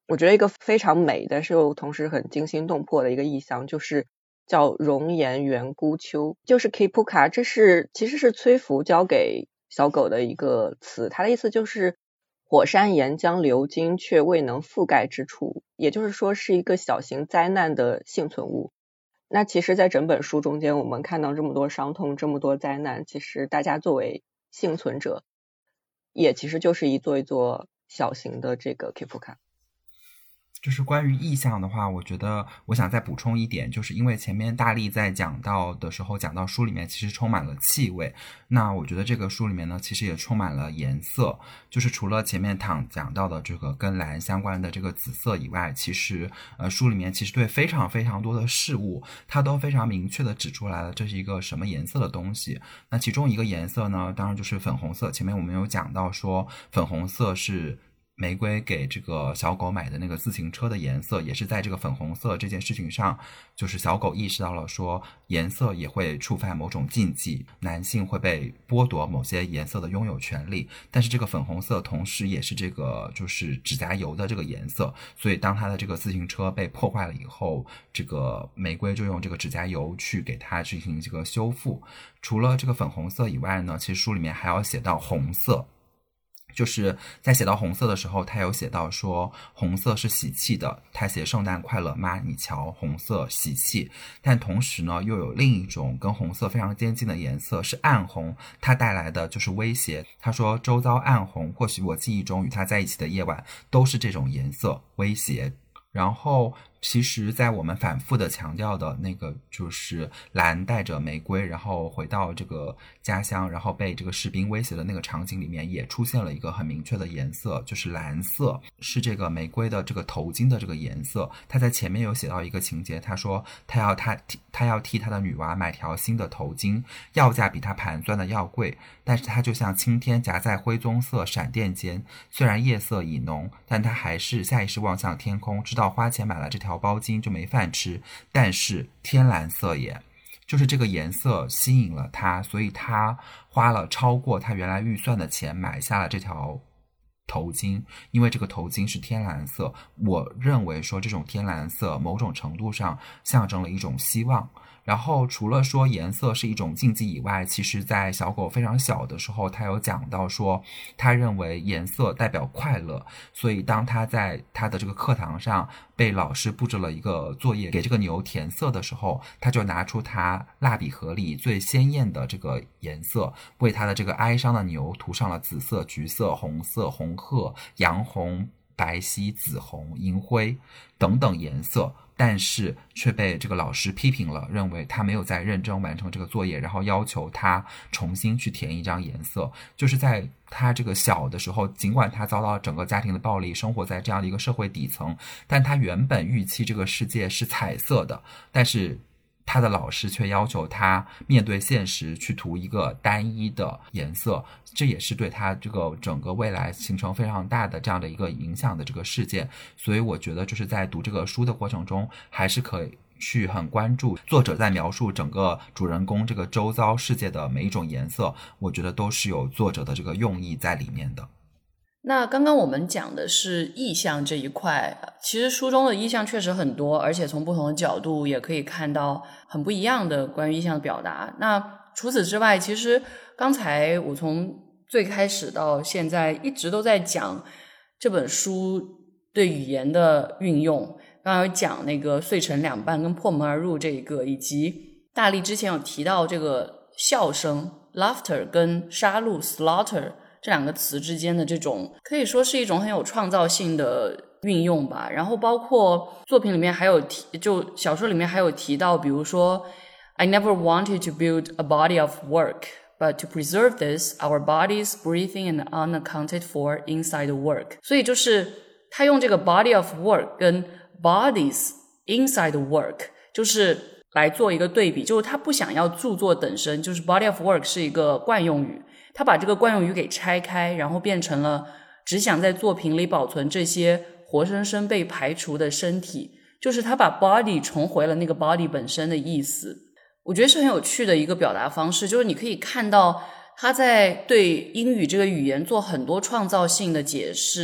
我觉得一个非常美但是又同时很惊心动魄的一个意象，就是叫熔岩圆孤丘，就是 Kipuka， 这是其实是崔福教给小狗的一个词，它的意思就是火山岩浆流经却未能覆盖之处，也就是说是一个小型灾难的幸存物。那其实在整本书中间我们看到这么多伤痛这么多灾难，其实大家作为幸存者也其实就是一座一座小型的这个 Kipuka。 就是关于意象的话，我觉得我想再补充一点，就是因为前面大力在讲到的时候讲到书里面其实充满了气味，那我觉得这个书里面呢其实也充满了颜色，就是除了前面躺讲到的这个跟蓝相关的这个紫色以外，其实呃书里面其实对非常非常多的事物它都非常明确的指出来了这是一个什么颜色的东西。那其中一个颜色呢当然就是粉红色，前面我们有讲到说粉红色是玫瑰给这个小狗买的那个自行车的颜色，也是在这个粉红色这件事情上，就是小狗意识到了说颜色也会触犯某种禁忌，男性会被剥夺某些颜色的拥有权利，但是这个粉红色同时也是这个就是指甲油的这个颜色，所以当他的这个自行车被破坏了以后，这个玫瑰就用这个指甲油去给它进行这个修复。除了这个粉红色以外呢，其实书里面还要写到红色，就是在写到红色的时候，他有写到说红色是喜气的，他写圣诞快乐妈你瞧红色喜气，但同时呢又有另一种跟红色非常接近的颜色是暗红，它带来的就是威胁。他说周遭暗红或许我记忆中与他在一起的夜晚都是这种颜色威胁。然后其实在我们反复的强调的那个就是蓝带着玫瑰然后回到这个家乡然后被这个士兵威胁的那个场景里面也出现了一个很明确的颜色，就是蓝色，是这个玫瑰的这个头巾的这个颜色。他在前面有写到一个情节，他说他要他他要替他的女娃买条新的头巾，要价比他盘钻的要贵，但是他就像青天夹在灰棕色闪电间，虽然夜色已浓，但他还是下意识望向天空，知道花钱买了这条包巾就没饭吃，但是天蓝色也，就是这个颜色吸引了他，所以他花了超过他原来预算的钱买下了这条头巾，因为这个头巾是天蓝色。我认为说这种天蓝色某种程度上象征了一种希望。然后除了说颜色是一种禁忌以外，其实在小狗非常小的时候他有讲到说他认为颜色代表快乐，所以当他在他的这个课堂上被老师布置了一个作业给这个牛填色的时候，他就拿出他蜡笔盒里最鲜艳的这个颜色，为他的这个哀伤的牛涂上了紫色、橘色、红色、红褐、洋红、白皙、紫红、银灰等等颜色，但是却被这个老师批评了，认为他没有在认真完成这个作业，然后要求他重新去填一张颜色。就是在他这个小的时候，尽管他遭到整个家庭的暴力，生活在这样的一个社会底层，但他原本预期这个世界是彩色的，但是他的老师却要求他面对现实去涂一个单一的颜色，这也是对他这个整个未来形成非常大的这样的一个影响的这个事件。所以我觉得就是在读这个书的过程中，还是可以去很关注作者在描述整个主人公这个周遭世界的每一种颜色，我觉得都是有作者的这个用意在里面的。 那刚刚我们讲的是意象这一块，其实书中的意象确实很多，而且从不同的角度也可以看到很不一样的关于意象的表达。那除此之外，其实刚才我从最开始到现在一直都在讲这本书对语言的运用，刚刚有讲那个碎成两半跟破门而入这一个，以及大力之前有提到这个笑声 laughter 跟杀戮 slaughter这两个词之间的这种可以说是一种很有创造性的运用吧。然后包括作品里面还有提，就小说里面还有提到，比如说 I never wanted to build a body of work, but to preserve this, our bodies breathing and unaccounted for inside the work. 所以就是他用这个 body of work 跟 bodies inside the work 就是来做一个对比，就是他不想要著作等身，就是 body of work 是一个惯用语，他把这个惯用语给拆开，然后变成了只想在作品里保存这些活生生被排除的身体，就是他把 body 重回了那个 body 本身的意思。我觉得是很有趣的一个表达方式，就是你可以看到他在对英语这个语言做很多创造性的解释，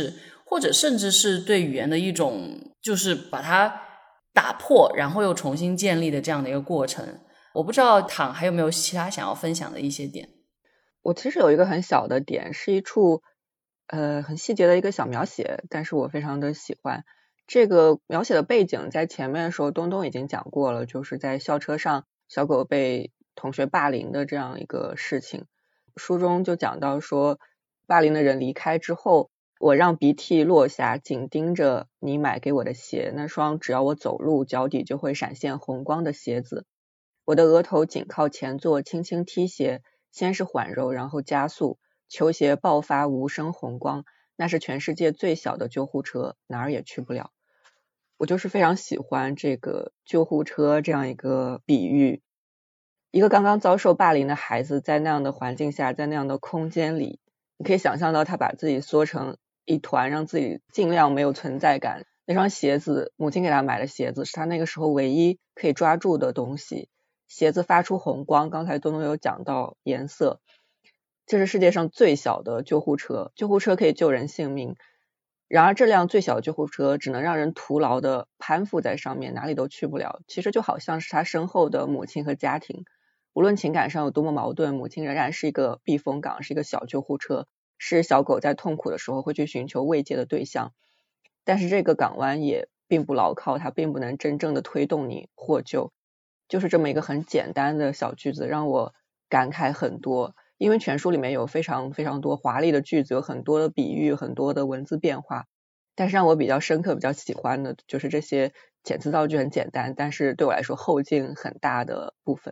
或者甚至是对语言的一种就是把它打破然后又重新建立的这样的一个过程。我不知道唐还有没有其他想要分享的一些点。 我其实有一个很小的点，是一处呃很细节的一个小描写，但是我非常的喜欢。这个描写的背景在前面的时候东东已经讲过了，就是在校车上小狗被同学霸凌的这样一个事情。书中就讲到说，霸凌的人离开之后，我让鼻涕落下，紧盯着你买给我的鞋，那双只要我走路脚底就会闪现红光的鞋子。我的额头紧靠前座，轻轻踢鞋，先是缓柔，然后加速，球鞋爆发无声红光，那是全世界最小的救护车，哪儿也去不了。我就是非常喜欢这个救护车这样一个比喻，一个刚刚遭受霸凌的孩子在那样的环境下，在那样的空间里，你可以想象到他把自己缩成一团，让自己尽量没有存在感。那双鞋子，母亲给他买的鞋子，是他那个时候唯一可以抓住的东西。鞋子发出红光，刚才东东有讲到颜色，这是世界上最小的救护车，救护车可以救人性命，然而这辆最小的救护车只能让人徒劳的攀附在上面，哪里都去不了。其实就好像是他身后的母亲和家庭，无论情感上有多么矛盾，母亲仍然是一个避风港，是一个小救护车，是小狗在痛苦的时候会去寻求慰藉的对象。但是这个港湾也并不牢靠，它并不能真正的推动你获救。就是这么一个很简单的小句子让我感慨很多，因为全书里面有非常非常多华丽的句子，有很多的比喻，很多的文字变化，但是让我比较深刻比较喜欢的就是这些遣词造句很简单，但是对我来说后劲很大的部分。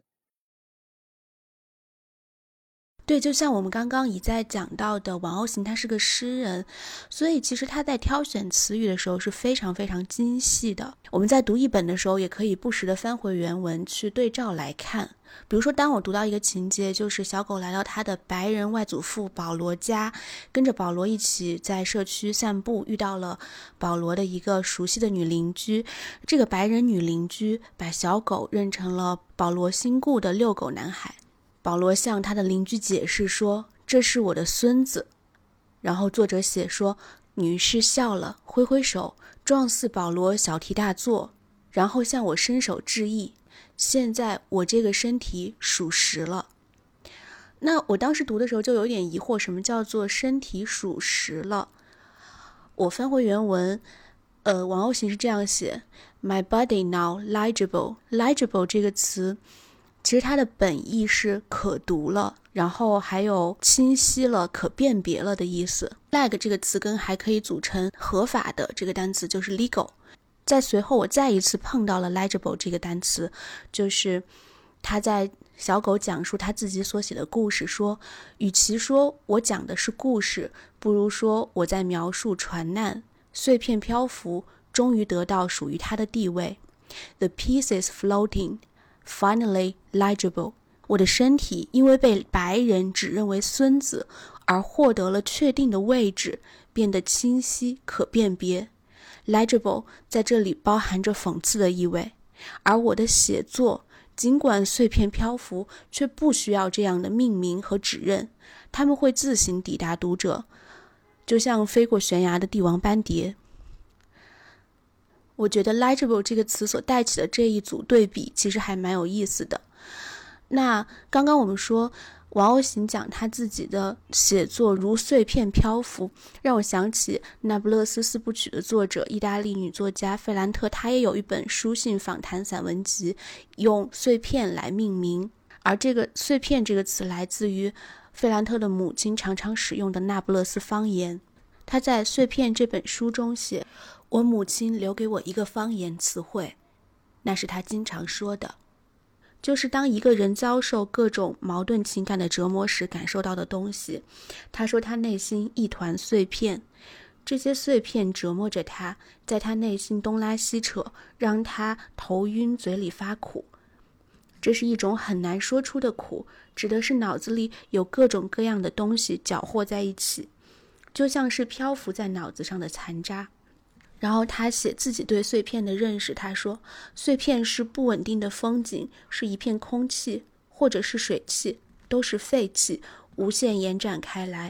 对，就像我们刚刚一再讲到的，王鸥行他是个诗人，所以其实他在挑选词语的时候是非常非常精细的。我们在读译本的时候也可以不时的翻回原文去对照来看。比如说当我读到一个情节，就是小狗来到他的白人外祖父保罗家，跟着保罗一起在社区散步，遇到了保罗的一个熟悉的女邻居。这个白人女邻居把小狗认成了保罗新雇的遛狗男孩。保罗向他的邻居解释说，这是我的孙子。然后作者写说，女士笑了，挥挥手，状似保罗小题大做，然后向我伸手致意。现在我这个身体属实了。那我当时读的时候就有点疑惑，什么叫做身体属实了？我翻回原文，呃，王鸥行是这样写 My body now legible. Legible 这个词其实它的本意是可读了，然后还有清晰了、可辨别了的意思。leg 这个词根还可以组成合法的这个单词，就是 legal。在随后我再一次碰到了 legible 这个单词，就是他在小狗讲述他自己所写的故事，说与其说我讲的是故事，不如说我在描述船难，碎片漂浮，终于得到属于它的地位。The pieces floating.Finally legible. 我的身体因为被白人只认为孙子而获得了确定的位置，变得清晰可辨别。Legible 在这里包含着讽刺的意味，而我的写作尽管碎片漂浮，却不需要这样的命名和指认，他们会自行抵达读者，就像飞过悬崖的帝王斑蝶。我觉得 legible 这个词所带起的这一组对比其实还蛮有意思的。那刚刚我们说王鸥行讲他自己的写作如碎片漂浮，让我想起那不勒斯四部曲的作者意大利女作家费兰特，她也有一本书信访谈散文集用碎片来命名，而这个碎片这个词来自于费兰特的母亲常常使用的那不勒斯方言。她在碎片这本书中写，我母亲留给我一个方言词汇，那是她经常说的，就是当一个人遭受各种矛盾情感的折磨时感受到的东西。她说她内心一团碎片，这些碎片折磨着她，在她内心东拉西扯，让她头晕，嘴里发苦。这是一种很难说出的苦，指的是脑子里有各种各样的东西搅和在一起，就像是漂浮在脑子上的残渣。然后他写自己对碎片的认识，他说碎片是不稳定的风景，是一片空气或者是水汽，都是废气，无限延展开来，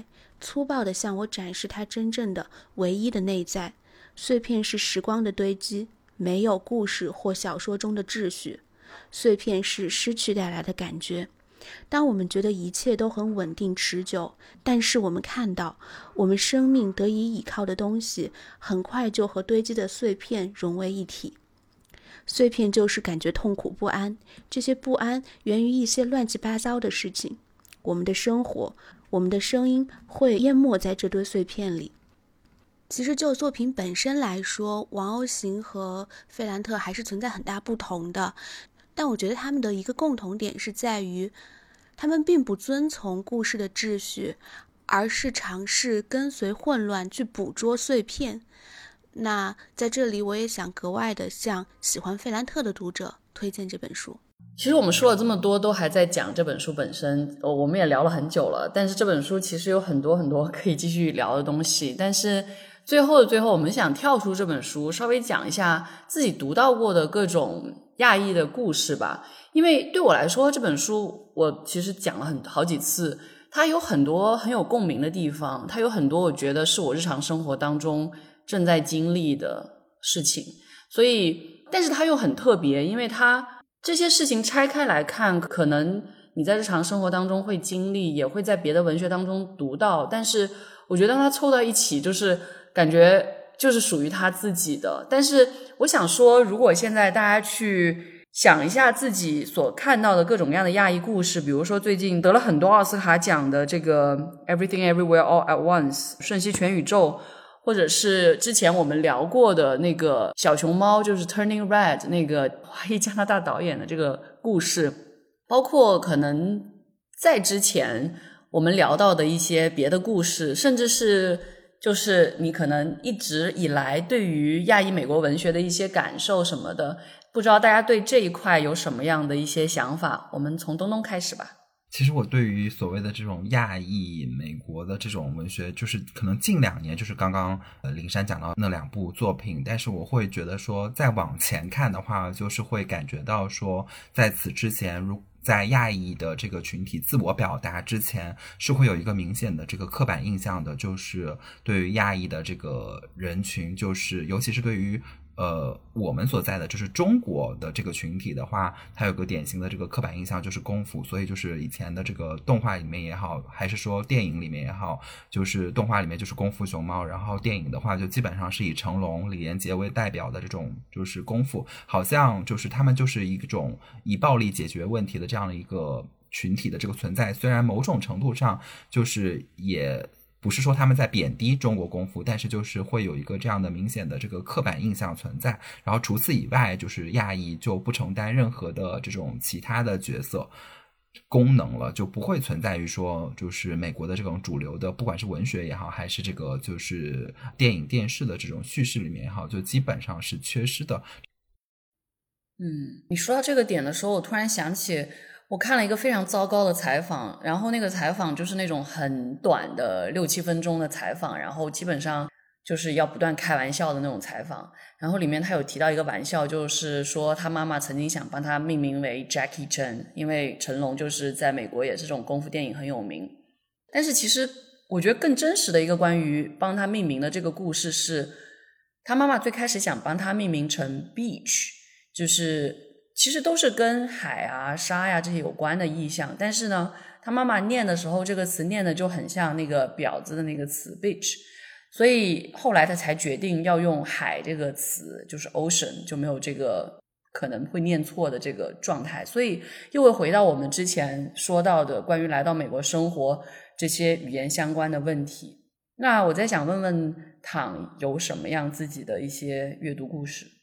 粗暴地向我展示它真正的唯一的内在。碎片是时光的堆积，没有故事或小说中的秩序。碎片是失去带来的感觉。当我们觉得一切都很稳定持久，但是我们看到我们生命得以倚靠的东西很快就和堆积的碎片融为一体。碎片就是感觉痛苦不安，这些不安源于一些乱七八糟的事情。我们的生活，我们的声音会淹没在这堆碎片里。其实就作品本身来说，王鸥行和费兰特还是存在很大不同的，但我觉得他们的一个共同点是在于他们并不遵从故事的秩序，而是尝试跟随混乱去捕捉碎片。那在这里我也想格外的向喜欢费兰特的读者推荐这本书。 其实我们说了这么多都还在讲这本书本身，我们也聊了很久了，但是这本书其实有很多很多可以继续聊的东西，但是最后的最后我们想跳出这本书，稍微讲一下自己读到过的各种亚裔的故事吧。因为对我来说这本书我其实讲了很好几次，它有很多很有共鸣的地方，它有很多我觉得是我日常生活当中正在经历的事情，所以但是它又很特别，因为它这些事情拆开来看，可能你在日常生活当中会经历，也会在别的文学当中读到，但是我觉得它凑到一起就是感觉就是属于他自己的。但是我想说，如果现在大家去想一下自己所看到的各种各样的亚裔故事，比如说最近得了很多奥斯卡奖的这个 Everything Everywhere All at Once 瞬息全宇宙，或者是之前我们聊过的那个小熊猫，就是 Turning Red 那个华裔加拿大导演的这个故事，包括可能在之前我们聊到的一些别的故事，甚至是就是你可能一直以来对于亚裔美国文学的一些感受什么的，不知道大家对这一块有什么样的一些想法。我们从东东开始吧。 其实我对于所谓的这种亚裔美国的这种文学，就是可能近两年就是刚刚呃林珊讲到那两部作品，但是我会觉得说再往前看的话，就是会感觉到说在此之前如在亚裔的这个群体自我表达之前是会有一个明显的这个刻板印象的，就是对于亚裔的这个人群，就是尤其是对于呃，我们所在的就是中国的这个群体的话，它有个典型的这个刻板印象就是功夫，所以就是以前的这个动画里面也好，还是说电影里面也好，就是动画里面就是功夫熊猫，然后电影的话就基本上是以成龙、李连杰为代表的这种就是功夫，好像就是他们就是一种以暴力解决问题的这样的一个群体的这个存在，虽然某种程度上就是也不是说他们在贬低中国功夫，但是就是会有一个这样的明显的这个刻板印象存在。然后除此以外，就是亚裔就不承担任何的这种其他的角色功能了，就不会存在于说就是美国的这种主流的不管是文学也好，还是这个就是电影电视的这种叙事里面也好，就基本上是缺失的。 嗯，你说到这个点的时候，我突然想起我看了一个非常糟糕的采访，然后那个采访就是那种很短的六七分钟的采访，然后基本上就是要不断开玩笑的那种采访，然后里面他有提到一个玩笑，就是说他妈妈曾经想帮他命名为 Jackie Chan， 因为成龙就是在美国也是这种功夫电影很有名，但是其实我觉得更真实的一个关于帮他命名的这个故事是他妈妈最开始想帮他命名成 Beach， 就是其实都是跟海啊沙呀这些有关的意象，但是呢他妈妈念的时候这个词念的就很像那个婊子的那个词 Bitch， 所以后来他才决定要用海这个词，就是 ocean， 就没有这个可能会念错的这个状态，所以又会回到我们之前说到的关于来到美国生活这些语言相关的问题。那我在想问问唐有什么样自己的一些阅读故事。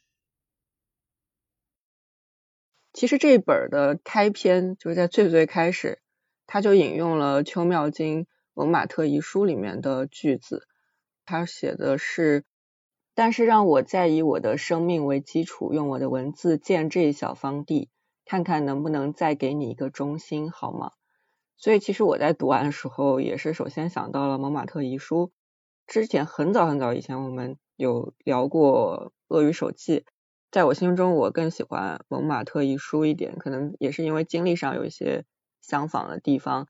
其实这一本的开篇就是在最最开始，他就引用了邱妙金《蒙马特遗书》里面的句子，他写的是：但是让我再以我的生命为基础，用我的文字建这一小方地，看看能不能再给你一个中心，好吗？所以其实我在读完的时候也是首先想到了《蒙马特遗书》，之前很早很早以前我们有聊过《鳄鱼手记》，在我心中我更喜欢蒙马特遗书一点，可能也是因为经历上有一些相仿的地方。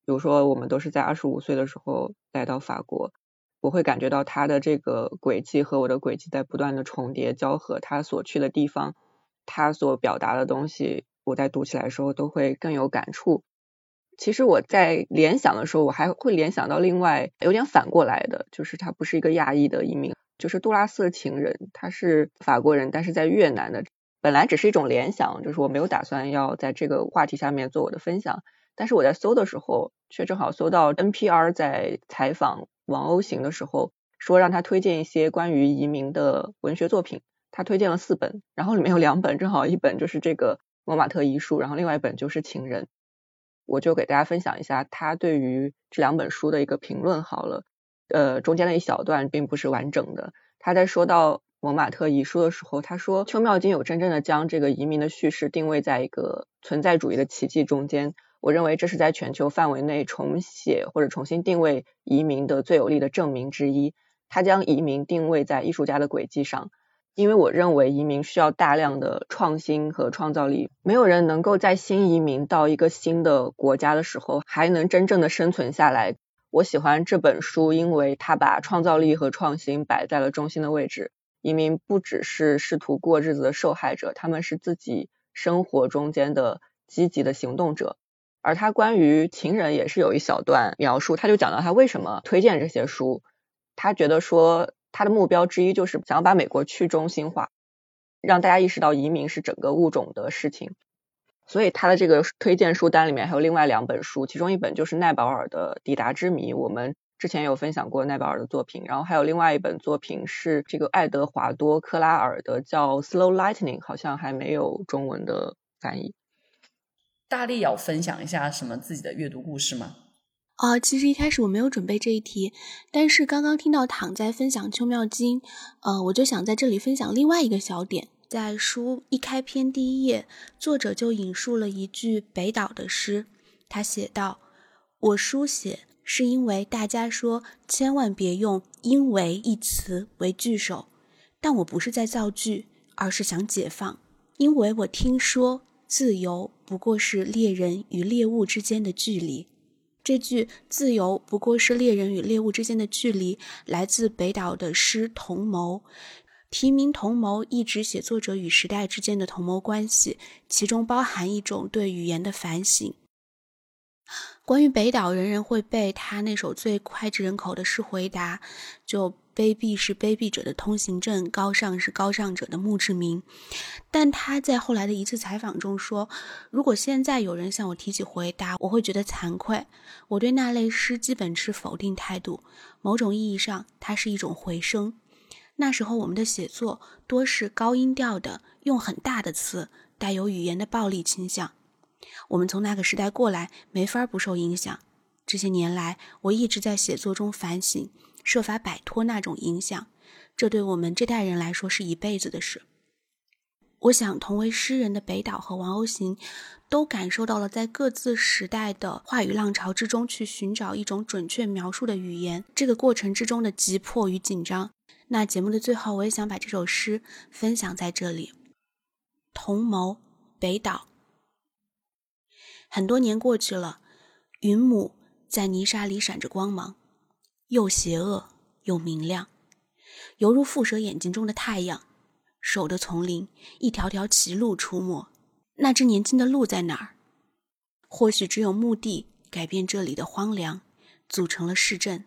比如说我们都是在二十五岁的时候来到法国，我会感觉到他的这个轨迹和我的轨迹在不断的重叠交合，他所去的地方，他所表达的东西，我在读起来的时候都会更有感触。其实我在联想的时候，我还会联想到另外有点反过来的，就是他不是一个亚裔的移民，就是杜拉斯的情人，他是法国人，但是在越南的。本来只是一种联想，就是我没有打算要在这个话题下面做我的分享，但是我在搜的时候却正好搜到 N P R 在采访王欧行的时候说让他推荐一些关于移民的文学作品，他推荐了四本，然后里面有两本，正好一本就是这个蒙马特遗书，然后另外一本就是情人。我就给大家分享一下他对于这两本书的一个评论好了，呃，中间的一小段并不是完整的。他在说到蒙马特遗书的时候，他说邱妙金有真正的将这个移民的叙事定位在一个存在主义的奇迹中间，我认为这是在全球范围内重写或者重新定位移民的最有力的证明之一。他将移民定位在艺术家的轨迹上，因为我认为移民需要大量的创新和创造力，没有人能够在新移民到一个新的国家的时候还能真正的生存下来。我喜欢这本书，因为他把创造力和创新摆在了中心的位置。移民不只是试图过日子的受害者，他们是自己生活中间的积极的行动者。而他关于情人也是有一小段描述，他就讲到他为什么推荐这些书。他觉得说他的目标之一就是想要把美国去中心化，让大家意识到移民是整个物种的事情。所以他的这个推荐书单里面还有另外两本书，其中一本就是奈保尔的《抵达之谜》，我们之前有分享过奈保尔的作品，然后还有另外一本作品是这个爱德华多·克拉尔的，叫 Slow Lightning， 好像还没有中文的翻译。 大力要分享一下什么自己的阅读故事吗？ 啊、呃，其实一开始我没有准备这一题，但是刚刚听到躺在分享邱妙金，呃，我就想在这里分享另外一个小点。在书一开篇第一页，作者就引述了一句北岛的诗，他写道：我书写是因为大家说千万别用因为一词为句首，但我不是在造句，而是想解放，因为我听说自由不过是猎人与猎物之间的距离。这句自由不过是猎人与猎物之间的距离来自北岛的诗《同谋》，题名同谋一直写作者与时代之间的同谋关系，其中包含一种对语言的反省。关于北岛，人人会背他那首最脍炙人口的诗回答，就卑鄙是卑鄙者的通行证，高尚是高尚者的墓志铭。但他在后来的一次采访中说，如果现在有人向我提起回答，我会觉得惭愧。我对那类诗基本持否定态度，某种意义上它是一种回声。那时候我们的写作多是高音调的，用很大的词，带有语言的暴力倾向。我们从那个时代过来，没法不受影响。这些年来，我一直在写作中反省，设法摆脱那种影响，这对我们这代人来说是一辈子的事。我想同为诗人的北岛和王欧行都感受到了在各自时代的话语浪潮之中去寻找一种准确描述的语言，这个过程之中的急迫与紧张。那节目的最后，我也想把这首诗分享在这里。同谋，北岛。很多年过去了，云母在泥沙里闪着光芒，又邪恶又明亮，犹如蝮蛇眼睛中的太阳。守的丛林，一条条歧路出没。那只年轻的鹿在哪儿？或许只有墓地改变这里的荒凉，组成了市镇。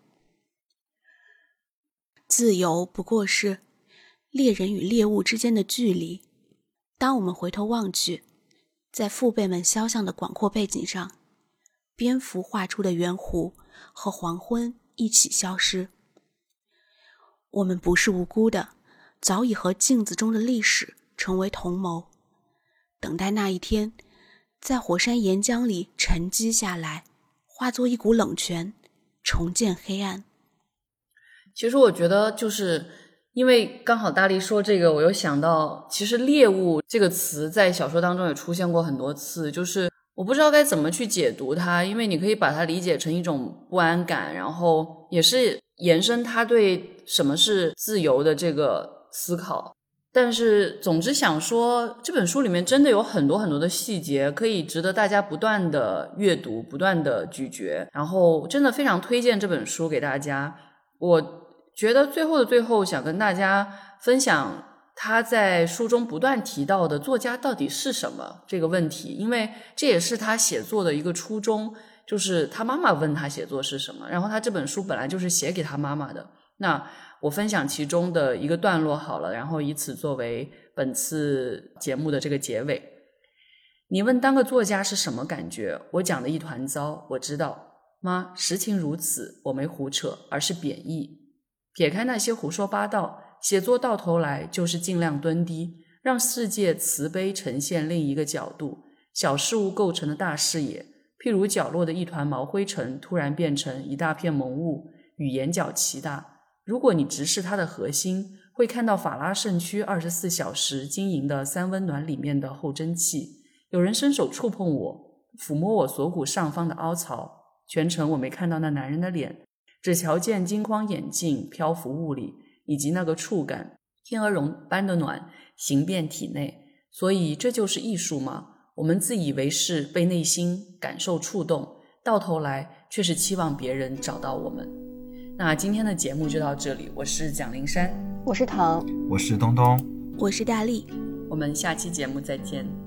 自由不过是猎人与猎物之间的距离。当我们回头望去，在父辈们肖像的广阔背景上，蝙蝠画出的圆弧和黄昏一起消失。我们不是无辜的，早已和镜子中的历史成为同谋，等待那一天，在火山岩浆里沉积下来，化作一股冷泉，重建黑暗。 其实我觉得就是因为刚好大力说这个，我又想到其实猎物这个词在小说当中也出现过很多次，就是我不知道该怎么去解读它，因为你可以把它理解成一种不安感，然后也是延伸他对什么是自由的这个思考。 但是总之想说，这本书里面真的有很多很多的细节可以值得大家不断的阅读，不断的咀嚼，然后真的非常推荐这本书给大家。我觉得最后的最后想跟大家分享他在书中不断提到的作家到底是什么这个问题，因为这也是他写作的一个初衷，就是他妈妈问他写作是什么，然后他这本书本来就是写给他妈妈的。那我分享其中的一个段落好了，然后以此作为本次节目的这个结尾。你问当个作家是什么感觉，我讲的一团糟，我知道。妈，实情如此，我没胡扯，而是贬义。撇开那些胡说八道，写作到头来就是尽量蹲低，让世界慈悲呈现另一个角度，小事物构成的大视野，譬如角落的一团毛灰尘突然变成一大片蒙雾，与眼角齐大。如果你直视它的核心，会看到法拉盛区二十四小时经营的三温暖里面的后蒸汽。有人伸手触碰我，抚摸我锁骨上方的凹槽，全程我没看到那男人的脸，只瞧见金框眼镜漂浮雾里，以及那个触感，天鹅绒般的暖行遍体内。所以这就是艺术吗？我们自以为是被内心感受触动，到头来却是期望别人找到我们。那今天的节目就到这里，我是蒋灵山， 我是唐， 我是东东， 我是大力， 我们下期节目再见。